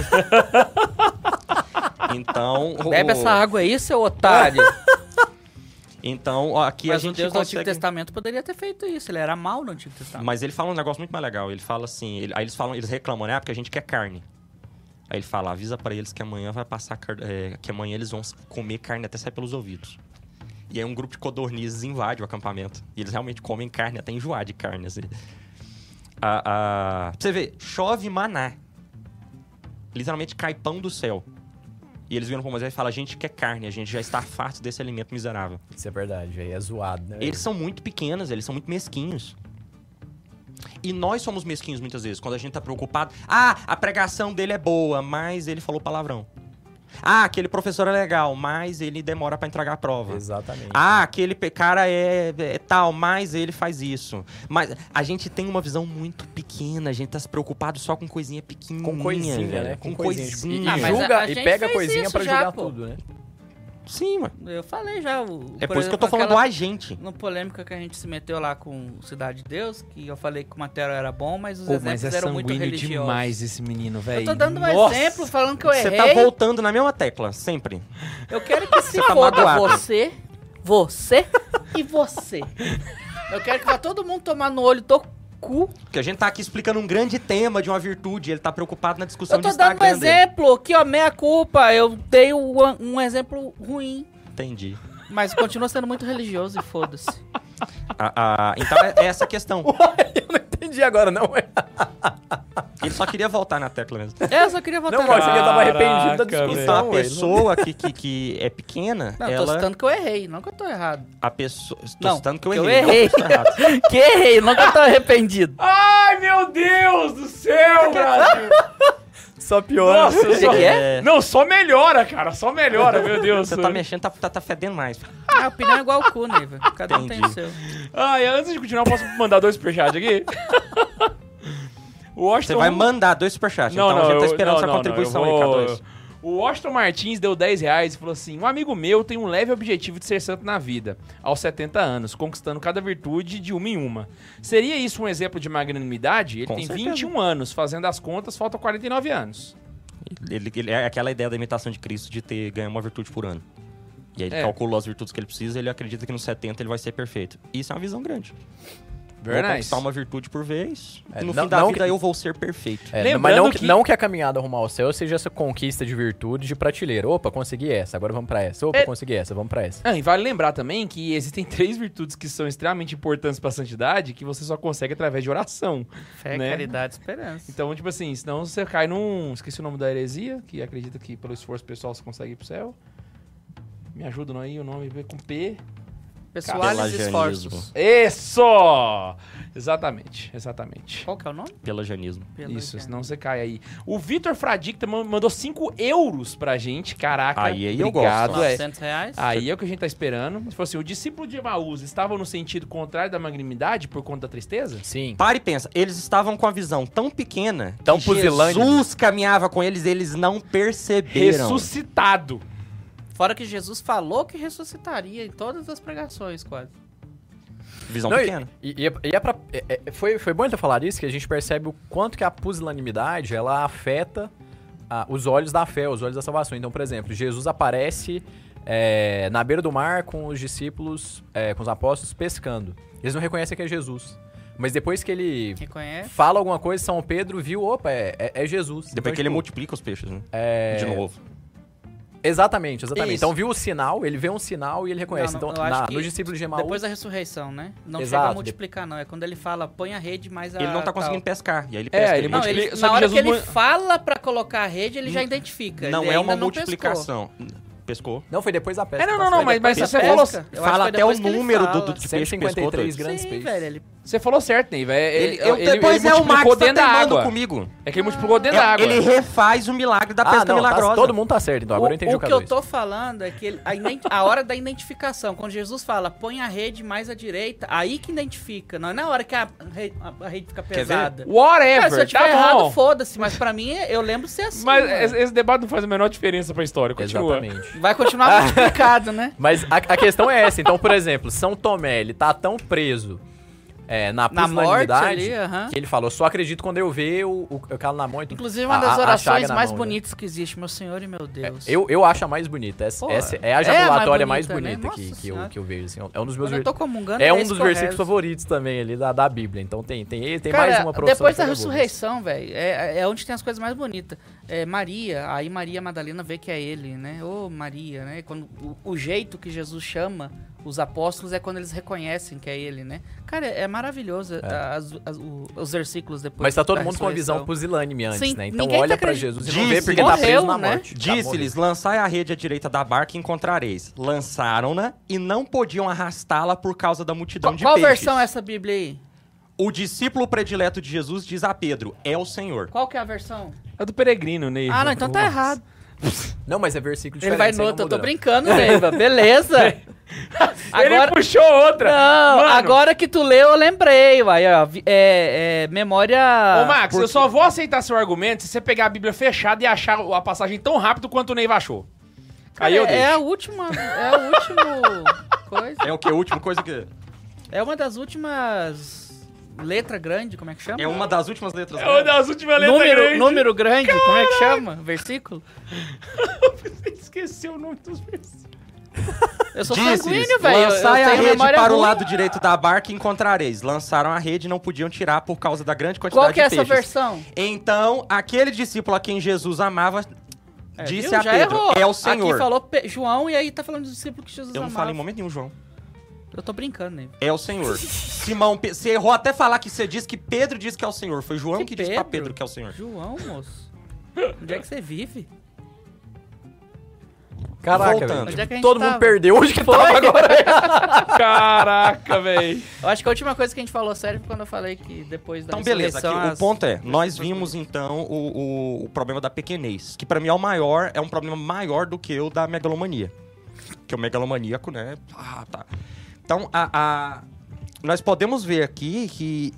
Speaker 4: Então...
Speaker 1: Bebe
Speaker 4: o...
Speaker 1: essa água aí, seu otário.
Speaker 4: Então, ó, aqui
Speaker 1: Mas
Speaker 4: a gente
Speaker 1: o Deus
Speaker 4: consegue...
Speaker 1: do Antigo Testamento poderia ter feito isso. Ele era mau no Antigo Testamento.
Speaker 4: Mas ele fala um negócio muito mais legal. Ele fala assim... Ele, aí eles falam, eles reclamam, né? Porque a gente quer carne. Aí ele fala, avisa pra eles que amanhã vai passar... É, que amanhã eles vão comer carne até sair pelos ouvidos. E aí um grupo de codornizes invade o acampamento. E eles realmente comem carne, até enjoar de carne, assim. Ah, ah, pra você ver, chove maná. Literalmente cai pão do céu. E eles viram pra Moisés e falam, a gente quer carne, a gente já está farto desse alimento miserável.
Speaker 2: Isso é verdade, aí é zoado, né?
Speaker 4: Eles são muito pequenos, eles são muito mesquinhos. E nós somos mesquinhos muitas vezes, quando a gente tá preocupado. Ah, a pregação dele é boa, mas ele falou palavrão. Ah, aquele professor é legal, mas ele demora pra entregar a prova.
Speaker 2: Exatamente.
Speaker 4: Ah, aquele cara é, é tal, mas ele faz isso. Mas a gente tem uma visão muito pequena, a gente tá se preocupado só com coisinha pequenininha.
Speaker 2: Com coisinha,
Speaker 4: velho.
Speaker 2: né?
Speaker 4: Com,
Speaker 2: Com
Speaker 4: coisinha.
Speaker 2: coisinha.
Speaker 1: Ah,
Speaker 2: E
Speaker 1: mas
Speaker 2: julga
Speaker 1: a- a
Speaker 2: e
Speaker 1: gente
Speaker 2: pega a
Speaker 1: fez
Speaker 2: coisinha
Speaker 1: isso
Speaker 2: pra
Speaker 1: já,
Speaker 2: julgar
Speaker 1: pô.
Speaker 2: tudo, né?
Speaker 4: Sim, mano.
Speaker 1: Eu falei já. O,
Speaker 4: É por, isso que eu tô falando do
Speaker 1: aquela-
Speaker 4: agente.
Speaker 1: No polêmica que a gente se meteu lá com Cidade de Deus, que eu falei que o Matero era bom, mas os
Speaker 3: Pô, mas
Speaker 1: exemplos
Speaker 3: é
Speaker 1: eram muito
Speaker 3: sanguíneo
Speaker 1: religiosos.
Speaker 3: demais esse menino, velho.
Speaker 1: Eu tô dando um
Speaker 3: Nossa.
Speaker 1: exemplo, falando que eu
Speaker 4: Você
Speaker 1: errei.
Speaker 4: tá voltando na mesma tecla, sempre.
Speaker 1: Eu quero que se
Speaker 4: Você tá
Speaker 1: foda
Speaker 4: magoado.
Speaker 1: você, você e você. Eu quero que vá todo mundo tomar no olho do cu.
Speaker 4: Porque a gente tá aqui explicando um grande tema de uma virtude, ele tá preocupado na discussão
Speaker 1: Eu tô
Speaker 4: de
Speaker 1: dando um
Speaker 4: Instagram dele.
Speaker 1: exemplo, aqui ó, meia culpa. Eu dei um, um exemplo ruim,
Speaker 4: Entendi.
Speaker 1: mas continua sendo muito religioso e foda-se.
Speaker 4: Ah, ah, então é é essa a questão.
Speaker 2: Eu não entendi agora, não.
Speaker 4: Ele só queria voltar na tecla mesmo.
Speaker 1: É, eu só queria votar
Speaker 2: Não, eu achei que eu tava arrependido da
Speaker 3: Caraca,
Speaker 2: discussão.
Speaker 4: Então, a
Speaker 2: ué.
Speaker 4: pessoa que, que, que é pequena,
Speaker 1: Não, tô
Speaker 4: ela...
Speaker 1: citando que eu errei, não que eu tô errado.
Speaker 4: A pessoa... Tô
Speaker 1: Não,
Speaker 4: citando que eu
Speaker 1: que eu
Speaker 4: errei. não
Speaker 1: errei.
Speaker 4: que eu estou errado.
Speaker 1: Que errei, não que eu tô arrependido.
Speaker 3: Ai, meu Deus do céu, Brasil!
Speaker 2: Só piora.
Speaker 3: Nossa, só...
Speaker 4: É.
Speaker 3: Não, só melhora, cara. Só melhora, meu Deus.
Speaker 4: Você tá mexendo, tá, tá, tá fedendo mais.
Speaker 1: A opinião é igual o cu, né, velho? Cada um tem o
Speaker 4: Entendi.
Speaker 1: seu.
Speaker 3: Ah, e antes de continuar, eu posso mandar dois superchats aqui? O Washington...
Speaker 4: Você vai mandar dois superchats.
Speaker 3: Não,
Speaker 4: então
Speaker 3: não,
Speaker 4: a gente tá
Speaker 3: eu-
Speaker 4: esperando
Speaker 3: não,
Speaker 4: sua
Speaker 3: não,
Speaker 4: contribuição
Speaker 3: não, eu
Speaker 4: aí,
Speaker 3: vou-
Speaker 4: K dois.
Speaker 3: O Washington Martins deu dez reais e falou assim: um amigo meu tem um leve objetivo de ser santo na vida, aos setenta anos, conquistando cada virtude de uma em uma. Seria isso um exemplo de magnanimidade? Ele
Speaker 4: Com
Speaker 3: tem
Speaker 4: certeza.
Speaker 3: vinte e um anos, fazendo as contas, faltam quarenta e nove anos.
Speaker 4: Ele, ele é aquela ideia da imitação de Cristo de ter ganhar uma virtude por ano. E aí ele
Speaker 3: É.
Speaker 4: calculou as virtudes que ele precisa e ele acredita que nos setenta ele vai ser perfeito. Isso é uma visão grande.
Speaker 3: Very
Speaker 4: vou
Speaker 3: nice.
Speaker 4: conquistar uma virtude por vez.
Speaker 2: É,
Speaker 4: e no
Speaker 2: não-
Speaker 4: fim da
Speaker 2: não
Speaker 4: vida
Speaker 2: que-
Speaker 4: eu vou ser perfeito.
Speaker 2: É,
Speaker 3: Lembrando
Speaker 2: mas não que...
Speaker 3: que-
Speaker 2: não que a caminhada rumo ao céu seja essa conquista de virtude de prateleira. Opa, consegui essa, agora vamos pra essa. Opa,
Speaker 3: É-
Speaker 2: consegui essa, vamos pra essa.
Speaker 3: Ah, e vale lembrar também que existem três virtudes que são extremamente importantes pra santidade que você só consegue através de oração.
Speaker 1: Fé,
Speaker 3: Né?
Speaker 1: caridade e esperança.
Speaker 3: Então, tipo assim, senão você cai num... Esqueci o nome da heresia, que acredita que pelo esforço pessoal você consegue ir pro céu. Me ajuda não aí, o nome com P.
Speaker 1: Pessoais e
Speaker 4: Pelagianismo.
Speaker 1: esforços.
Speaker 3: Isso! Exatamente, exatamente.
Speaker 1: Qual que é o nome?
Speaker 4: Pelagianismo.
Speaker 3: Isso, senão você cai aí. O Vitor Fradicta man- mandou cinco euros pra gente. Caraca,
Speaker 4: Aí, aí eu
Speaker 3: obrigado.
Speaker 4: gosto.
Speaker 3: é.
Speaker 1: novecentos reais?
Speaker 3: Aí é o que a gente tá esperando. Ele falou assim, o discípulo de Emaús estava no sentido contrário da magnanimidade por conta da tristeza?
Speaker 2: Sim.
Speaker 4: Para e pensa, eles estavam com a visão tão pequena
Speaker 2: Tão
Speaker 4: que
Speaker 2: pusilânime.
Speaker 4: Jesus caminhava com eles, eles não perceberam.
Speaker 3: Ressuscitado.
Speaker 1: Fora que Jesus falou que ressuscitaria em todas as pregações, quase.
Speaker 4: Visão
Speaker 2: Não, e-
Speaker 4: pequena.
Speaker 2: E, e, é- e é pra, é- é- foi, foi bom ele ter falado isso, que a gente percebe o quanto que a pusilanimidade, ela afeta ah, os olhos da fé, os olhos da salvação. Então, por exemplo, Jesus aparece é, na beira do mar com os discípulos, é, com os apóstolos, pescando. Eles não reconhecem que é Jesus. Mas depois que ele
Speaker 1: Reconhece?
Speaker 2: fala alguma coisa, São Pedro viu, opa, é, é, é Jesus.
Speaker 4: Depois
Speaker 2: Então,
Speaker 4: que ele
Speaker 2: tipo,
Speaker 4: multiplica os peixes, né?
Speaker 2: é,
Speaker 4: De novo.
Speaker 2: Exatamente, exatamente.
Speaker 3: Isso.
Speaker 2: Então viu o sinal, ele vê um sinal e ele reconhece.
Speaker 1: Não, não,
Speaker 2: então,
Speaker 1: eu acho
Speaker 2: na,
Speaker 1: que
Speaker 2: nos discípulos de Emaús...
Speaker 1: Depois da ressurreição, né? Não
Speaker 2: Exato,
Speaker 1: chega a multiplicar, não. É quando ele fala, põe a rede mais a...
Speaker 4: Ele não tá conseguindo
Speaker 1: tal.
Speaker 4: pescar. E aí ele
Speaker 3: É,
Speaker 4: pesca.
Speaker 3: ele
Speaker 1: Não,
Speaker 3: multiplica-
Speaker 1: ele,
Speaker 3: só
Speaker 1: na
Speaker 3: que
Speaker 1: hora
Speaker 3: Jesus
Speaker 1: que ele
Speaker 3: mu-
Speaker 1: fala pra colocar a rede, ele já identifica.
Speaker 4: Não
Speaker 1: ele
Speaker 4: é uma
Speaker 1: ainda não pescou.
Speaker 4: multiplicação. Pescou.
Speaker 2: Não, foi depois da pesca.
Speaker 3: É, não, não, não, mas, mas
Speaker 1: Da
Speaker 3: você
Speaker 1: pesca.
Speaker 3: falou,
Speaker 1: Eu acho que
Speaker 4: Fala
Speaker 1: foi
Speaker 4: até o
Speaker 1: depois que ele
Speaker 4: número
Speaker 1: fala.
Speaker 4: do, do de
Speaker 2: cento e
Speaker 4: peixe que
Speaker 2: cinquenta e
Speaker 4: pescou.
Speaker 2: três
Speaker 4: doido.
Speaker 2: grandes
Speaker 1: Sim,
Speaker 2: peixes.
Speaker 1: velho, ele...
Speaker 3: você falou certo, Neiva. É,
Speaker 4: Ele,
Speaker 3: ele,
Speaker 4: eu,
Speaker 3: ele, ele
Speaker 4: depois é o
Speaker 3: multiplicou
Speaker 4: Max tá
Speaker 3: dentro da
Speaker 4: teimando
Speaker 3: água.
Speaker 4: comigo.
Speaker 3: É que ele multiplicou dentro da
Speaker 4: É,
Speaker 3: água.
Speaker 4: ele refaz o milagre da
Speaker 2: Ah,
Speaker 4: pesca
Speaker 2: não,
Speaker 4: milagrosa.
Speaker 2: tá, todo mundo tá certo, então. Agora
Speaker 1: o,
Speaker 2: eu entendi o,
Speaker 1: o que
Speaker 2: K
Speaker 1: eu
Speaker 2: dois.
Speaker 1: tô falando é que ele- a, ident- a hora da identificação, quando Jesus fala, põe a rede mais à direita, aí que identifica. Não é na hora que a, re- a- a rede fica
Speaker 4: ver?
Speaker 1: pesada.
Speaker 3: Whatever,
Speaker 1: Cara, se eu tiver
Speaker 3: tá
Speaker 1: errado,
Speaker 3: bom.
Speaker 1: foda-se, mas pra mim, eu lembro de ser assim.
Speaker 3: Mas
Speaker 1: mano.
Speaker 3: esse, esse debate não faz a menor diferença pra história. Continua.
Speaker 2: Exatamente.
Speaker 1: Vai continuar multiplicado, né?
Speaker 2: Mas a, a questão é essa. Então, por exemplo, São Tomé, ele tá tão preso é, na
Speaker 1: Na morte
Speaker 2: pusilanimidade
Speaker 1: ali, aham.
Speaker 2: que ele falou, só acredito quando eu ver o, o, o calo na mão. e tudo.
Speaker 1: Inclusive, uma
Speaker 2: A-
Speaker 1: das
Speaker 2: a- a
Speaker 1: orações
Speaker 2: chaga na
Speaker 1: mais
Speaker 2: mão, né?
Speaker 1: bonitas que existe, meu Senhor e meu Deus.
Speaker 2: Eu, eu acho a mais bonita. Essa,
Speaker 1: Pô,
Speaker 2: essa é
Speaker 1: é
Speaker 2: a
Speaker 1: a
Speaker 2: jaculatória
Speaker 1: mais
Speaker 2: mais
Speaker 1: bonita,
Speaker 2: bonita,
Speaker 1: né?
Speaker 2: que,
Speaker 1: Nossa
Speaker 2: que, eu,
Speaker 1: Senhora.
Speaker 2: que eu vejo. Assim. É um dos meus
Speaker 1: Quando eu
Speaker 2: ver-
Speaker 1: tô comungando,
Speaker 2: É um
Speaker 1: esse
Speaker 2: dos
Speaker 1: que eu
Speaker 2: versículos
Speaker 1: rezo.
Speaker 2: favoritos também ali da, da Bíblia. Então tem, tem ele, tem
Speaker 1: Cara,
Speaker 2: mais uma profissão.
Speaker 1: depois da
Speaker 2: que eu vou.
Speaker 1: ressurreição, velho, é, é onde tem as coisas mais bonitas. É, Maria, aí Maria Madalena vê que é ele, né? Ô, Maria, né? Quando, o, o jeito que Jesus chama os apóstolos é quando eles reconhecem que é ele, né? Cara, é, é maravilhoso as- as- o- os versículos depois
Speaker 2: Mas tá todo
Speaker 1: da
Speaker 2: mundo com uma visão
Speaker 1: ressurreição.
Speaker 2: pusilânime antes,
Speaker 1: Sim,
Speaker 2: né? Então
Speaker 1: ninguém
Speaker 2: olha
Speaker 1: tá
Speaker 2: pra
Speaker 1: acreditando.
Speaker 2: Jesus e não vê
Speaker 4: Disse,
Speaker 2: porque tá preso
Speaker 1: morreu,
Speaker 2: na
Speaker 1: né?
Speaker 2: morte. Tá
Speaker 4: Disse-lhes, lançai a rede à direita da barca e encontrareis. Lançaram-na e não podiam arrastá-la por causa da multidão
Speaker 1: Qual,
Speaker 4: de
Speaker 1: qual
Speaker 4: peixes.
Speaker 1: versão é essa Bíblia aí?
Speaker 4: O discípulo predileto de Jesus diz a Pedro, é o Senhor.
Speaker 1: Qual que é a versão?
Speaker 3: É do peregrino, Neiva.
Speaker 1: Ah, não, então tá
Speaker 3: Nossa.
Speaker 1: errado.
Speaker 2: Não, mas é versículo
Speaker 1: Ele
Speaker 2: diferente.
Speaker 1: vai
Speaker 2: isso aí
Speaker 1: no
Speaker 2: não
Speaker 1: outro, eu
Speaker 2: muda,
Speaker 1: tô
Speaker 2: não.
Speaker 1: brincando, Neiva. Beleza.
Speaker 3: Ele
Speaker 1: Agora...
Speaker 3: puxou outra.
Speaker 1: Não,
Speaker 3: Mano,
Speaker 1: agora que tu leu, eu lembrei, uai, ó, vi- é, é, memória...
Speaker 3: Ô, Max, eu só vou aceitar seu argumento se você pegar a Bíblia fechada e achar a passagem tão rápido quanto o Neiva achou. Aí eu
Speaker 1: é,
Speaker 3: deixo.
Speaker 1: é a última, é o último coisa.
Speaker 4: É o que? A última coisa que...
Speaker 1: É uma das últimas letra grande, como é que chama?
Speaker 4: É uma das últimas letras.
Speaker 3: É uma das últimas letras
Speaker 1: número,
Speaker 3: grandes.
Speaker 1: número grande, como é que chama? Versículo?
Speaker 3: Esqueceu o nome dos versículos.
Speaker 1: Eu sou
Speaker 4: Disse-lhes,
Speaker 1: sanguíneo, velho. eu- eu
Speaker 4: lançai a
Speaker 1: tenho
Speaker 4: rede
Speaker 1: memória
Speaker 4: para o
Speaker 1: ruim.
Speaker 4: lado direito da barca e encontrareis. Lançaram a rede e não podiam tirar por causa da grande quantidade
Speaker 1: Qual que é
Speaker 4: de
Speaker 1: essa
Speaker 4: peixes.
Speaker 1: versão?
Speaker 4: Então, aquele discípulo a quem Jesus amava
Speaker 1: É,
Speaker 4: disse
Speaker 1: viu?
Speaker 4: a
Speaker 1: Já
Speaker 4: Pedro,
Speaker 1: errou.
Speaker 4: é o Senhor.
Speaker 1: Aqui falou Pe- João e aí tá falando do discípulo que Jesus
Speaker 4: Eu não
Speaker 1: amava.
Speaker 4: falei em momento nenhum, João.
Speaker 1: Eu tô brincando, né?
Speaker 4: É o Senhor. Simão, Pe- você errou até falar que você disse que Pedro disse que é o Senhor. Foi João que,
Speaker 1: Que
Speaker 4: disse pra
Speaker 1: Pedro?
Speaker 4: Pedro que é o Senhor.
Speaker 1: João, moço. Onde é que você vive?
Speaker 2: Caraca,
Speaker 4: Voltando.
Speaker 1: Onde é que a gente
Speaker 2: todo
Speaker 1: tava?
Speaker 2: mundo perdeu. Onde que
Speaker 1: Foi.
Speaker 2: tava agora?
Speaker 3: Caraca, velho.
Speaker 1: Eu acho que a última coisa que a gente falou sério foi quando eu falei que depois da
Speaker 4: Então, beleza. Aqui,
Speaker 1: ressurreição,
Speaker 4: o
Speaker 1: as-
Speaker 4: ponto é, nós vimos, então, o, o, o problema da pequenez. Que, pra mim, é o maior, é um problema maior do que o da megalomania. Que o megalomaníaco, né? Ah, tá. Então, a, a, nós podemos ver aqui que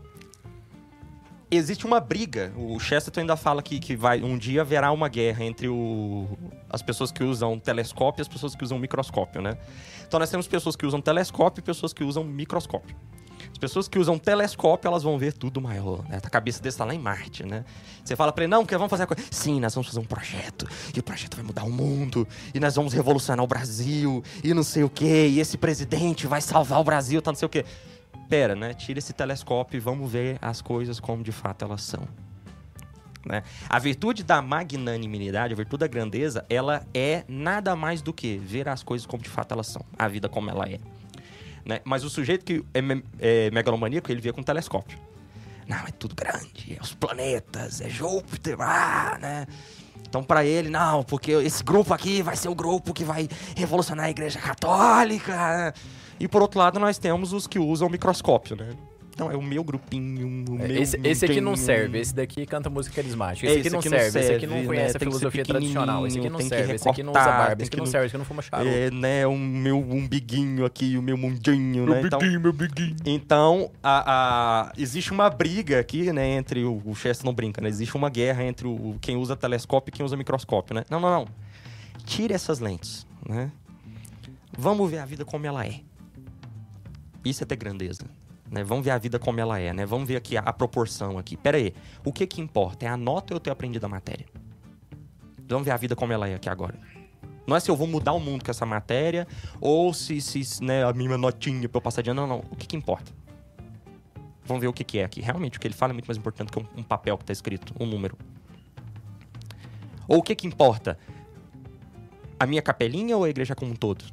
Speaker 4: existe uma briga. O Chesterton ainda fala que, que vai, um dia haverá uma guerra entre o, as pessoas que usam telescópio e as pessoas que usam microscópio, né? Então nós temos pessoas que usam telescópio e pessoas que usam microscópio. As pessoas que usam telescópio, elas vão ver tudo maior, né? A cabeça deles tá lá em Marte, né? Você fala pra ele, não, porque vamos fazer a coisa. Sim, nós vamos fazer um projeto, e o projeto vai mudar o mundo, e nós vamos revolucionar o Brasil, e não sei o quê, e esse presidente vai salvar o Brasil, tá não sei o quê. Pera, né? Tira esse telescópio e vamos ver as coisas como de fato elas são. Né? A virtude da magnanimidade, a virtude da grandeza, ela é nada mais do que ver as coisas como de fato elas são, a vida como ela é. Né? Mas o sujeito que é, me é megalomaníaco, ele vê com um telescópio. Não, é tudo grande, é os planetas, é Júpiter, ah, né? Então, pra ele, não, porque esse grupo aqui vai ser o grupo que vai revolucionar a Igreja Católica, né? E por outro lado, nós temos os que usam microscópio, né? Então, é o meu grupinho, o
Speaker 2: É,
Speaker 4: meu
Speaker 2: esse, esse aqui não
Speaker 4: mundinho.
Speaker 2: serve, esse daqui canta música carismática. Esse,
Speaker 4: Esse
Speaker 2: aqui não
Speaker 4: aqui não
Speaker 2: serve, esse aqui não
Speaker 4: serve,
Speaker 2: conhece
Speaker 4: né?
Speaker 2: a
Speaker 4: Tem que ser
Speaker 2: filosofia tradicional. Esse aqui não
Speaker 4: pequenininho, tem que
Speaker 2: serve, esse aqui não usa
Speaker 4: recortar,
Speaker 2: barba,
Speaker 4: tem
Speaker 2: esse aqui
Speaker 4: que
Speaker 2: não
Speaker 4: não-
Speaker 2: serve, esse aqui não fuma charuto.
Speaker 4: É, né, o meu umbiguinho aqui, o meu mundinho, né? Então,
Speaker 3: meu biguinho.
Speaker 4: então a, a- existe uma briga aqui, né, entre o, o Chester não brinca, né? Existe uma guerra entre o, quem usa telescópio e quem usa microscópio, né? Não, não, não. Tire essas lentes, né? Vamos ver a vida como ela é. Isso é ter grandeza. Né? Vamos ver a vida como ela é, né? Vamos ver aqui a, a proporção aqui. Pera aí, o que que importa? É a nota ou eu ter aprendido a matéria? Vamos ver a vida como ela é aqui agora. Não é se eu vou mudar o mundo com essa matéria ou se, se né, a minha notinha pra eu passar de ano. Não, não. O que que importa? Vamos ver o que que é aqui. Realmente, o que ele fala é muito mais importante que um, um papel que tá escrito, um número. Ou o que que importa? A minha capelinha ou a igreja como um todo?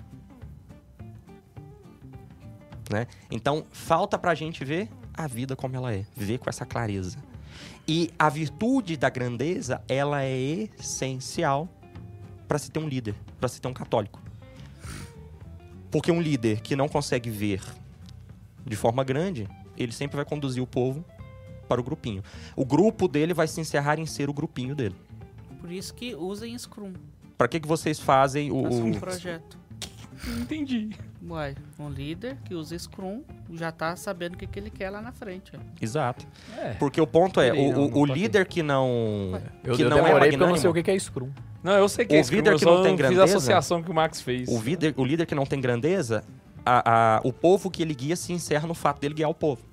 Speaker 4: Né? Então, falta pra gente ver a vida como ela é. Ver com essa clareza. E a virtude da grandeza, ela é essencial para se ter um líder, para se ter um católico. Porque um líder que não consegue ver de forma grande, ele sempre vai conduzir o povo para o grupinho. O grupo dele vai se encerrar em ser o grupinho dele.
Speaker 1: Por isso que usem Scrum.
Speaker 4: Para que que vocês fazem o...
Speaker 1: Façam um
Speaker 4: o...
Speaker 1: projeto.
Speaker 3: Entendi.
Speaker 1: Uai, um líder que usa Scrum já tá sabendo o que, que ele quer lá na frente. Ó.
Speaker 4: Exato.
Speaker 3: É.
Speaker 4: Porque o ponto é,
Speaker 3: Peraí,
Speaker 4: o,
Speaker 3: não,
Speaker 4: o-
Speaker 3: não
Speaker 4: o
Speaker 3: tô
Speaker 4: líder que não...
Speaker 2: Eu,
Speaker 4: que
Speaker 2: eu
Speaker 4: não é
Speaker 2: demorei porque eu não
Speaker 4: magnânimo,
Speaker 2: sei o que que é Scrum.
Speaker 3: Não, eu sei que
Speaker 4: O
Speaker 3: é Scrum,
Speaker 4: líder
Speaker 3: eu
Speaker 4: que
Speaker 3: só
Speaker 4: não tem
Speaker 3: fiz a
Speaker 4: grandeza-
Speaker 3: associação que o Max fez.
Speaker 4: O líder, o líder que não tem grandeza, a, a- o povo que ele guia se encerra no fato dele guiar o povo.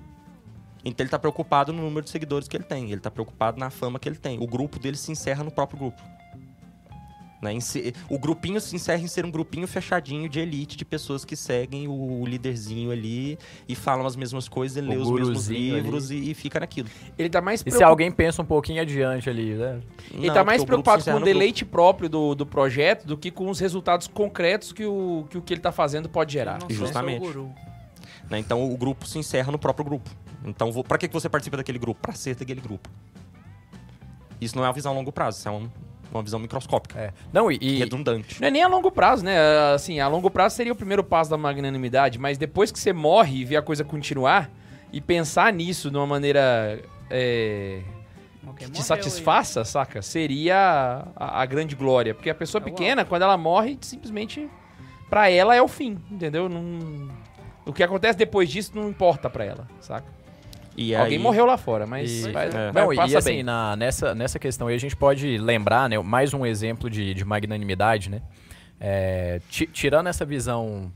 Speaker 4: Então ele tá preocupado no número de seguidores que ele tem, ele tá preocupado na fama que ele tem. O grupo dele se encerra no próprio grupo. Né? Em se- O grupinho se encerra em ser um grupinho fechadinho de elite, de pessoas que seguem o líderzinho ali e falam as mesmas coisas, ele
Speaker 2: O
Speaker 4: lê os mesmos
Speaker 2: guruzinho
Speaker 4: livros e, e fica naquilo.
Speaker 3: Ele tá mais
Speaker 2: E se
Speaker 3: preocupado.
Speaker 2: alguém pensa um pouquinho adiante ali, né?
Speaker 3: Ele
Speaker 4: Não,
Speaker 3: tá mais
Speaker 4: porque o grupo
Speaker 3: preocupado
Speaker 4: se
Speaker 3: com
Speaker 4: encerra
Speaker 3: o
Speaker 4: no grupo.
Speaker 3: deleite próprio do, do projeto do que com os resultados concretos que o que, o que ele tá fazendo pode gerar.
Speaker 1: Eu não sou
Speaker 4: Justamente.
Speaker 1: seu guru.
Speaker 4: Né? Então o grupo se encerra no próprio grupo. Então, vou... para que que você participa daquele grupo? Para ser daquele grupo. Isso não é uma visão a longo prazo, isso é um- uma visão microscópica,
Speaker 2: É. Não, e, e-
Speaker 4: redundante.
Speaker 3: Não é nem a longo prazo, né? Assim, a longo prazo seria o primeiro passo da magnanimidade, mas depois que você morre e vê a coisa continuar e pensar nisso de uma maneira é,
Speaker 1: Ok,
Speaker 3: que te
Speaker 1: morreu
Speaker 3: satisfaça, saca? Seria a, a grande glória. Porque a pessoa
Speaker 1: É o
Speaker 3: pequena, quando ela morre, simplesmente pra ela é o fim, entendeu? Não... O que acontece depois disso não importa pra ela, saca?
Speaker 4: E
Speaker 3: Alguém
Speaker 4: aí-
Speaker 3: morreu lá fora, mas
Speaker 2: E-
Speaker 3: vai,
Speaker 4: é.
Speaker 3: vai,
Speaker 2: Não, e
Speaker 3: passa
Speaker 2: assim,
Speaker 3: bem.
Speaker 2: na, nessa, nessa questão aí a gente pode lembrar, né, mais um exemplo de, de magnanimidade, né? É, ti- tirando essa visão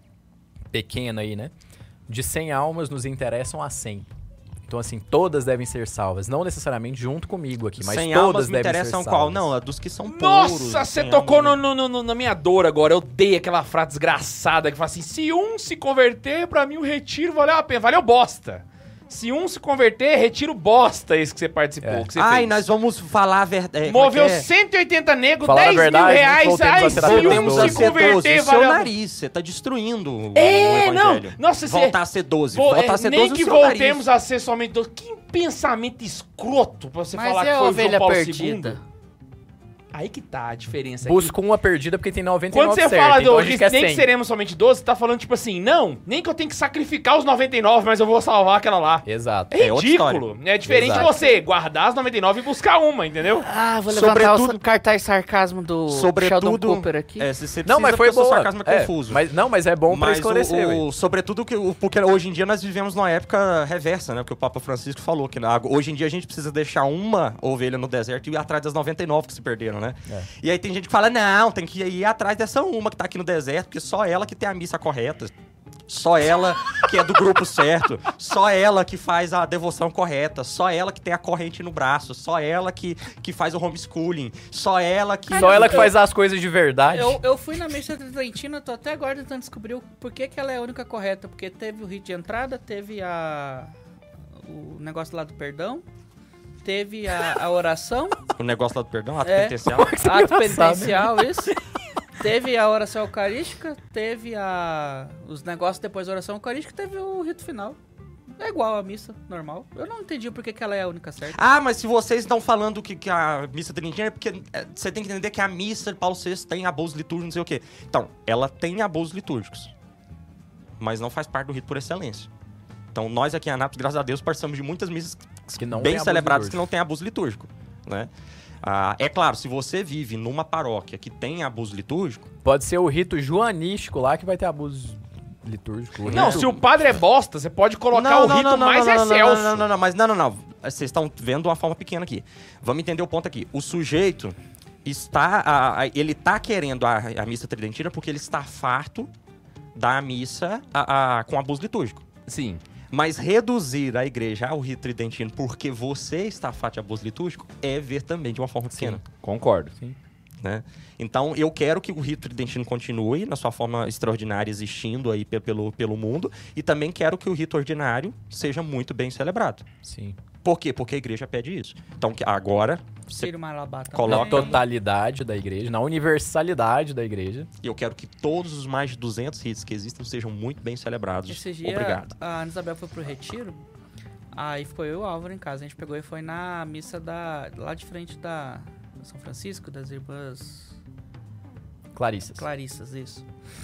Speaker 2: pequena aí, né? De cem almas nos interessam a cem. Então, assim, todas devem ser salvas. Não necessariamente junto comigo aqui, mas
Speaker 4: Sem
Speaker 2: todas
Speaker 4: almas me
Speaker 2: devem ser
Speaker 4: interessam
Speaker 2: salvas.
Speaker 4: qual? Não, a dos que são puros.
Speaker 3: Nossa, você
Speaker 4: sem
Speaker 3: tocou
Speaker 4: almas,
Speaker 3: no, no- no- na minha dor agora. Eu odeio aquela frase desgraçada que fala assim: se um se converter, pra mim o retiro valeu a pena. Valeu bosta. Se um se converter, retiro bosta esse que você participou,
Speaker 2: É.
Speaker 3: que você
Speaker 4: Ai,
Speaker 3: fez.
Speaker 4: nós vamos falar a verdade.
Speaker 3: Moveu cento e oitenta negros,
Speaker 2: Falar a
Speaker 3: dez mil
Speaker 2: verdade,
Speaker 3: reais.
Speaker 2: voltemos
Speaker 3: Ai,
Speaker 2: a
Speaker 3: se
Speaker 2: ser apenas
Speaker 4: Voltemos
Speaker 3: um
Speaker 4: a
Speaker 3: se
Speaker 4: ser doze.
Speaker 3: converter,
Speaker 4: O seu
Speaker 3: valeu a
Speaker 4: nariz, você tá destruindo o
Speaker 3: É,
Speaker 4: o
Speaker 3: não.
Speaker 4: evangelho.
Speaker 3: Nossa, você-
Speaker 4: Voltar a ser doze.
Speaker 3: Vou-
Speaker 4: Voltar
Speaker 3: é,
Speaker 4: a ser
Speaker 3: nem
Speaker 4: doze o
Speaker 3: que
Speaker 4: seu
Speaker 3: voltemos
Speaker 4: nariz.
Speaker 3: a ser somente doze. Que pensamento escroto pra você
Speaker 1: Mas
Speaker 3: falar
Speaker 1: e
Speaker 3: que
Speaker 1: a
Speaker 3: foi o
Speaker 1: ovelha
Speaker 3: João Paulo
Speaker 1: perdida?
Speaker 3: segundo. Aí que tá a diferença.
Speaker 2: Busca uma perdida porque tem noventa e nove
Speaker 3: Quando você
Speaker 2: certo,
Speaker 3: fala
Speaker 2: então
Speaker 3: do
Speaker 2: a gente
Speaker 3: que
Speaker 2: quer
Speaker 3: nem que
Speaker 2: cem.
Speaker 3: seremos somente doze, você tá falando tipo assim, não, nem que eu tenho que sacrificar os noventa e nove, mas eu vou salvar aquela lá.
Speaker 2: Exato.
Speaker 3: É
Speaker 4: É outra
Speaker 3: ridículo. É diferente
Speaker 2: Exato.
Speaker 3: de você guardar as noventa e nove e buscar uma, entendeu?
Speaker 1: Ah, vou levantar
Speaker 4: Sobretudo-
Speaker 1: o cartaz sarcasmo do Sheldon
Speaker 4: Sobretudo...
Speaker 1: Cooper aqui.
Speaker 4: É, se você
Speaker 2: Não, mas
Speaker 4: precisa,
Speaker 2: foi
Speaker 4: porque o seu
Speaker 2: boa.
Speaker 4: sarcasmo é
Speaker 2: É,
Speaker 4: confuso.
Speaker 2: mas, não, mas é bom pra
Speaker 4: Mas
Speaker 2: esclarecer,
Speaker 4: o,
Speaker 2: velho.
Speaker 4: o, sobretudo que o, porque hoje em dia nós vivemos numa época reversa, né? Que o Papa Francisco falou que na- hoje em dia a gente precisa deixar uma ovelha no deserto e ir atrás das noventa e nove que se perderam, né?
Speaker 2: É.
Speaker 4: E aí tem gente que fala, não, tem que ir atrás dessa uma que tá aqui no deserto, porque só ela que tem a missa correta. Só ela que é do grupo certo. Só ela que faz a devoção correta. Só ela que tem a corrente no braço. Só ela que, que faz o homeschooling. Só ela que...
Speaker 2: Só ela que faz as coisas de verdade.
Speaker 1: Eu, eu fui na missa tridentina, tô até agora tentando descobrir o por que, que ela é a única correta. Porque teve o rito de entrada, teve a o negócio lá do perdão, teve a, a oração,
Speaker 4: O negócio lá do perdão, ato
Speaker 1: É.
Speaker 4: penitencial.
Speaker 1: ato penitencial, isso. Teve a oração eucarística, teve a os negócios depois da oração eucarística, teve o rito final. É igual a missa normal. Eu não entendi por que, que ela é a única certa.
Speaker 4: Ah, mas se vocês estão falando que, que a missa tridentina é porque é, você tem que entender que a missa de Paulo sexto tem abusos litúrgicos, não sei o quê. Então, ela tem abusos litúrgicos, mas não faz parte do rito por excelência. Então, nós aqui em Anápolis, graças a Deus, participamos de muitas missas
Speaker 2: Que não tem
Speaker 4: bem
Speaker 2: abuso
Speaker 4: celebradas que
Speaker 2: litúrgico.
Speaker 4: não tem abuso litúrgico, né? Ah, é claro, se você vive numa paróquia que tem abuso litúrgico,
Speaker 2: Pode ser o rito joanístico lá que vai ter abuso litúrgico. O
Speaker 3: Não,
Speaker 2: rito-
Speaker 3: se o padre é bosta, você pode colocar o rito mais
Speaker 4: não,
Speaker 3: excelso.
Speaker 4: Não, não, não, não, mas não, não, não. Vocês estão vendo de uma forma pequena aqui. Vamos entender o ponto aqui. O sujeito está, a- a- ele está querendo a, a missa tridentina porque ele está farto da missa a- a- com abuso litúrgico.
Speaker 3: Sim.
Speaker 4: Mas reduzir a igreja ao rito tridentino porque você está farto de abuso litúrgico é ver também de uma forma pequena.
Speaker 3: Concordo.
Speaker 4: Né? Então, eu quero que o rito tridentino continue na sua forma extraordinária, existindo aí pe- pelo, pelo mundo, e também quero que o rito ordinário seja muito bem celebrado.
Speaker 2: Sim.
Speaker 4: Por quê? Porque a igreja pede isso. Então, que agora, você-
Speaker 1: Ciro Marabá também.
Speaker 4: coloca-
Speaker 2: Na totalidade da igreja, na universalidade da igreja.
Speaker 4: eu quero que todos os mais de duzentos ritos que existam sejam muito bem celebrados.
Speaker 1: Esse dia,
Speaker 4: Obrigado.
Speaker 1: a Ana Isabel foi pro retiro, aí ficou eu e o Álvaro em casa. A gente pegou e foi na missa da, lá de frente da São Francisco, das irmãs
Speaker 2: Clarissas.
Speaker 1: Clarissas, isso.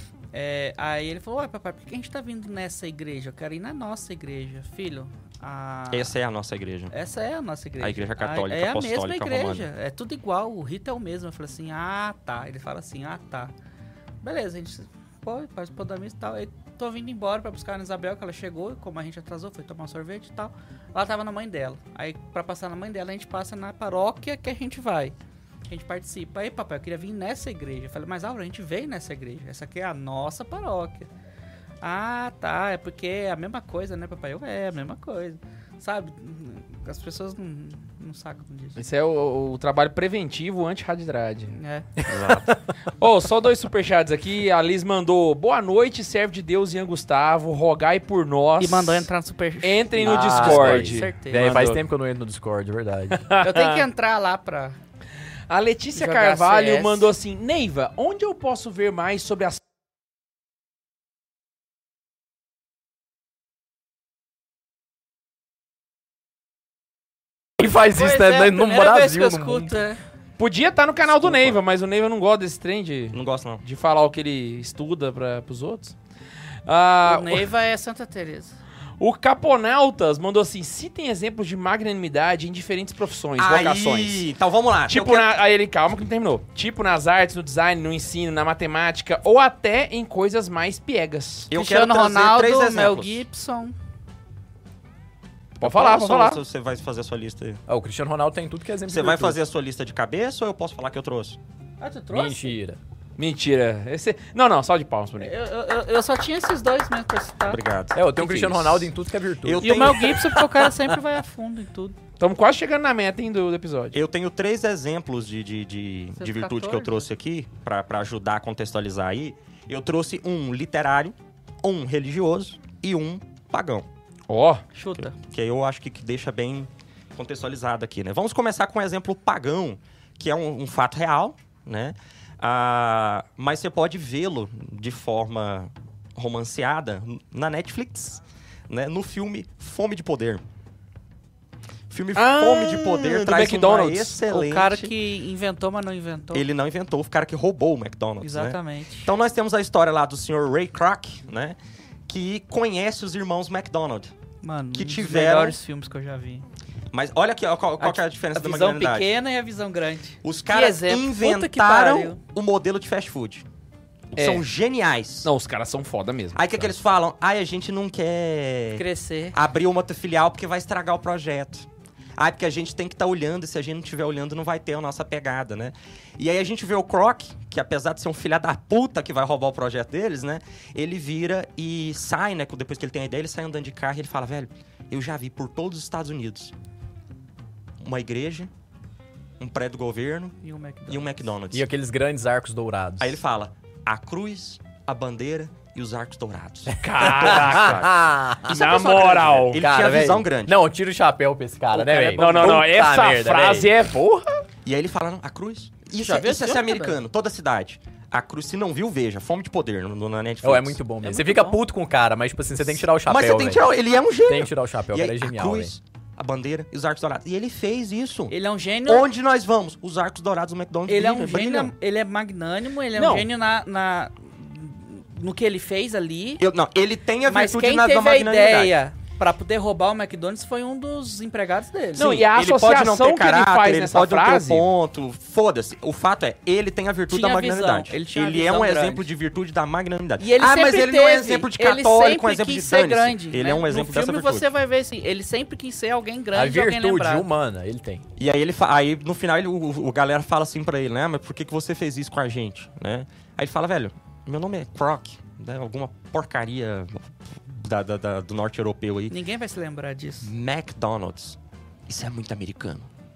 Speaker 1: É, aí ele falou, ué, papai, por que a gente tá vindo nessa igreja? Eu quero ir na nossa igreja. Filho, a...
Speaker 4: Essa é a nossa igreja.
Speaker 1: essa é a nossa igreja.
Speaker 4: A igreja católica,
Speaker 1: é a mesma
Speaker 4: apostólica
Speaker 1: igreja.
Speaker 4: romana.
Speaker 1: É tudo igual, o rito é o mesmo. Eu falei assim, ah, tá. Ele fala assim, ah, tá. Beleza, a gente pô, participou da missa e tal. Aí tô vindo embora pra buscar a Ana Isabel, que ela chegou, como a gente atrasou, foi tomar um sorvete e tal. Ela tava na mãe dela. Aí, pra passar na mãe dela, a gente passa na paróquia que a gente vai. A gente participa. Aí, papai, eu queria vir nessa igreja. Eu falei, mas Álvaro, a gente veio nessa igreja. Essa aqui é a nossa paróquia. Ah, tá. É porque é a mesma coisa, né, papai? Eu, é, a mesma coisa. Sabe? As pessoas não, não sacam disso.
Speaker 3: Esse é o, o trabalho preventivo anti-radidrade.
Speaker 1: É.
Speaker 4: Exato.
Speaker 3: Ô, só dois superchats aqui. A Liz mandou, boa noite, servo de Deus Ian Gustavo, rogai por nós.
Speaker 1: E mandou entrar no super...
Speaker 3: Entrem no
Speaker 2: Ah,
Speaker 3: Discord.
Speaker 1: certeza.
Speaker 2: Véi, faz
Speaker 3: Mandou.
Speaker 2: tempo que eu não entro no Discord, é verdade.
Speaker 1: Eu tenho que entrar lá pra...
Speaker 3: A Letícia
Speaker 1: Jogar
Speaker 3: Carvalho
Speaker 1: C S.
Speaker 3: mandou assim, Neiva, onde eu posso ver mais sobre as...
Speaker 2: Quem faz isso,
Speaker 1: Pois
Speaker 2: né?
Speaker 1: é,
Speaker 2: no
Speaker 1: primeira vez que
Speaker 2: Brasil,
Speaker 1: eu
Speaker 2: no mundo.
Speaker 1: escuto, é.
Speaker 3: Podia estar no canal do
Speaker 4: Desculpa.
Speaker 3: Neiva, mas o Neiva não gosta desse trem de,
Speaker 4: Não gosto, não.
Speaker 3: de falar o que ele estuda para os outros. Ah,
Speaker 1: O Neiva é Santa Teresa.
Speaker 3: o Caponautas mandou assim, citem exemplos de magnanimidade em diferentes profissões, vocações.
Speaker 4: Aí, então vamos lá.
Speaker 3: Tipo,
Speaker 4: Eu quero-
Speaker 3: na, aí ele, calma que não terminou. Tipo nas artes, no design, no ensino, na matemática, ou até em coisas mais piegas.
Speaker 4: eu
Speaker 1: Cristiano
Speaker 4: quero trazer
Speaker 1: Ronaldo,
Speaker 4: três
Speaker 1: Mel
Speaker 4: exemplos.
Speaker 1: Gibson.
Speaker 3: Pode falar, pode
Speaker 4: Ou
Speaker 3: falar.
Speaker 4: Você vai fazer a sua lista aí?
Speaker 2: Ah, o Cristiano Ronaldo tem tudo que é exemplo
Speaker 4: Você
Speaker 2: de
Speaker 4: vai
Speaker 2: virtude.
Speaker 4: fazer a sua lista de cabeça ou eu posso falar que eu trouxe?
Speaker 1: Ah, tu trouxe?
Speaker 2: Mentira.
Speaker 3: Mentira. Esse... Não, não, só de palmas pra ele.
Speaker 1: Eu, eu, eu- eu só tinha esses dois mesmo pra citar.
Speaker 4: Obrigado.
Speaker 2: É, eu tenho o
Speaker 4: Que
Speaker 2: Cristiano
Speaker 4: que é
Speaker 2: Ronaldo
Speaker 4: isso?
Speaker 2: em tudo que é virtude.
Speaker 4: Eu
Speaker 1: E
Speaker 4: tenho-
Speaker 1: o Mel Gibson, porque o cara sempre vai a fundo em tudo.
Speaker 3: Estamos quase chegando na meta, hein, do, do episódio.
Speaker 4: Eu tenho três exemplos de, de, de,
Speaker 1: Você
Speaker 4: de
Speaker 1: fica
Speaker 4: virtude que eu
Speaker 1: torto.
Speaker 4: trouxe aqui, pra pra ajudar a contextualizar aí. Eu trouxe um literário, um religioso e um pagão.
Speaker 3: Ó,
Speaker 1: Chuta.
Speaker 4: Que aí eu acho que, que deixa bem contextualizado aqui, né? Vamos começar com um exemplo pagão, que é um, um fato real, né? Ah, mas você pode vê-lo de forma romanceada na Netflix, né? No filme Fome de Poder. O filme
Speaker 3: Ah,
Speaker 4: Fome de Poder
Speaker 3: do
Speaker 4: traz
Speaker 3: McDonald's.
Speaker 4: uma excelente...
Speaker 1: O cara que inventou, mas não inventou.
Speaker 4: Ele não inventou, o cara que roubou o McDonald's, né?
Speaker 1: Exatamente.
Speaker 4: Então nós temos a história lá do senhor Ray Kroc, né? Que conhece os irmãos McDonald.
Speaker 1: Mano,
Speaker 4: que
Speaker 1: um dos
Speaker 4: tiveram-
Speaker 1: melhores filmes que eu já vi.
Speaker 4: Mas olha aqui, ó, qual, qual que é a diferença
Speaker 1: A
Speaker 4: da
Speaker 1: visão
Speaker 4: magnanimidade.
Speaker 1: pequena e a visão grande.
Speaker 4: Os
Speaker 1: Que
Speaker 4: caras
Speaker 1: exemplo. Puta que
Speaker 4: inventaram
Speaker 1: pariu.
Speaker 4: o modelo de fast food.
Speaker 3: É.
Speaker 4: São geniais.
Speaker 3: Não, os caras são foda mesmo.
Speaker 4: Aí o que, que eles falam? Ai, a gente não quer
Speaker 1: Crescer.
Speaker 4: abrir uma outra filial porque vai estragar o projeto. Ai, porque a gente tem que estar olhando, e se a gente não estiver olhando, não vai ter a nossa pegada, né? E aí a gente vê o Kroc, que apesar de ser um filho da puta que vai roubar o projeto deles, né? Ele vira e sai, né? Depois que ele tem a ideia, ele sai andando de carro e ele fala, velho, eu já vi por todos os Estados Unidos uma igreja, um prédio do governo
Speaker 1: E um McDonald's.
Speaker 4: e um McDonald's.
Speaker 2: E aqueles grandes arcos dourados.
Speaker 4: Aí ele fala, a cruz, a bandeira e os arcos dourados.
Speaker 3: Caraca.
Speaker 2: Ah,
Speaker 4: Isso é
Speaker 3: Na
Speaker 4: pessoa grande,
Speaker 3: moral.
Speaker 4: velho. Ele tinha visão grande.
Speaker 2: Não, tira o chapéu pra esse cara,
Speaker 1: O
Speaker 2: né,
Speaker 1: cara é
Speaker 2: velho?
Speaker 1: bom.
Speaker 3: Não, não, não.
Speaker 2: Puta
Speaker 3: Essa
Speaker 2: merda,
Speaker 3: frase
Speaker 2: velho.
Speaker 3: é porra.
Speaker 4: E aí ele fala, não, a cruz? Isso,
Speaker 1: Já
Speaker 4: é,
Speaker 1: viu
Speaker 4: isso é
Speaker 1: esse
Speaker 4: ser
Speaker 1: filme,
Speaker 4: americano, toda a cidade. A cruz, se não viu, veja. Fome de Poder no, no, na Netflix.
Speaker 2: Oh, é muito bom mesmo.
Speaker 1: É
Speaker 2: você
Speaker 1: muito
Speaker 2: fica
Speaker 1: bom.
Speaker 2: puto com o cara, mas, tipo assim, você tem que tirar o chapéu,
Speaker 4: Mas você tem que
Speaker 2: velho.
Speaker 4: tirar... Ele é um gênio.
Speaker 2: Tem que tirar o chapéu, o
Speaker 4: E
Speaker 2: cara
Speaker 4: aí,
Speaker 2: é genial,
Speaker 4: a
Speaker 2: velho.
Speaker 4: cruz, a bandeira e os arcos dourados. E ele fez isso.
Speaker 1: Ele é um gênio.
Speaker 4: Onde nós vamos? Os arcos dourados do McDonald's.
Speaker 1: Ele é um
Speaker 4: brilham,
Speaker 1: gênio,
Speaker 4: brilham.
Speaker 1: ele é magnânimo, ele é
Speaker 3: Não.
Speaker 1: um gênio na, na- no que ele fez ali.
Speaker 4: Eu, não, ele tem a
Speaker 1: Mas
Speaker 4: virtude
Speaker 1: quem
Speaker 4: na,
Speaker 1: teve
Speaker 4: da
Speaker 1: a
Speaker 4: magnanimidade.
Speaker 1: ideia pra poder roubar o McDonald's foi um dos empregados dele.
Speaker 3: Não,
Speaker 4: Sim,
Speaker 3: e a
Speaker 4: ele pode não
Speaker 3: associação
Speaker 4: ter
Speaker 3: que ele
Speaker 4: caráter,
Speaker 3: faz
Speaker 4: ele
Speaker 3: nessa
Speaker 4: pode
Speaker 3: frase-
Speaker 4: não ter ponto. Foda-se. O fato é, ele tem a virtude
Speaker 1: Tinha
Speaker 4: da
Speaker 1: visão,
Speaker 4: magnanimidade.
Speaker 1: ele tinha uma
Speaker 4: é
Speaker 1: visão
Speaker 4: um
Speaker 1: grande.
Speaker 4: exemplo de virtude da magnanimidade.
Speaker 1: E ele
Speaker 4: ah,
Speaker 1: sempre
Speaker 4: mas ele
Speaker 1: teve,
Speaker 4: não é exemplo de
Speaker 1: ele
Speaker 4: católico, é um
Speaker 1: sempre
Speaker 4: exemplo
Speaker 1: quis
Speaker 4: de
Speaker 1: ser
Speaker 4: dane-se.
Speaker 1: grande.
Speaker 4: Ele
Speaker 1: né?
Speaker 4: é um exemplo
Speaker 1: No
Speaker 4: dessa
Speaker 1: filme
Speaker 4: virtude.
Speaker 1: você vai ver assim, ele sempre quis ser alguém
Speaker 2: A
Speaker 1: grande, alguém
Speaker 2: virtude
Speaker 1: lembrado.
Speaker 2: humana, ele tem.
Speaker 4: E aí, ele fa- aí no final, ele, o, o galera fala assim pra ele, né? Mas por que, que você fez isso com a gente, né? Aí ele fala, velho, meu nome é Kroc, né? Alguma porcaria da, da- da- do norte europeu aí.
Speaker 1: Ninguém vai se lembrar disso.
Speaker 4: McDonald's. Isso é muito americano.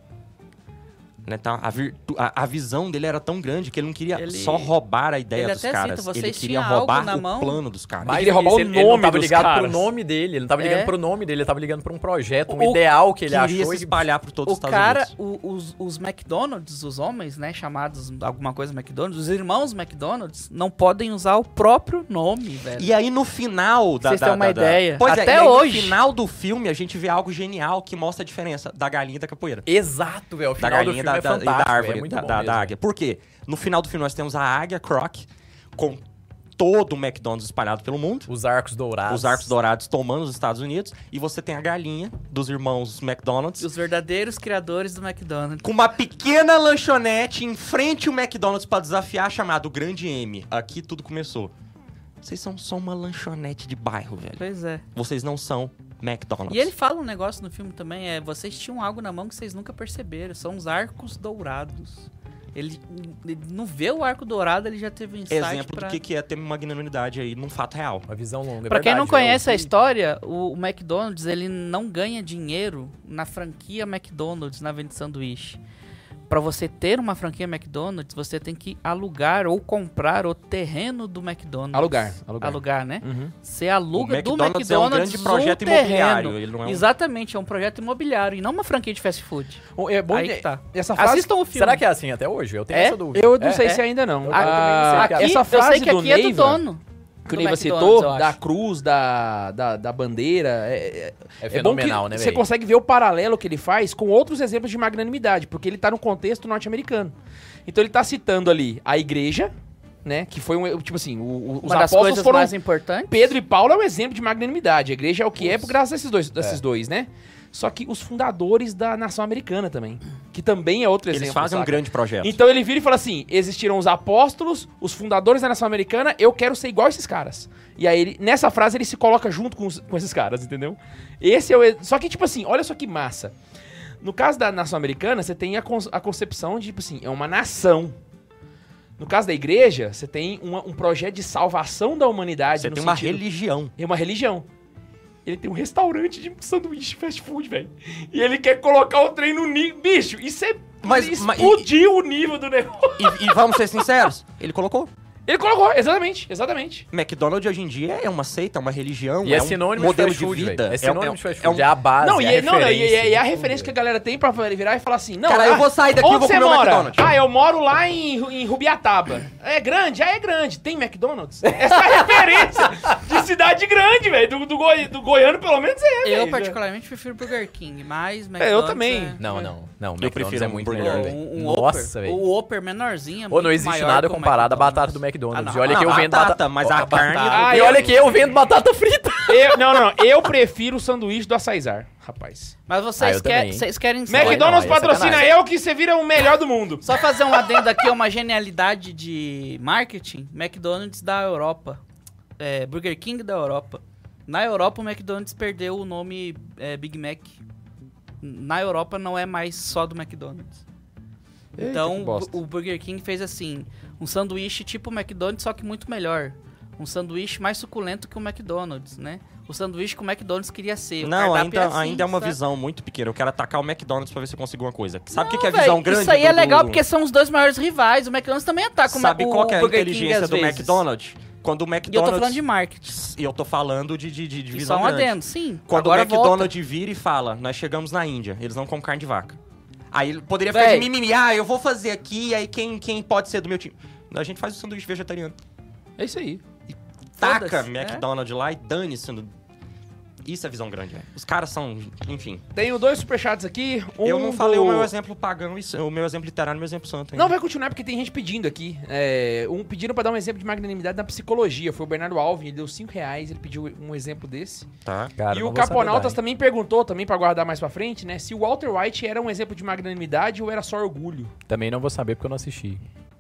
Speaker 4: Né, tá? a, virtu- a- a visão dele era tão grande que ele não queria
Speaker 1: Ele-
Speaker 4: só roubar a ideia
Speaker 1: ele
Speaker 4: dos
Speaker 1: até cita,
Speaker 4: caras.
Speaker 1: vocês
Speaker 4: Ele queria
Speaker 1: tinham algo
Speaker 4: roubar
Speaker 1: na
Speaker 4: o
Speaker 1: mão?
Speaker 4: plano dos caras.
Speaker 3: Mas
Speaker 2: Ele
Speaker 3: queria roubar
Speaker 2: isso,
Speaker 3: o
Speaker 2: ele, ele não
Speaker 3: nome
Speaker 2: tava
Speaker 3: dos
Speaker 2: ligado
Speaker 3: caras.
Speaker 2: pro nome dele, ele não tava ligando
Speaker 1: É.
Speaker 2: pro nome dele, ele tava ligando pra um projeto, um
Speaker 1: O-
Speaker 2: ideal que ele
Speaker 4: queria
Speaker 2: achou
Speaker 4: se
Speaker 2: e
Speaker 4: espalhar por todos
Speaker 1: O
Speaker 4: os Estados
Speaker 1: cara,
Speaker 4: Unidos.
Speaker 1: o- os, os McDonald's, os homens, né, chamados alguma coisa McDonald's, os irmãos McDonald's, não podem usar o próprio nome, velho.
Speaker 4: E aí no final da...
Speaker 1: Vocês
Speaker 4: da-
Speaker 1: têm uma
Speaker 4: da- da-
Speaker 1: ideia.
Speaker 4: Pois
Speaker 1: Até
Speaker 4: é, e aí
Speaker 1: hoje.
Speaker 4: no final do filme a gente vê algo genial que mostra a diferença da galinha e da capoeira.
Speaker 2: Exato, velho. O
Speaker 4: Da
Speaker 2: final do
Speaker 4: galinha e
Speaker 2: filme
Speaker 4: da,
Speaker 2: é
Speaker 4: da, e
Speaker 2: fantástico,
Speaker 4: da árvore,
Speaker 2: é muito
Speaker 4: da,
Speaker 2: bom
Speaker 4: da-
Speaker 2: mesmo.
Speaker 4: da águia. Por quê? No final do filme nós temos a águia Kroc com todo o McDonald's espalhado pelo mundo.
Speaker 2: Os arcos dourados.
Speaker 4: Os arcos dourados tomando os Estados Unidos. E você tem a galinha dos irmãos McDonald's
Speaker 1: Os verdadeiros criadores do McDonald's.
Speaker 4: com uma pequena lanchonete em frente ao McDonald's pra desafiar, chamado Grande M. Aqui tudo começou. Vocês são só uma lanchonete de bairro, velho.
Speaker 1: Pois é.
Speaker 4: Vocês não são McDonald's.
Speaker 1: E ele fala um negócio no filme também, é, vocês tinham algo na mão que vocês nunca perceberam, são os arcos dourados. Ele, ele não vê o arco dourado, ele já teve um insight
Speaker 4: Exemplo
Speaker 1: pra...
Speaker 4: do que que é ter magnanimidade aí num fato real.
Speaker 2: Uma visão longa. é
Speaker 1: Pra quem não
Speaker 2: verdade,
Speaker 1: conhece
Speaker 2: velho.
Speaker 1: a história, o, o McDonald's, ele não ganha dinheiro na franquia McDonald's, na venda de sanduíche. Pra você ter uma franquia McDonald's, você tem que alugar ou comprar o terreno do McDonald's.
Speaker 3: Alugar, alugar.
Speaker 1: Alugar, né?
Speaker 3: Uhum.
Speaker 1: Você aluga
Speaker 4: O
Speaker 1: do
Speaker 4: McDonald's
Speaker 1: McDonald's
Speaker 4: é um grande projeto
Speaker 1: o terreno.
Speaker 4: imobiliário, ele não é um-
Speaker 1: Exatamente, é um projeto imobiliário e não uma franquia de fast food.
Speaker 3: O- É bom
Speaker 1: Aí
Speaker 3: de-
Speaker 1: que tá.
Speaker 3: Essa frase...
Speaker 1: Assistam o filme.
Speaker 2: Será que é assim até hoje? Eu tenho
Speaker 1: É?
Speaker 2: essa dúvida.
Speaker 3: Eu não
Speaker 2: É?
Speaker 3: sei
Speaker 2: É?
Speaker 3: se ainda não.
Speaker 2: Eu também não sei,
Speaker 3: Ah,
Speaker 2: cara.
Speaker 3: essa
Speaker 1: eu
Speaker 3: frase
Speaker 1: sei que
Speaker 3: do
Speaker 1: aqui é do
Speaker 3: Neiva,
Speaker 1: dono.
Speaker 3: que o
Speaker 1: do
Speaker 3: Neiva
Speaker 1: McDonald's,
Speaker 3: citou,
Speaker 1: eu
Speaker 3: da
Speaker 1: acho.
Speaker 3: cruz, da, da, da bandeira, é,
Speaker 2: É
Speaker 3: é
Speaker 2: fenomenal,
Speaker 3: bom que
Speaker 2: né,
Speaker 3: você
Speaker 2: velho?
Speaker 3: consegue ver o paralelo que ele faz com outros exemplos de magnanimidade, porque ele tá no contexto norte-americano. Então ele tá citando ali a igreja, né, que foi um, tipo assim, o, o, os
Speaker 1: Uma das
Speaker 3: apóstolos
Speaker 1: coisas
Speaker 3: foram...
Speaker 1: mais importantes.
Speaker 3: Pedro e Paulo é um exemplo de magnanimidade, a igreja é o que é por graças a esses dois, desses
Speaker 2: É.
Speaker 3: dois, né? Só que os fundadores da nação americana também, que também é outro
Speaker 4: Eles
Speaker 3: exemplo.
Speaker 4: fazem um
Speaker 3: saca?
Speaker 4: grande projeto.
Speaker 3: Então ele vira e fala assim: existiram os apóstolos, os fundadores da nação americana, eu quero ser igual a esses caras. E aí, ele, nessa frase, ele se coloca junto com, os- com esses caras, entendeu? Esse é o. e- Só que, tipo assim, olha só que massa. No caso da nação americana, você tem a, con- a concepção de, tipo assim, é uma nação. No caso da igreja, você tem uma- um projeto de salvação da humanidade.
Speaker 4: Você
Speaker 3: no
Speaker 4: tem uma
Speaker 3: sentido-
Speaker 4: religião.
Speaker 3: É uma religião. Ele tem um restaurante de sanduíche fast food, velho. E ele quer colocar o trem no nível. Bicho, isso é.
Speaker 4: Mas- mas-
Speaker 3: explodiu o nível do negócio.
Speaker 4: E, e vamos ser sinceros, ele colocou.
Speaker 3: Ele colocou, exatamente, exatamente.
Speaker 4: McDonald's hoje em dia é uma seita, é uma religião,
Speaker 2: E é
Speaker 4: um
Speaker 2: sinônimo
Speaker 4: modelo
Speaker 2: de fast food,
Speaker 4: vida.
Speaker 2: velho. É sinônimo
Speaker 4: é,
Speaker 2: de fast
Speaker 4: é um-
Speaker 2: food. É a base,
Speaker 3: não, e,
Speaker 2: é a
Speaker 3: é, não, não, e,
Speaker 2: referência.
Speaker 3: é- e é a referência que a galera tem pra virar e falar assim: não,
Speaker 4: Cara,
Speaker 3: ah,
Speaker 4: eu vou sair daqui e
Speaker 3: onde
Speaker 4: vou
Speaker 3: você
Speaker 4: comer o
Speaker 3: mora?
Speaker 4: McDonald's.
Speaker 3: Ah, eu moro lá em, Ru- em Rubiataba. É grande? Ah, é grande. Tem McDonald's? Essa é a referência de cidade grande, velho. Do, do, goi, do goiano, pelo menos, é, velho.
Speaker 1: Eu, particularmente, prefiro Burger King, mas McDonald's...
Speaker 3: É, eu também.
Speaker 1: É...
Speaker 2: Não, não. Não,
Speaker 4: Eu
Speaker 2: McDonald's
Speaker 4: prefiro
Speaker 2: é
Speaker 4: um
Speaker 2: muito
Speaker 4: burger.
Speaker 2: melhor,
Speaker 1: Pô,
Speaker 2: velho.
Speaker 1: um, um
Speaker 2: Nossa,
Speaker 1: Whopper.
Speaker 2: velho.
Speaker 1: O Whopper menorzinho é
Speaker 2: Ou não
Speaker 1: muito
Speaker 2: existe
Speaker 1: maior
Speaker 2: nada
Speaker 1: que o
Speaker 2: comparado à batata
Speaker 1: McDonald's.
Speaker 2: do McDonald's.
Speaker 1: Ah,
Speaker 2: E olha
Speaker 1: não.
Speaker 2: que eu
Speaker 4: Ah,
Speaker 2: vendo
Speaker 4: batata,
Speaker 2: batata...
Speaker 4: mas a
Speaker 2: Ó,
Speaker 4: carne-
Speaker 2: batata-
Speaker 3: Ah,
Speaker 2: E
Speaker 3: eu-
Speaker 2: olha que eu vendo batata frita.
Speaker 3: Eu, não, não, eu prefiro o sanduíche do Açaizar, rapaz.
Speaker 1: Mas
Speaker 2: Ah,
Speaker 1: vocês,
Speaker 2: eu
Speaker 1: quer,
Speaker 2: também.
Speaker 1: vocês querem...
Speaker 3: McDonald's
Speaker 2: não, aí é
Speaker 3: patrocina
Speaker 2: sacanagem.
Speaker 3: eu que você vira o melhor do mundo.
Speaker 1: Só fazer um adendo aqui, uma genialidade de marketing. McDonald's da Europa. É, Burger King da Europa. Na Europa, o McDonald's perdeu o nome é, Big Mac. Na Europa, não é mais só do McDonald's.
Speaker 3: Eita,
Speaker 1: Então,
Speaker 3: que bosta.
Speaker 1: o o Burger King fez assim, um sanduíche tipo McDonald's, só que muito melhor. Um sanduíche mais suculento que o McDonald's, né? O sanduíche que o McDonald's queria ser. O
Speaker 4: Não,
Speaker 1: cardápio
Speaker 4: ainda,
Speaker 1: é assim,
Speaker 4: ainda é uma
Speaker 1: sabe?
Speaker 4: visão muito pequena. Eu quero atacar o McDonald's pra ver se eu consigo uma coisa. Sabe o que,
Speaker 1: Não,
Speaker 4: que é a
Speaker 1: véi,
Speaker 4: visão grande?
Speaker 1: Isso aí é
Speaker 4: do-
Speaker 1: legal
Speaker 4: do-
Speaker 1: porque são os dois maiores rivais. O McDonald's também ataca o Ma-
Speaker 4: Sabe
Speaker 1: o
Speaker 4: qual que é a
Speaker 1: Burger King
Speaker 4: inteligência
Speaker 1: às
Speaker 4: do
Speaker 1: vezes.
Speaker 4: McDonald's? Quando o
Speaker 1: E eu
Speaker 4: McDonald's...
Speaker 1: tô falando de marketing.
Speaker 4: E eu tô falando de, de, de, de
Speaker 1: E
Speaker 4: visão
Speaker 1: só um
Speaker 4: grande.
Speaker 1: adendo, sim.
Speaker 4: Quando
Speaker 1: Agora
Speaker 4: o McDonald's vira e fala, nós chegamos na Índia, eles não comem carne de vaca. Aí ele poderia ficar
Speaker 1: Véi.
Speaker 4: de mimimi, ah, eu vou fazer aqui, aí quem, quem pode ser do meu time? A gente faz o sanduíche vegetariano.
Speaker 3: É isso aí.
Speaker 4: Taca
Speaker 1: Foda-se,
Speaker 4: McDonald's lá e dane-se. no- Isso é visão grande, velho. Os caras são, enfim.
Speaker 3: Tenho dois superchats aqui. Um
Speaker 4: eu não falei
Speaker 3: do-
Speaker 4: o meu exemplo pagão, e- o meu exemplo literário e o meu exemplo santo ainda.
Speaker 3: Não, vai continuar porque tem gente pedindo aqui. É, um pediram pra dar um exemplo de magnanimidade na psicologia. Foi o Bernardo Alvin, ele deu cinco reais, ele pediu um exemplo desse.
Speaker 4: Tá.
Speaker 2: Cara,
Speaker 3: e
Speaker 2: não
Speaker 3: o
Speaker 2: vou saber
Speaker 3: Caponautas
Speaker 2: dar, hein.
Speaker 3: também perguntou, também pra guardar mais pra frente, né? Se o Walter White era um exemplo de magnanimidade ou era só orgulho.
Speaker 2: Também não vou saber porque eu não assisti.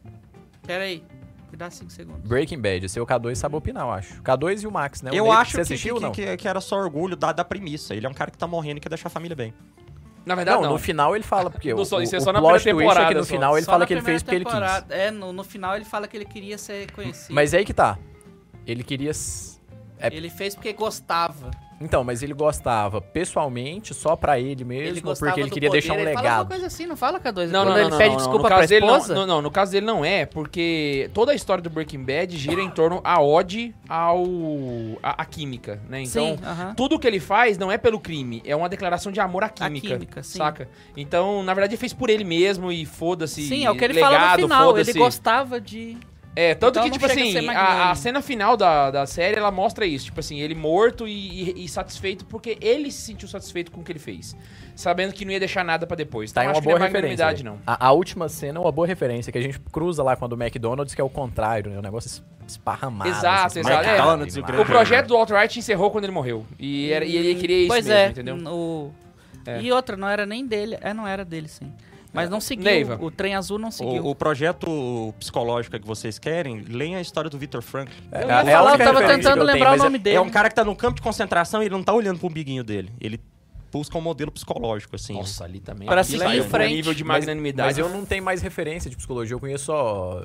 Speaker 1: Pera aí. Me dá cinco segundos.
Speaker 2: Breaking Bad, esse é o K dois sabe opinar, eu acho. K dois e o Max, né? O
Speaker 4: Eu
Speaker 2: Nate,
Speaker 4: acho
Speaker 2: Você
Speaker 4: que,
Speaker 2: assistiu
Speaker 4: que,
Speaker 2: ou não?
Speaker 4: que, que era só orgulho da, da premissa. Ele é um cara que tá morrendo e quer deixar a família bem.
Speaker 3: Na verdade,
Speaker 2: Não,
Speaker 3: não.
Speaker 2: no final ele fala, porque
Speaker 3: No
Speaker 2: o,
Speaker 3: só- isso é
Speaker 2: o
Speaker 3: só na
Speaker 2: plot
Speaker 3: primeira
Speaker 2: twist é que
Speaker 3: temporada
Speaker 2: no
Speaker 3: só.
Speaker 2: final ele
Speaker 1: Só
Speaker 2: fala
Speaker 1: na
Speaker 2: que ele fez porque
Speaker 1: primeira
Speaker 2: ele quis.
Speaker 1: temporada. É, no, no final ele fala que ele queria ser conhecido.
Speaker 2: Mas é aí que tá. Ele queria... s- é-
Speaker 1: Ele fez porque gostava.
Speaker 2: Então, mas ele gostava pessoalmente, só pra ele mesmo,
Speaker 1: Ele gostava
Speaker 2: porque ele
Speaker 1: do
Speaker 2: queria
Speaker 1: poder.
Speaker 2: deixar um
Speaker 1: Ele fala uma
Speaker 2: legado.
Speaker 1: coisa assim, não fala K dois.
Speaker 3: Não,
Speaker 1: Quando
Speaker 3: não,
Speaker 1: ele
Speaker 3: não,
Speaker 1: pede
Speaker 3: não,
Speaker 1: desculpa
Speaker 3: no
Speaker 1: pra
Speaker 3: caso dele não,
Speaker 1: esposa...
Speaker 3: não, não, no caso dele não é, porque toda a história do Breaking Bad gira em torno a ode ao a, a química, né? Então,
Speaker 1: Sim, aham.
Speaker 3: tudo que ele faz não é pelo crime, é uma declaração de amor à química,
Speaker 1: química, sim.
Speaker 3: saca? Então, na verdade, ele fez por ele mesmo e foda-se.
Speaker 1: Sim, é o que ele
Speaker 3: legado,
Speaker 1: fala no final. Ele
Speaker 3: foda-se.
Speaker 1: gostava de...
Speaker 3: É, tanto
Speaker 1: Então
Speaker 3: que,
Speaker 1: não
Speaker 3: tipo
Speaker 1: chega a
Speaker 3: assim,
Speaker 1: ser
Speaker 3: a,
Speaker 1: magnânimo.
Speaker 3: a cena final da, da série, ela mostra isso. Tipo assim, ele morto e, e- e satisfeito porque ele se sentiu satisfeito com o que ele fez. Sabendo que não ia deixar nada pra depois.
Speaker 2: Tá
Speaker 3: Então,
Speaker 2: em
Speaker 3: acho
Speaker 2: uma
Speaker 3: que não
Speaker 2: boa
Speaker 3: é magnanimidade,
Speaker 2: referência.
Speaker 3: não.
Speaker 2: A, a última cena é uma boa referência, que a gente cruza lá com a do McDonald's, que é o contrário, né? O negócio es- esparramado.
Speaker 3: Exato,
Speaker 2: assim,
Speaker 3: exato. É,
Speaker 4: McDonald's e o
Speaker 2: demais.
Speaker 3: O projeto do Walter White encerrou quando ele morreu. E, era, e ele queria isso
Speaker 1: Pois
Speaker 3: mesmo,
Speaker 1: é,
Speaker 3: entendeu?
Speaker 1: o...
Speaker 3: É.
Speaker 1: E outra, não era nem dele. É, não era dele, sim. Mas não seguiu.
Speaker 3: Neiva.
Speaker 1: O trem azul não seguiu.
Speaker 4: O, o projeto psicológico que vocês querem, leem a história do Victor Frankl.
Speaker 2: É,
Speaker 1: Eu
Speaker 2: é
Speaker 1: ia
Speaker 2: a
Speaker 1: falar, eu
Speaker 2: única
Speaker 1: tava
Speaker 2: referência
Speaker 1: tentando
Speaker 2: que eu tenho,
Speaker 1: lembrar o
Speaker 2: mas é-
Speaker 1: nome dele.
Speaker 4: É um cara que tá no campo de concentração e ele não tá olhando pro umbiguinho dele. Ele busca um modelo psicológico, assim.
Speaker 3: Nossa, ali também.
Speaker 1: Pra
Speaker 3: ali
Speaker 1: seguir
Speaker 3: saiu
Speaker 1: em
Speaker 3: pro
Speaker 1: frente.
Speaker 3: nível de
Speaker 2: Mas-
Speaker 3: magnanimidade.
Speaker 2: Mas eu não tenho mais referência de psicologia, eu conheço só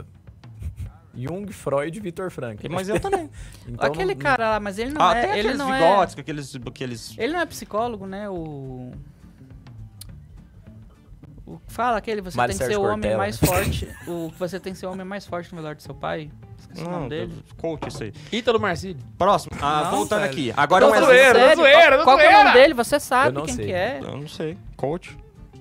Speaker 2: Jung, Freud e Victor Frankl.
Speaker 4: Mas eu também.
Speaker 2: Então,
Speaker 1: Aquele
Speaker 2: não-
Speaker 1: cara lá, mas ele não
Speaker 4: Ah,
Speaker 1: é...
Speaker 4: até
Speaker 1: Ele
Speaker 4: aqueles
Speaker 1: não é...
Speaker 4: bigodes, com aqueles, aqueles...
Speaker 1: Ele não é psicólogo, né? O... o fala aquele, você
Speaker 2: Mário
Speaker 1: tem que ser
Speaker 2: Sérgio
Speaker 1: o homem
Speaker 2: Cortella,
Speaker 1: mais
Speaker 2: né?
Speaker 1: forte. O que você tem que ser o homem mais forte no velório do seu pai. Esqueci o
Speaker 4: Não,
Speaker 1: nome dele.
Speaker 4: coach isso aí.
Speaker 3: Ítalo Marcílio.
Speaker 4: Próximo. Ah,
Speaker 1: Não,
Speaker 4: voltando
Speaker 1: velho.
Speaker 4: aqui. Agora
Speaker 3: Tô
Speaker 4: é um
Speaker 3: zoeiro,
Speaker 4: exemplo...
Speaker 3: tô
Speaker 1: Sério?
Speaker 3: zoeira,
Speaker 1: Qual,
Speaker 3: tô
Speaker 1: qual que é o nome
Speaker 3: zoeira.
Speaker 1: dele? Você sabe
Speaker 2: Eu não
Speaker 1: quem
Speaker 2: sei.
Speaker 1: que é.
Speaker 4: Eu não sei. Coach.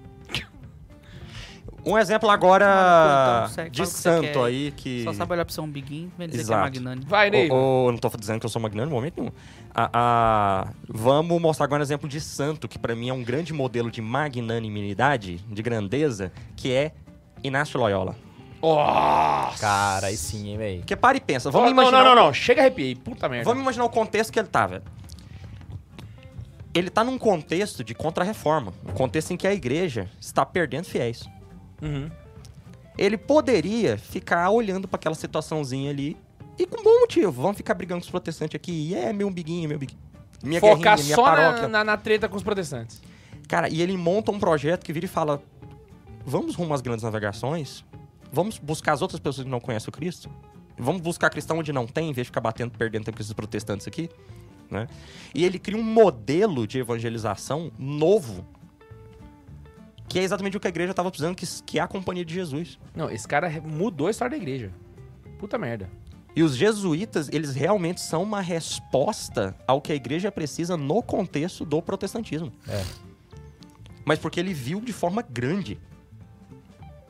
Speaker 4: Um exemplo agora
Speaker 1: Então, segue,
Speaker 4: de
Speaker 1: fala o que você
Speaker 4: santo
Speaker 1: quer.
Speaker 4: aí que...
Speaker 1: Só sabe olhar pro seu umbiguinho e vem dizer
Speaker 4: Exato.
Speaker 1: que é magnânimo.
Speaker 3: Vai, Ney.
Speaker 4: Ô, ô, não tô dizendo que eu sou magnânimo em momento nenhum. Ah, ah, vamos mostrar agora um exemplo de santo, que pra mim é um grande modelo de magnanimidade, de grandeza, que é Inácio Loyola.
Speaker 3: Nossa.
Speaker 2: Cara, aí sim, hein, véi.
Speaker 4: Porque para e pensa,
Speaker 3: Não,
Speaker 4: vamos
Speaker 3: não,
Speaker 4: imaginar...
Speaker 3: não, não, não. Chega arrepiei. Puta merda.
Speaker 4: Vamos imaginar o contexto que ele tá, velho. Ele tá num contexto de contra-reforma. Um contexto em que a igreja está perdendo fiéis.
Speaker 3: Uhum.
Speaker 4: Ele poderia ficar olhando pra aquela situaçãozinha ali e com bom motivo. Vamos ficar brigando com os protestantes aqui. E é meu biguinho, meu biguinho. Minha
Speaker 3: Focar
Speaker 4: guerrinha, minha
Speaker 3: só
Speaker 4: paróquia.
Speaker 3: na, na, na treta com os protestantes.
Speaker 4: Cara, e ele monta um projeto que vira e fala: vamos rumo às grandes navegações? Vamos buscar as outras pessoas que não conhecem o Cristo? Vamos buscar cristão onde não tem, em vez de ficar batendo, perdendo tempo com esses protestantes aqui? Né? E ele cria um modelo de evangelização novo, que é exatamente o que a igreja estava precisando, que, que é a companhia de Jesus.
Speaker 3: Não, esse cara mudou a história da igreja. Puta merda.
Speaker 4: E os jesuítas, eles realmente são uma resposta ao que a igreja precisa no contexto do protestantismo.
Speaker 2: É.
Speaker 4: Mas porque ele viu de forma grande.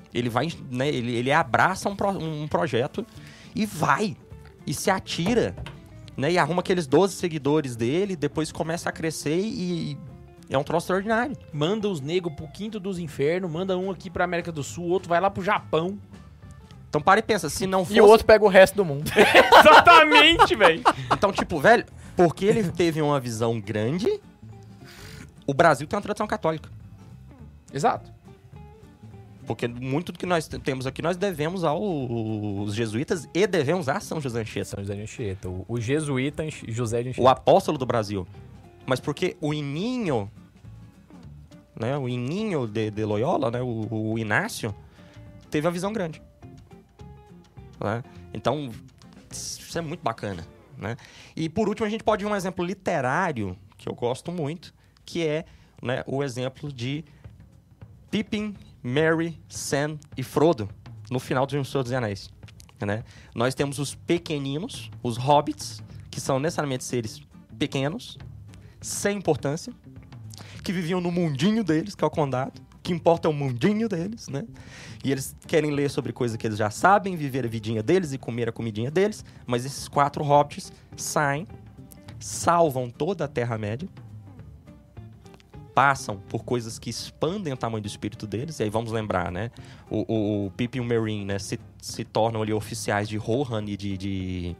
Speaker 4: Ele vai, né, ele, ele abraça um, pro, um projeto e vai. E se atira, né? E arruma aqueles doze seguidores dele, depois começa a crescer e... É um troço extraordinário.
Speaker 3: Manda os negros pro quinto dos infernos, manda um aqui pra América do Sul, outro vai lá pro Japão.
Speaker 4: Então para e pensa, se não fosse...
Speaker 2: E o outro pega o resto do mundo.
Speaker 3: Exatamente, velho.
Speaker 4: Então, tipo, velho, porque ele teve uma visão grande, o Brasil tem uma tradição católica.
Speaker 3: Exato.
Speaker 4: Porque muito do que nós temos aqui, nós devemos aos jesuítas e devemos a São José Anchieta.
Speaker 2: São José de Anchieta. O, o jesuíta Anchi- José de Anchieta.
Speaker 4: O apóstolo do Brasil. Mas porque o Ininho, né, o Ininho de, de Loyola, né, o, o Inácio, teve a visão grande. Né? Então, isso é muito bacana. Né? E por último, a gente pode ver um exemplo literário, que eu gosto muito, que é, né, o exemplo de Pippin, Merry, Sam e Frodo, no final do Senhor dos Anéis. Né? Nós temos os pequeninos, os hobbits, que são necessariamente seres pequenos, sem importância, que viviam no mundinho deles, que é o condado, que importa é o mundinho deles, né? E eles querem ler sobre coisas que eles já sabem, viver a vidinha deles e comer a comidinha deles, mas esses quatro hobbits saem, salvam toda a Terra-média, passam por coisas que expandem o tamanho do espírito deles, e aí vamos lembrar, né? O, o, o Pippin e o Merry, né, se, se tornam ali oficiais de Rohan e de... de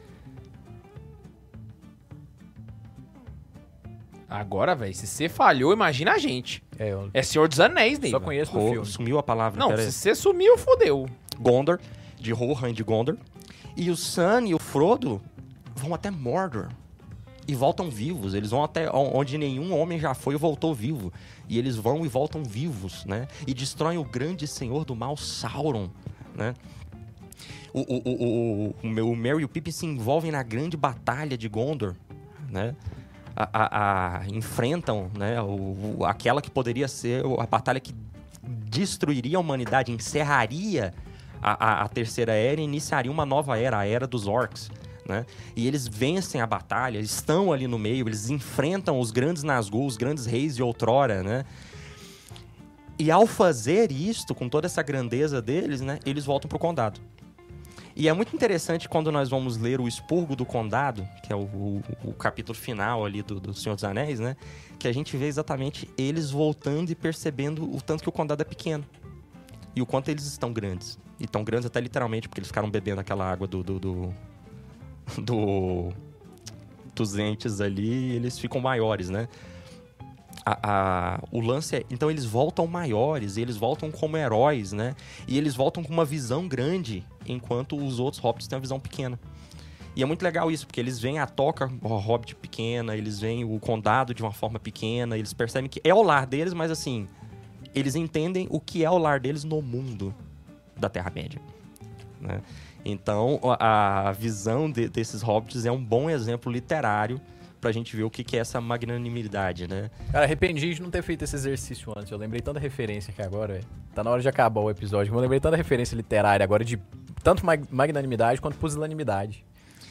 Speaker 3: Agora, velho, se você falhou, imagina a gente.
Speaker 2: É, eu
Speaker 3: É Senhor dos Anéis, Ney.
Speaker 2: só conheço do
Speaker 4: Ro-
Speaker 2: filme.
Speaker 4: Sumiu a palavra.
Speaker 3: Não,
Speaker 4: pera aí.
Speaker 3: se você sumiu, fodeu.
Speaker 4: Gondor, de Rohan e de Gondor. E o Sam e o Frodo vão até Mordor. E voltam vivos. Eles vão até onde nenhum homem já foi e voltou vivo. E eles vão e voltam vivos, né? E destroem o grande senhor do mal, Sauron, né? O, o, o, o, o, o Merry e o Pippin se envolvem na grande batalha de Gondor, né? A, a, a, enfrentam, né, o, o, aquela que poderia ser a batalha que destruiria a humanidade, encerraria a, a, a Terceira Era e iniciaria uma nova era, a Era dos Orcs. Né? E eles vencem a batalha, estão ali no meio, eles enfrentam os grandes Nazgûl, os grandes reis de outrora, né? E ao fazer isto, com toda essa grandeza deles, né, eles voltam pro condado. E é muito interessante quando nós vamos ler o Expurgo do Condado, que é o, o, o capítulo final ali do, do Senhor dos Anéis, né? Que a gente vê exatamente eles voltando e percebendo o tanto que o condado é pequeno. E o quanto eles estão grandes. E tão grandes até literalmente, porque eles ficaram bebendo aquela água do... do, do, do dos entes ali, e eles ficam maiores, né? A, a, o lance é... Então eles voltam maiores, eles voltam como heróis, né? E eles voltam com uma visão grande, enquanto os outros hobbits têm uma visão pequena. E é muito legal isso, porque eles veem a toca o hobbit pequena, eles veem o condado de uma forma pequena, eles percebem que é o lar deles, mas assim, eles entendem o que é o lar deles no mundo da Terra-média, né? Então, a visão de, desses hobbits é um bom exemplo literário pra gente ver o que, que é essa magnanimidade, né?
Speaker 2: Cara, arrependi de não ter feito esse exercício antes. Eu lembrei tanta referência que agora, véio. Tá na hora de acabar o episódio. Eu lembrei tanta referência literária agora de tanto mag- magnanimidade quanto pusilanimidade.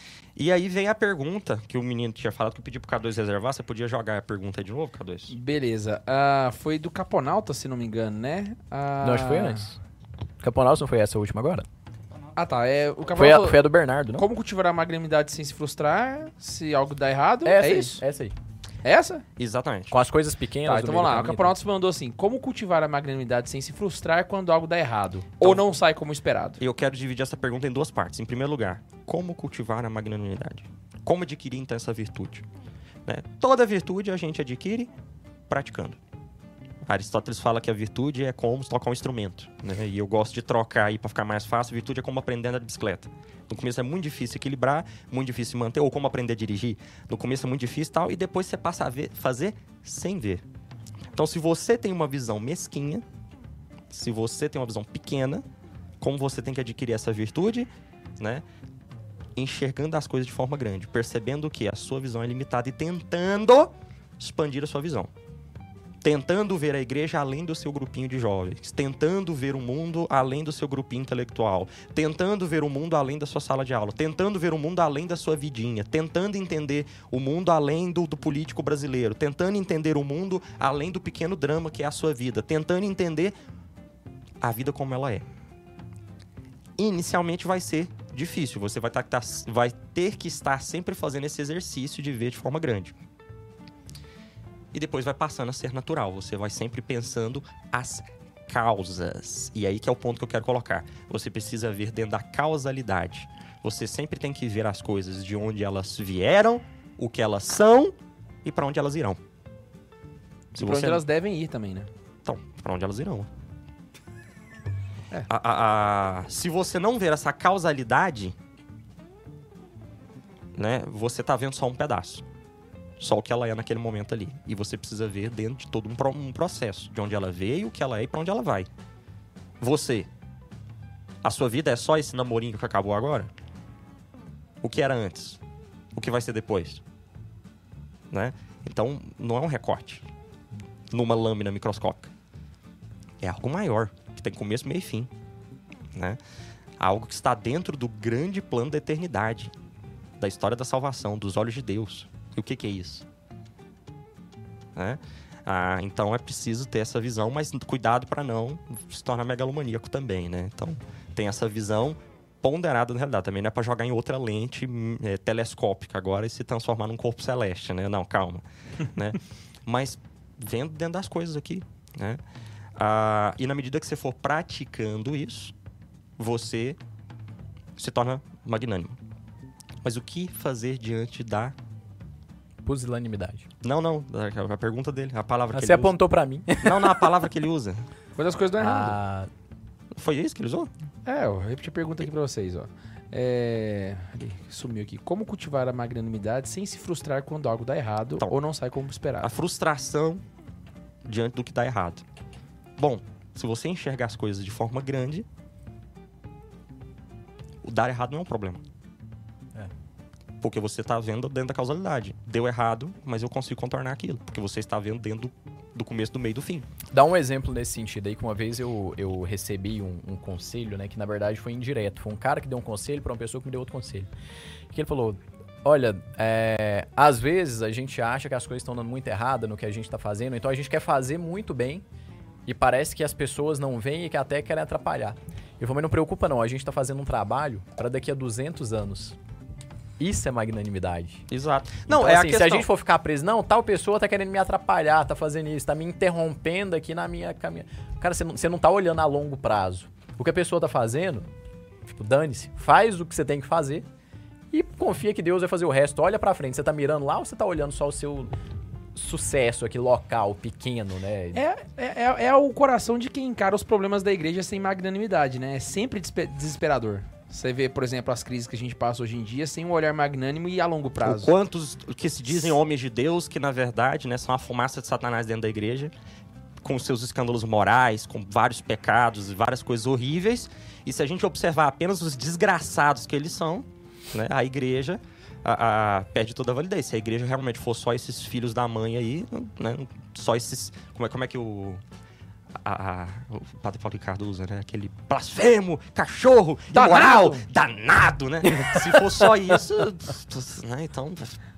Speaker 4: E aí vem a pergunta que o menino tinha falado que eu pedi pro K dois reservar. Você podia jogar a pergunta aí de novo, K dois?
Speaker 3: Beleza. Ah, foi do Caponauta, se não me engano, né? Ah...
Speaker 2: Não, acho que foi antes. Caponal não foi essa última agora?
Speaker 3: Ah, tá. É, o
Speaker 2: Foi
Speaker 3: Caponauta...
Speaker 2: a, foi a do Bernardo, não?
Speaker 3: Como cultivar a magnanimidade sem se frustrar, se algo dá errado?
Speaker 2: Essa
Speaker 3: é
Speaker 2: aí,
Speaker 3: isso?
Speaker 2: Essa aí.
Speaker 3: Essa?
Speaker 4: Exatamente.
Speaker 2: Com as coisas pequenas.
Speaker 3: Tá,
Speaker 2: do
Speaker 3: então
Speaker 2: meio
Speaker 3: vamos lá.
Speaker 2: do
Speaker 3: O
Speaker 2: caminho,
Speaker 3: Caponauta mandou assim: como cultivar a magnanimidade sem se frustrar quando algo dá errado? Ou não sai como esperado?
Speaker 4: Eu quero dividir essa pergunta em duas partes. Em primeiro lugar, como cultivar a magnanimidade? Como adquirir, então, essa virtude? Né? Toda virtude a gente adquire praticando. Aristóteles fala que a virtude é como tocar um instrumento, né? E eu gosto de trocar aí para ficar mais fácil. Virtude é como aprender a andar de bicicleta. No começo é muito difícil equilibrar, muito difícil manter, ou como aprender a dirigir. No começo é muito difícil e tal, e depois você passa a ver, fazer sem ver. Então, se você tem uma visão mesquinha, se você tem uma visão pequena, como você tem que adquirir essa virtude, né? Enxergando as coisas de forma grande, percebendo que a sua visão é limitada e tentando expandir a sua visão. Tentando ver a igreja além do seu grupinho de jovens, tentando ver o mundo além do seu grupinho intelectual, tentando ver o mundo além da sua sala de aula, tentando ver o mundo além da sua vidinha, tentando entender o mundo além do, do político brasileiro, tentando entender o mundo além do pequeno drama que é a sua vida, tentando entender a vida como ela é. Inicialmente vai ser difícil, você vai, tá, tá, vai ter que estar sempre fazendo esse exercício de ver de forma grande. E depois vai passando a ser natural, você vai sempre pensando as causas. E aí que é o ponto que eu quero colocar. Você precisa ver dentro da causalidade. Você sempre tem que ver as coisas de onde elas vieram, o que elas são e para onde elas irão.
Speaker 3: Se pra onde elas devem ir também, né?
Speaker 4: Então, para onde elas irão.
Speaker 3: É.
Speaker 4: A, a, a, se você não ver essa causalidade, né, você tá vendo só um pedaço. Só o que ela é naquele momento ali. E você precisa ver dentro de todo um, pro, um processo. De onde ela veio, o que ela é e pra onde ela vai. Você. A sua vida é só esse namorinho que acabou agora? O que era antes? O que vai ser depois? Né? Então, não é um recorte numa lâmina microscópica. É algo maior, que tem começo, meio e fim. Né? Algo que está dentro do grande plano da eternidade. Da história da salvação, dos olhos de Deus. E o que, que é isso? Né? Ah, então é preciso ter essa visão, mas cuidado para não se tornar megalomaníaco também, né? Então tem essa visão ponderada na realidade. Também não é para jogar em outra lente é, telescópica agora e se transformar num corpo celeste, né? Não, calma. Né? Mas vendo dentro das coisas aqui, né? Ah, e na medida que você for praticando isso, você se torna magnânimo. Mas o que fazer diante da...
Speaker 2: Pusilanimidade.
Speaker 4: Não, não. A pergunta dele. A palavra que
Speaker 2: Você
Speaker 4: ele
Speaker 2: apontou pra mim.
Speaker 4: usa. Não, não. A palavra que ele usa.
Speaker 3: Quando as coisas dão errado.
Speaker 2: Ah,
Speaker 4: Foi isso que ele usou?
Speaker 3: É, eu repeti a pergunta aqui pra vocês, ó. É... ali, sumiu aqui. Como cultivar a magnanimidade sem se frustrar quando algo dá errado
Speaker 4: Então,
Speaker 3: ou não sai como
Speaker 4: A
Speaker 3: esperado?
Speaker 4: frustração diante do que dá errado. Bom, se você enxergar as coisas de forma grande, o dar errado não é um problema.
Speaker 2: É.
Speaker 4: Porque você está vendo dentro da causalidade. Deu errado, mas eu consigo contornar aquilo. Porque você está vendo dentro do, do começo, do meio e do fim.
Speaker 2: dá um exemplo nesse sentido aí, que uma vez eu, eu recebi um, um conselho, né, que na verdade foi indireto. Foi um cara que deu um conselho pra uma pessoa que me deu outro conselho. Que ele falou, olha, é, às vezes a gente acha que as coisas estão dando muito errada no que a gente tá fazendo, então a gente quer fazer muito bem e parece que as pessoas não veem e que até querem atrapalhar. Eu falei, mas não preocupa não, a gente tá fazendo um trabalho pra daqui a duzentos anos. Isso é magnanimidade.
Speaker 4: Exato. Não,
Speaker 2: Então,
Speaker 4: é
Speaker 2: assim,
Speaker 4: a questão...
Speaker 2: se a gente for ficar preso, não, tal pessoa tá querendo me atrapalhar, tá fazendo isso, tá me interrompendo aqui na minha caminhada. Cara, você não, você não tá olhando a longo prazo. O que a pessoa tá fazendo, tipo, dane-se, faz o que você tem que fazer e confia que Deus vai fazer o resto. Olha pra frente, você tá mirando lá ou você tá olhando só o seu sucesso aqui local, pequeno, né?
Speaker 3: É, é, é, é o coração de quem encara os problemas da igreja sem magnanimidade, né? É sempre despe- desesperador. Você vê, por exemplo, as crises que a gente passa hoje em dia sem um olhar magnânimo e a longo prazo.
Speaker 4: O quantos que se dizem homens de Deus, que na verdade, né, são a fumaça de Satanás dentro da igreja, com seus escândalos morais, com vários pecados e várias coisas horríveis. E se a gente observar apenas os desgraçados que eles são, né, a igreja a, a, perde toda a validez. Se a igreja realmente for só esses filhos da mãe aí, né, só esses... Como é, como é que o... A, a, o Padre Paulo Ricardo usa, né? Aquele blasfemo, cachorro, imoral, danado, né? Se for só isso, né? Então,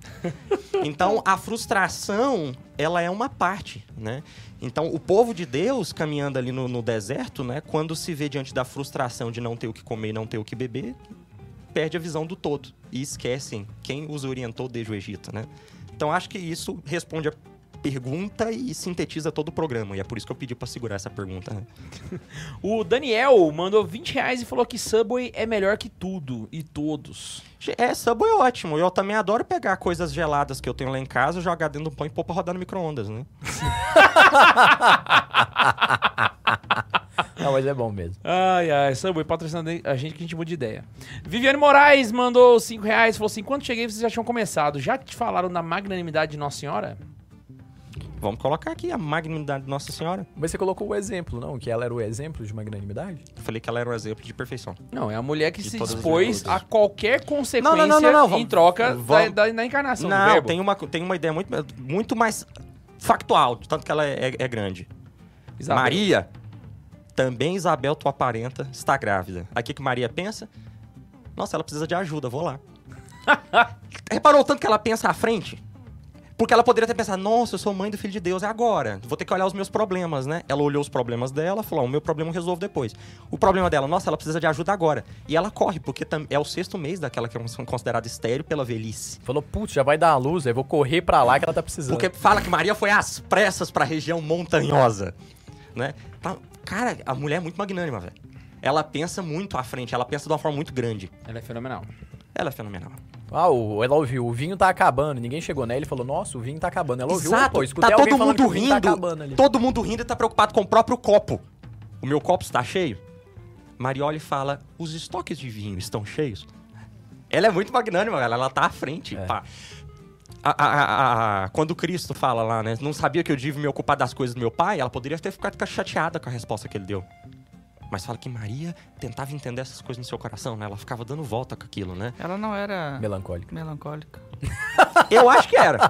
Speaker 4: então, a frustração, ela é uma parte, né? Então, o povo de Deus, caminhando ali no, no deserto, né? Quando se vê diante da frustração de não ter o que comer e não ter o que beber, perde a visão do todo e esquecem quem os orientou desde o Egito, né? Então, acho que isso responde a pergunta e sintetiza todo o programa. E é por isso que eu pedi pra segurar essa pergunta. Né?
Speaker 3: O Daniel mandou vinte reais e falou que Subway é melhor que tudo e todos.
Speaker 4: É, Subway é ótimo. Eu também adoro pegar coisas geladas que eu tenho lá em casa, jogar dentro do pão e pôr pra rodar no micro-ondas, né?
Speaker 2: Não, mas é bom mesmo.
Speaker 3: Ai, ai, Subway patrocinando a gente que a gente muda de ideia. Viviane Moraes mandou cinco reais e falou assim, quando cheguei vocês já tinham começado. Já te falaram da magnanimidade de Nossa Senhora?
Speaker 4: Vamos colocar aqui a magnanimidade de Nossa Senhora.
Speaker 2: Mas você colocou o exemplo, não? Que ela era o exemplo de magnanimidade?
Speaker 4: Eu falei que ela era um exemplo de perfeição.
Speaker 3: Não, é a mulher que
Speaker 4: De
Speaker 3: se
Speaker 4: todas as
Speaker 3: dispôs
Speaker 4: virtudes.
Speaker 3: a qualquer consequência
Speaker 4: Não, não, não, não, não,
Speaker 3: em
Speaker 4: vamos-
Speaker 3: troca
Speaker 4: vamos-
Speaker 3: da, da, da encarnação do
Speaker 4: Não,
Speaker 3: verbo.
Speaker 4: tem uma, tem uma ideia muito, muito mais factual, de tanto que ela é, é grande.
Speaker 3: Isabel.
Speaker 4: Maria, também Isabel, tua parenta, está grávida. Aí o que que Maria pensa? Nossa, ela precisa de ajuda, vou lá. Reparou o tanto que ela pensa à frente? Porque ela poderia ter pensado, nossa, eu sou mãe do Filho de Deus, é agora. Vou ter que olhar os meus problemas, né? Ela olhou os problemas dela, falou, ó, o meu problema eu resolvo depois. O problema dela, nossa, ela precisa de ajuda agora. E ela corre, porque é o sexto mês daquela que é considerada estéril pela velhice.
Speaker 2: Falou, putz, já vai dar a luz, eu vou correr pra lá que ela tá precisando.
Speaker 4: Porque fala que Maria foi às pressas pra região montanhosa, né? Tá, cara, a mulher é muito magnânima, velho. Ela pensa muito à frente, ela pensa de uma forma muito grande.
Speaker 3: Ela é fenomenal.
Speaker 4: Ela é fenomenal.
Speaker 2: Ah, o, ela ouviu, o vinho tá acabando. Ninguém chegou nela e falou, nossa, o vinho tá acabando. Ela ouviu,
Speaker 4: Exato,
Speaker 2: pô, escutei
Speaker 4: tá
Speaker 2: alguém
Speaker 4: todo
Speaker 2: falando
Speaker 4: mundo
Speaker 2: que o vinho tá
Speaker 4: rindo,
Speaker 2: acabando ali.
Speaker 4: todo mundo rindo e tá preocupado com o próprio copo. O meu copo está cheio? Marioli fala, os estoques de vinho estão cheios? Ela é muito magnânima, ela, ela tá à frente,
Speaker 2: É.
Speaker 4: pá. A, a, a, a, quando Cristo fala lá, né, não sabia que eu devia me ocupar das coisas do meu pai, ela poderia ter ficado chateada com a resposta que ele deu. Mas fala que Maria tentava entender essas coisas no seu coração, né? Ela ficava dando volta com aquilo, né?
Speaker 1: Ela não era
Speaker 2: Melancólica.
Speaker 1: melancólica.
Speaker 4: Eu acho que era.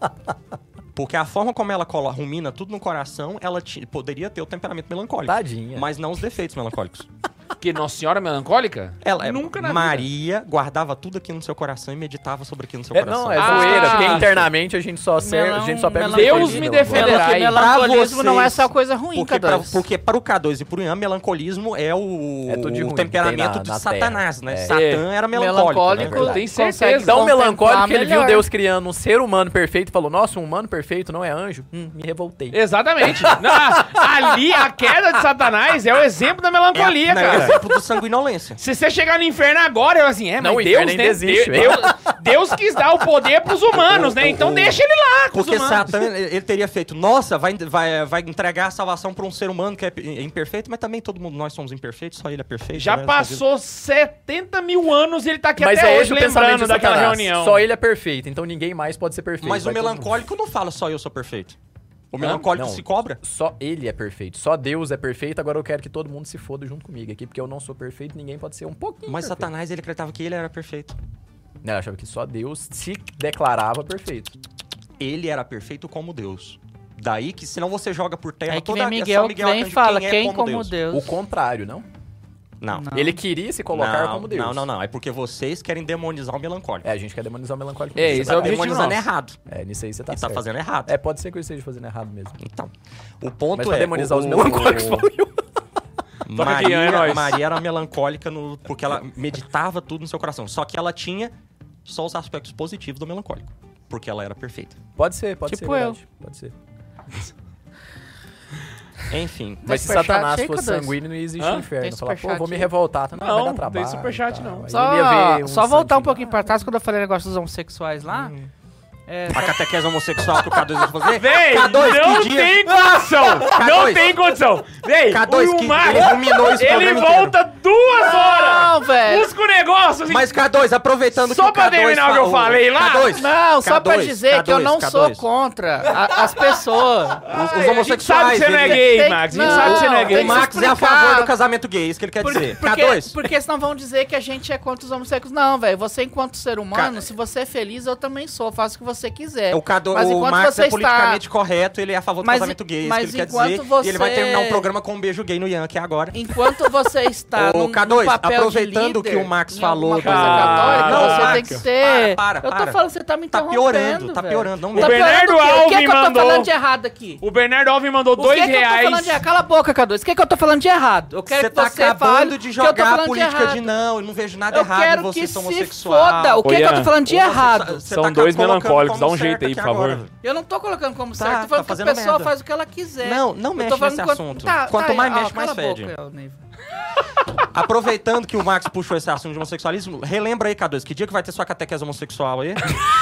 Speaker 4: Porque a forma como ela cola, rumina tudo no coração, ela ti- poderia ter o temperamento melancólico.
Speaker 2: Tadinha.
Speaker 4: Mas não os defeitos melancólicos.
Speaker 3: Que Nossa Senhora Melancólica?
Speaker 4: Ela,
Speaker 3: Nunca na vida.
Speaker 4: Maria guardava tudo aqui no seu coração e meditava sobre aquilo no seu
Speaker 2: É,
Speaker 4: coração.
Speaker 2: não, é
Speaker 3: Ah,
Speaker 2: zoeira, porque
Speaker 3: sim.
Speaker 2: internamente a gente só, ser, a gente só pega os
Speaker 3: Deus
Speaker 2: defeitos
Speaker 3: me
Speaker 2: dela.
Speaker 3: defenderá.
Speaker 1: Porque
Speaker 3: aí.
Speaker 1: melancolismo
Speaker 4: Pra
Speaker 1: não é
Speaker 4: vocês,
Speaker 1: só coisa ruim,
Speaker 4: Porque, pra,
Speaker 1: K dois.
Speaker 4: porque para o K dois e pro Ian, melancolismo é o,
Speaker 2: É tudo de
Speaker 4: o
Speaker 2: ruim,
Speaker 4: temperamento
Speaker 2: tem na-
Speaker 4: de
Speaker 2: na
Speaker 4: Satanás,
Speaker 2: terra.
Speaker 4: né?
Speaker 2: É.
Speaker 4: Satã era melancólico,
Speaker 1: Melancólico,
Speaker 4: né?
Speaker 3: Eu tenho
Speaker 1: consegue
Speaker 3: certeza.
Speaker 2: Tão
Speaker 1: contemplar
Speaker 2: melancólico que ele viu
Speaker 1: melhor.
Speaker 2: Deus criando um ser humano perfeito e falou, nossa, um humano perfeito não é anjo? Hum, me revoltei.
Speaker 3: Exatamente. Na- ali, a queda de Satanás é o exemplo da melancolia,
Speaker 4: É, né,
Speaker 3: cara.
Speaker 4: exemplo do sanguinolência.
Speaker 3: Se você chegar no inferno agora, eu assim, é, mas
Speaker 2: Não, o
Speaker 3: Deus,
Speaker 2: inferno
Speaker 3: né?
Speaker 2: ainda existe,
Speaker 3: Deus, Deus quis dar o poder pros humanos, né? Então
Speaker 4: O-
Speaker 3: deixa ele lá com os
Speaker 4: Porque
Speaker 3: humanos.
Speaker 4: Satã, ele teria feito, nossa, vai, vai, vai entregar a salvação para um ser humano que é imperfeito, mas também todo mundo, nós somos imperfeitos, só ele é perfeito.
Speaker 3: Já
Speaker 4: né?
Speaker 3: passou setenta mil anos e ele tá aqui
Speaker 2: Mas
Speaker 3: até
Speaker 2: é
Speaker 3: hoje
Speaker 2: esse o pensamento
Speaker 3: lembrando
Speaker 2: de
Speaker 3: daquela
Speaker 2: Satanás.
Speaker 3: reunião.
Speaker 2: Só ele é perfeito, então ninguém mais pode ser perfeito.
Speaker 4: Mas o
Speaker 2: vai todo mundo.
Speaker 4: melancólico não fala só eu sou perfeito. O melancólico
Speaker 2: Não.
Speaker 4: se cobra.
Speaker 2: Só ele é perfeito. Só Deus é perfeito. Agora eu quero que todo mundo se foda junto comigo aqui, porque eu não sou perfeito, ninguém pode ser um pouquinho
Speaker 4: Mas
Speaker 2: perfeito.
Speaker 4: Satanás, ele acreditava que ele era perfeito.
Speaker 2: Não, eu achava que só Deus se declarava perfeito.
Speaker 4: Ele era perfeito como Deus. Daí que, senão você joga por terra
Speaker 1: Aí que
Speaker 4: toda
Speaker 1: vem
Speaker 4: a
Speaker 1: Miguel,
Speaker 4: São
Speaker 1: que
Speaker 4: Miguel
Speaker 1: vem e
Speaker 4: Arcanjo,
Speaker 1: fala,
Speaker 4: quem,
Speaker 1: quem
Speaker 4: é
Speaker 1: como
Speaker 4: Deus?
Speaker 1: Deus?
Speaker 2: O contrário, não?
Speaker 4: Não.
Speaker 1: Não.
Speaker 2: Ele queria se colocar
Speaker 4: não,
Speaker 2: como Deus.
Speaker 4: Não, não, não. É porque vocês querem demonizar o melancólico.
Speaker 2: É, a gente quer demonizar o melancólico.
Speaker 3: É,
Speaker 2: Você
Speaker 3: esse
Speaker 2: tá
Speaker 3: é o
Speaker 2: bem.
Speaker 3: objetivo
Speaker 4: demonizando
Speaker 3: nosso.
Speaker 4: errado.
Speaker 2: É, nisso aí você tá
Speaker 4: E tá
Speaker 2: certo.
Speaker 4: fazendo errado.
Speaker 2: É, pode ser que eu esteja fazendo errado mesmo.
Speaker 4: Então, o ponto
Speaker 2: Mas
Speaker 4: é...
Speaker 2: pra demonizar
Speaker 4: o,
Speaker 2: os melancólicos,
Speaker 4: o-
Speaker 2: falo eu.
Speaker 3: Toca aqui, é
Speaker 4: Maria,
Speaker 3: nóis.
Speaker 4: Maria era melancólica no, porque ela meditava tudo no seu coração. Só que ela tinha só os aspectos positivos do melancólico. Porque ela era perfeita.
Speaker 2: Pode ser, pode
Speaker 1: Tipo
Speaker 2: ser,
Speaker 1: eu.
Speaker 2: verdade. Pode ser.
Speaker 4: Enfim.
Speaker 2: Mas se
Speaker 1: superchat
Speaker 2: Satanás
Speaker 1: aí,
Speaker 2: fosse
Speaker 1: K dois?
Speaker 2: sanguíneo, não existe
Speaker 3: Hã?
Speaker 2: um inferno.
Speaker 1: Tem
Speaker 2: Falar, pô,
Speaker 1: superchat
Speaker 2: vou me
Speaker 1: aí?
Speaker 2: revoltar. Tá? Não,
Speaker 3: Não,
Speaker 2: vai dar
Speaker 3: tem
Speaker 2: trabalho.
Speaker 3: superchat,
Speaker 2: tá?
Speaker 3: não.
Speaker 2: Aí
Speaker 1: Só,
Speaker 2: ele ia ver um
Speaker 1: só voltar um
Speaker 2: santinho
Speaker 1: pouquinho
Speaker 2: lá.
Speaker 1: pra trás, quando eu falei negócio dos homossexuais lá. É,
Speaker 4: A catequese homossexual que o K dois vai fazer.
Speaker 3: Véi,
Speaker 4: K dois,
Speaker 3: não
Speaker 4: que dia-
Speaker 3: tem condição! Não
Speaker 4: K dois.
Speaker 3: tem condição! Véi,
Speaker 4: K dois,
Speaker 3: o
Speaker 4: que
Speaker 3: Max,
Speaker 4: ele ruminou esse
Speaker 3: ele
Speaker 4: programa
Speaker 3: volta duas horas!
Speaker 1: Não, velho.
Speaker 3: Busca o negócio, assim,
Speaker 4: Mas K dois, aproveitando
Speaker 3: Só
Speaker 4: que o
Speaker 3: pra
Speaker 4: K dois
Speaker 3: terminar o que eu
Speaker 4: fa-
Speaker 3: falei lá?
Speaker 4: K dois,
Speaker 1: Não, só pra
Speaker 4: K dois,
Speaker 1: dizer que eu não
Speaker 4: K
Speaker 1: sou
Speaker 4: dois.
Speaker 1: contra a- as pessoas.
Speaker 4: Os, os
Speaker 3: a gente sabe
Speaker 4: homossexuais.
Speaker 3: que você não é
Speaker 4: ele-
Speaker 3: gay,
Speaker 1: Tem-
Speaker 3: Max. A gente
Speaker 1: não,
Speaker 3: sabe que você não é
Speaker 1: tem
Speaker 3: gay.
Speaker 4: O
Speaker 1: que
Speaker 4: Max é a
Speaker 1: explicar.
Speaker 4: favor do casamento gay, é isso que ele quer
Speaker 1: Por-
Speaker 4: dizer.
Speaker 1: porque,
Speaker 4: K dois.
Speaker 1: porque senão vão dizer que a gente é contra os homossexuais. Não, velho. Você, enquanto ser humano,
Speaker 4: Ca-
Speaker 1: se você é feliz, eu também sou. Faça o que você quiser.
Speaker 4: O, K dois,
Speaker 1: Mas
Speaker 4: o
Speaker 1: enquanto
Speaker 4: Max
Speaker 1: você
Speaker 4: é
Speaker 1: está-
Speaker 4: politicamente correto, ele é a favor do
Speaker 1: Mas-
Speaker 4: casamento gay, é isso
Speaker 1: mas
Speaker 4: que ele quer
Speaker 1: enquanto
Speaker 4: dizer.
Speaker 1: você-
Speaker 4: E ele vai terminar um programa com um beijo gay no Yankee agora.
Speaker 1: Enquanto você está
Speaker 4: Ô,
Speaker 1: num,
Speaker 4: K dois,
Speaker 1: num papel
Speaker 4: aproveitando
Speaker 1: de líder,
Speaker 4: que o Max
Speaker 1: em
Speaker 4: falou
Speaker 1: alguma
Speaker 4: do-
Speaker 1: coisa católica,
Speaker 3: Não,
Speaker 1: você tem
Speaker 4: Max,
Speaker 1: que ter...
Speaker 4: para, para,
Speaker 1: eu tô
Speaker 4: para.
Speaker 1: falando, você tá me
Speaker 4: Tá
Speaker 1: interrompendo,
Speaker 4: piorando, tá
Speaker 1: velho.
Speaker 4: piorando, não
Speaker 1: Tá
Speaker 3: O
Speaker 4: mesmo.
Speaker 3: Bernardo
Speaker 1: piorando o quê? O que,
Speaker 3: Alvim
Speaker 1: que eu tô
Speaker 3: mandou-
Speaker 1: falando de errado aqui?
Speaker 3: O Bernardo Alvim mandou
Speaker 1: O
Speaker 3: dois
Speaker 1: que, que eu tô
Speaker 3: reais.
Speaker 1: falando de errado? Cala a boca, K dois. O que, que eu tô falando de errado? Eu quero
Speaker 4: Você
Speaker 1: que
Speaker 4: tá
Speaker 1: você
Speaker 4: acabando
Speaker 1: fale
Speaker 4: de
Speaker 1: que eu tô
Speaker 4: jogar a
Speaker 1: falando
Speaker 4: política
Speaker 1: errado.
Speaker 4: de não, eu não vejo nada
Speaker 1: Eu
Speaker 4: errado,
Speaker 1: quero
Speaker 4: você
Speaker 1: que
Speaker 4: ser
Speaker 1: se
Speaker 4: homossexual.
Speaker 1: foda. O que,
Speaker 3: Ô,
Speaker 1: que eu
Speaker 3: Ian,
Speaker 1: tô falando de
Speaker 4: Ou você
Speaker 1: errado?
Speaker 4: tá- você
Speaker 3: São
Speaker 4: tá
Speaker 3: dois
Speaker 4: colocando
Speaker 3: melancólicos, dá um
Speaker 4: como
Speaker 3: jeito
Speaker 4: certo
Speaker 3: aí, por
Speaker 4: aqui
Speaker 3: favor.
Speaker 4: agora.
Speaker 1: Eu não tô colocando como
Speaker 4: Tá,
Speaker 1: certo. Tô
Speaker 4: tá
Speaker 1: falando que a
Speaker 4: fazendo
Speaker 1: pessoa
Speaker 4: merda.
Speaker 1: faz o que ela quiser.
Speaker 4: Não, não
Speaker 1: Eu
Speaker 4: mexe
Speaker 1: tô falando
Speaker 4: nesse
Speaker 1: quanto-
Speaker 4: assunto.
Speaker 1: Tá,
Speaker 4: Quanto
Speaker 1: tá,
Speaker 4: mais
Speaker 1: ah,
Speaker 4: mexe,
Speaker 1: cala
Speaker 4: mais
Speaker 1: a boca,
Speaker 4: fede.
Speaker 1: ô, Neiva.
Speaker 4: Aproveitando que o Max puxou esse assunto de homossexualismo, relembra aí, K dois, que dia que vai ter sua catequese homossexual aí?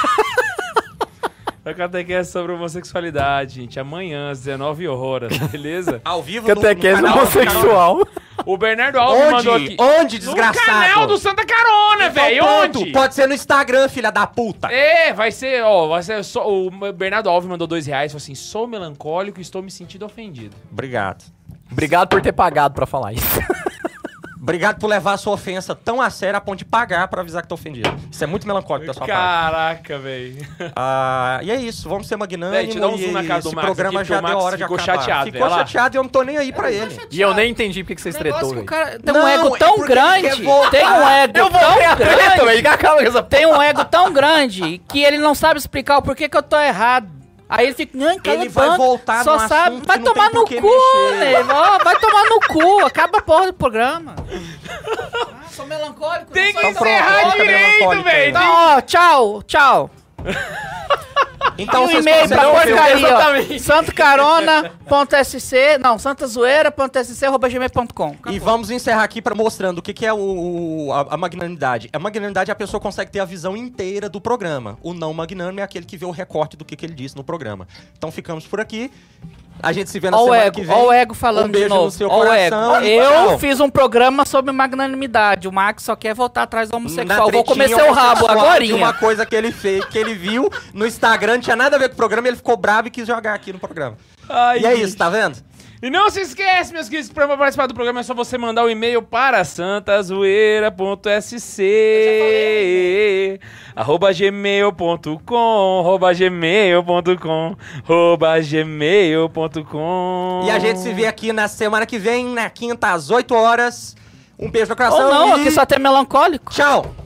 Speaker 3: A catequese sobre homossexualidade, gente. Amanhã, às dezenove horas, beleza?
Speaker 4: Ao vivo no- no
Speaker 2: Catequese
Speaker 4: canal-
Speaker 2: homossexual.
Speaker 3: O Bernardo Alvim mandou
Speaker 4: Onde?
Speaker 3: aqui.
Speaker 4: Onde,
Speaker 3: No
Speaker 4: desgraçado?
Speaker 3: canal do Santa Carona,
Speaker 4: Então,
Speaker 3: velho.
Speaker 4: ponto.
Speaker 3: Onde?
Speaker 4: Pode ser no Instagram, filha da puta.
Speaker 3: É, vai ser, ó, vai ser só. O Bernardo Alvim mandou dois reais, falou assim: sou melancólico e estou me sentindo ofendido.
Speaker 4: Obrigado.
Speaker 2: Obrigado por ter pagado pra falar isso.
Speaker 4: Obrigado por levar a sua ofensa tão a sério a ponto de pagar pra avisar que tô ofendido. Isso é muito melancólico da sua parte.
Speaker 3: Caraca, velho.
Speaker 4: Ah, e é isso, vamos ser magnânimos.
Speaker 3: Véi, te dá um zoom
Speaker 4: e
Speaker 3: na cara do
Speaker 4: esse
Speaker 3: Max
Speaker 4: programa
Speaker 3: aqui,
Speaker 4: já
Speaker 3: porque o
Speaker 4: deu
Speaker 3: Max
Speaker 4: hora de
Speaker 3: ficou
Speaker 4: acabar.
Speaker 3: chateado,
Speaker 4: Ficou
Speaker 3: velho, olha lá.
Speaker 4: chateado e eu não tô nem aí pra ele.
Speaker 2: E eu nem entendi porque que você
Speaker 1: Negócio
Speaker 2: estretou,
Speaker 1: que o
Speaker 2: velho.
Speaker 1: cara tem um
Speaker 4: Não,
Speaker 1: ego
Speaker 4: é
Speaker 1: tão
Speaker 4: porque ele
Speaker 1: grande.
Speaker 4: quer voltar.
Speaker 1: Tem um ego
Speaker 2: Eu vou
Speaker 1: tão
Speaker 2: ver a treta,
Speaker 1: grande.
Speaker 2: velho. Acaba com essa
Speaker 1: Tem um ego tão grande que ele não sabe explicar o porquê que eu tô errado. Aí ele fica, não, cala
Speaker 4: Ele
Speaker 1: a
Speaker 4: vai
Speaker 1: boca,
Speaker 4: voltar
Speaker 1: só
Speaker 4: no
Speaker 1: sabe,
Speaker 4: assunto
Speaker 1: vai
Speaker 4: que não
Speaker 1: tomar
Speaker 4: tem
Speaker 1: no
Speaker 4: por que
Speaker 1: cu,
Speaker 4: mexer.
Speaker 1: né? Ó, vai tomar no cu, acaba a porra do programa. Ah, sou melancólico.
Speaker 3: Tem
Speaker 1: não
Speaker 3: que
Speaker 1: sou tão
Speaker 3: encerrar
Speaker 1: melancólico.
Speaker 3: direito,
Speaker 4: melancólico,
Speaker 3: velho.
Speaker 1: Então, ó, tchau, tchau.
Speaker 4: Então
Speaker 1: E um
Speaker 4: vocês
Speaker 1: e-mail pra
Speaker 4: conseguem ver o-
Speaker 1: porcaria, ó.
Speaker 2: Exatamente.
Speaker 1: santocarona.sc, não, santazoeira.sc, arroba gmail ponto com.
Speaker 4: E vamos encerrar aqui pra mostrando o que, que é o, o- a, a magnanimidade. A magnanimidade é a pessoa que consegue ter a visão inteira do programa. O não magnânimo é aquele que vê o recorte do que, que ele disse no programa. Então ficamos por aqui. A gente se vê na
Speaker 1: Ó o
Speaker 4: semana
Speaker 1: ego,
Speaker 4: que vem.
Speaker 1: ó o ego falando
Speaker 4: Um beijo
Speaker 1: de novo.
Speaker 4: no seu
Speaker 1: Ó o ego.
Speaker 4: coração e
Speaker 1: Eu
Speaker 4: tchau.
Speaker 1: fiz um programa sobre magnanimidade. O Max só quer voltar atrás do
Speaker 4: Na
Speaker 1: homossexual. Vou comer
Speaker 4: tretinha
Speaker 1: seu rabo
Speaker 4: homossexual
Speaker 1: agora.
Speaker 4: de uma coisa que ele fez, que ele viu no Instagram, não tinha nada a ver com o programa, ele ficou bravo e quis jogar aqui no programa.
Speaker 3: Ai,
Speaker 4: E é
Speaker 3: gente.
Speaker 4: isso, tá vendo?
Speaker 3: E não se esquece, meus queridos, pra participar do programa é só você mandar o um e-mail para santazoeira.sc arroba gmail ponto com arroba gmail ponto com arroba gmail ponto com
Speaker 4: E a gente se vê aqui na semana que vem, na quinta, às oito horas. Um beijo no coração
Speaker 1: Ou não,
Speaker 4: e
Speaker 1: aqui só tem melancólico.
Speaker 4: tchau!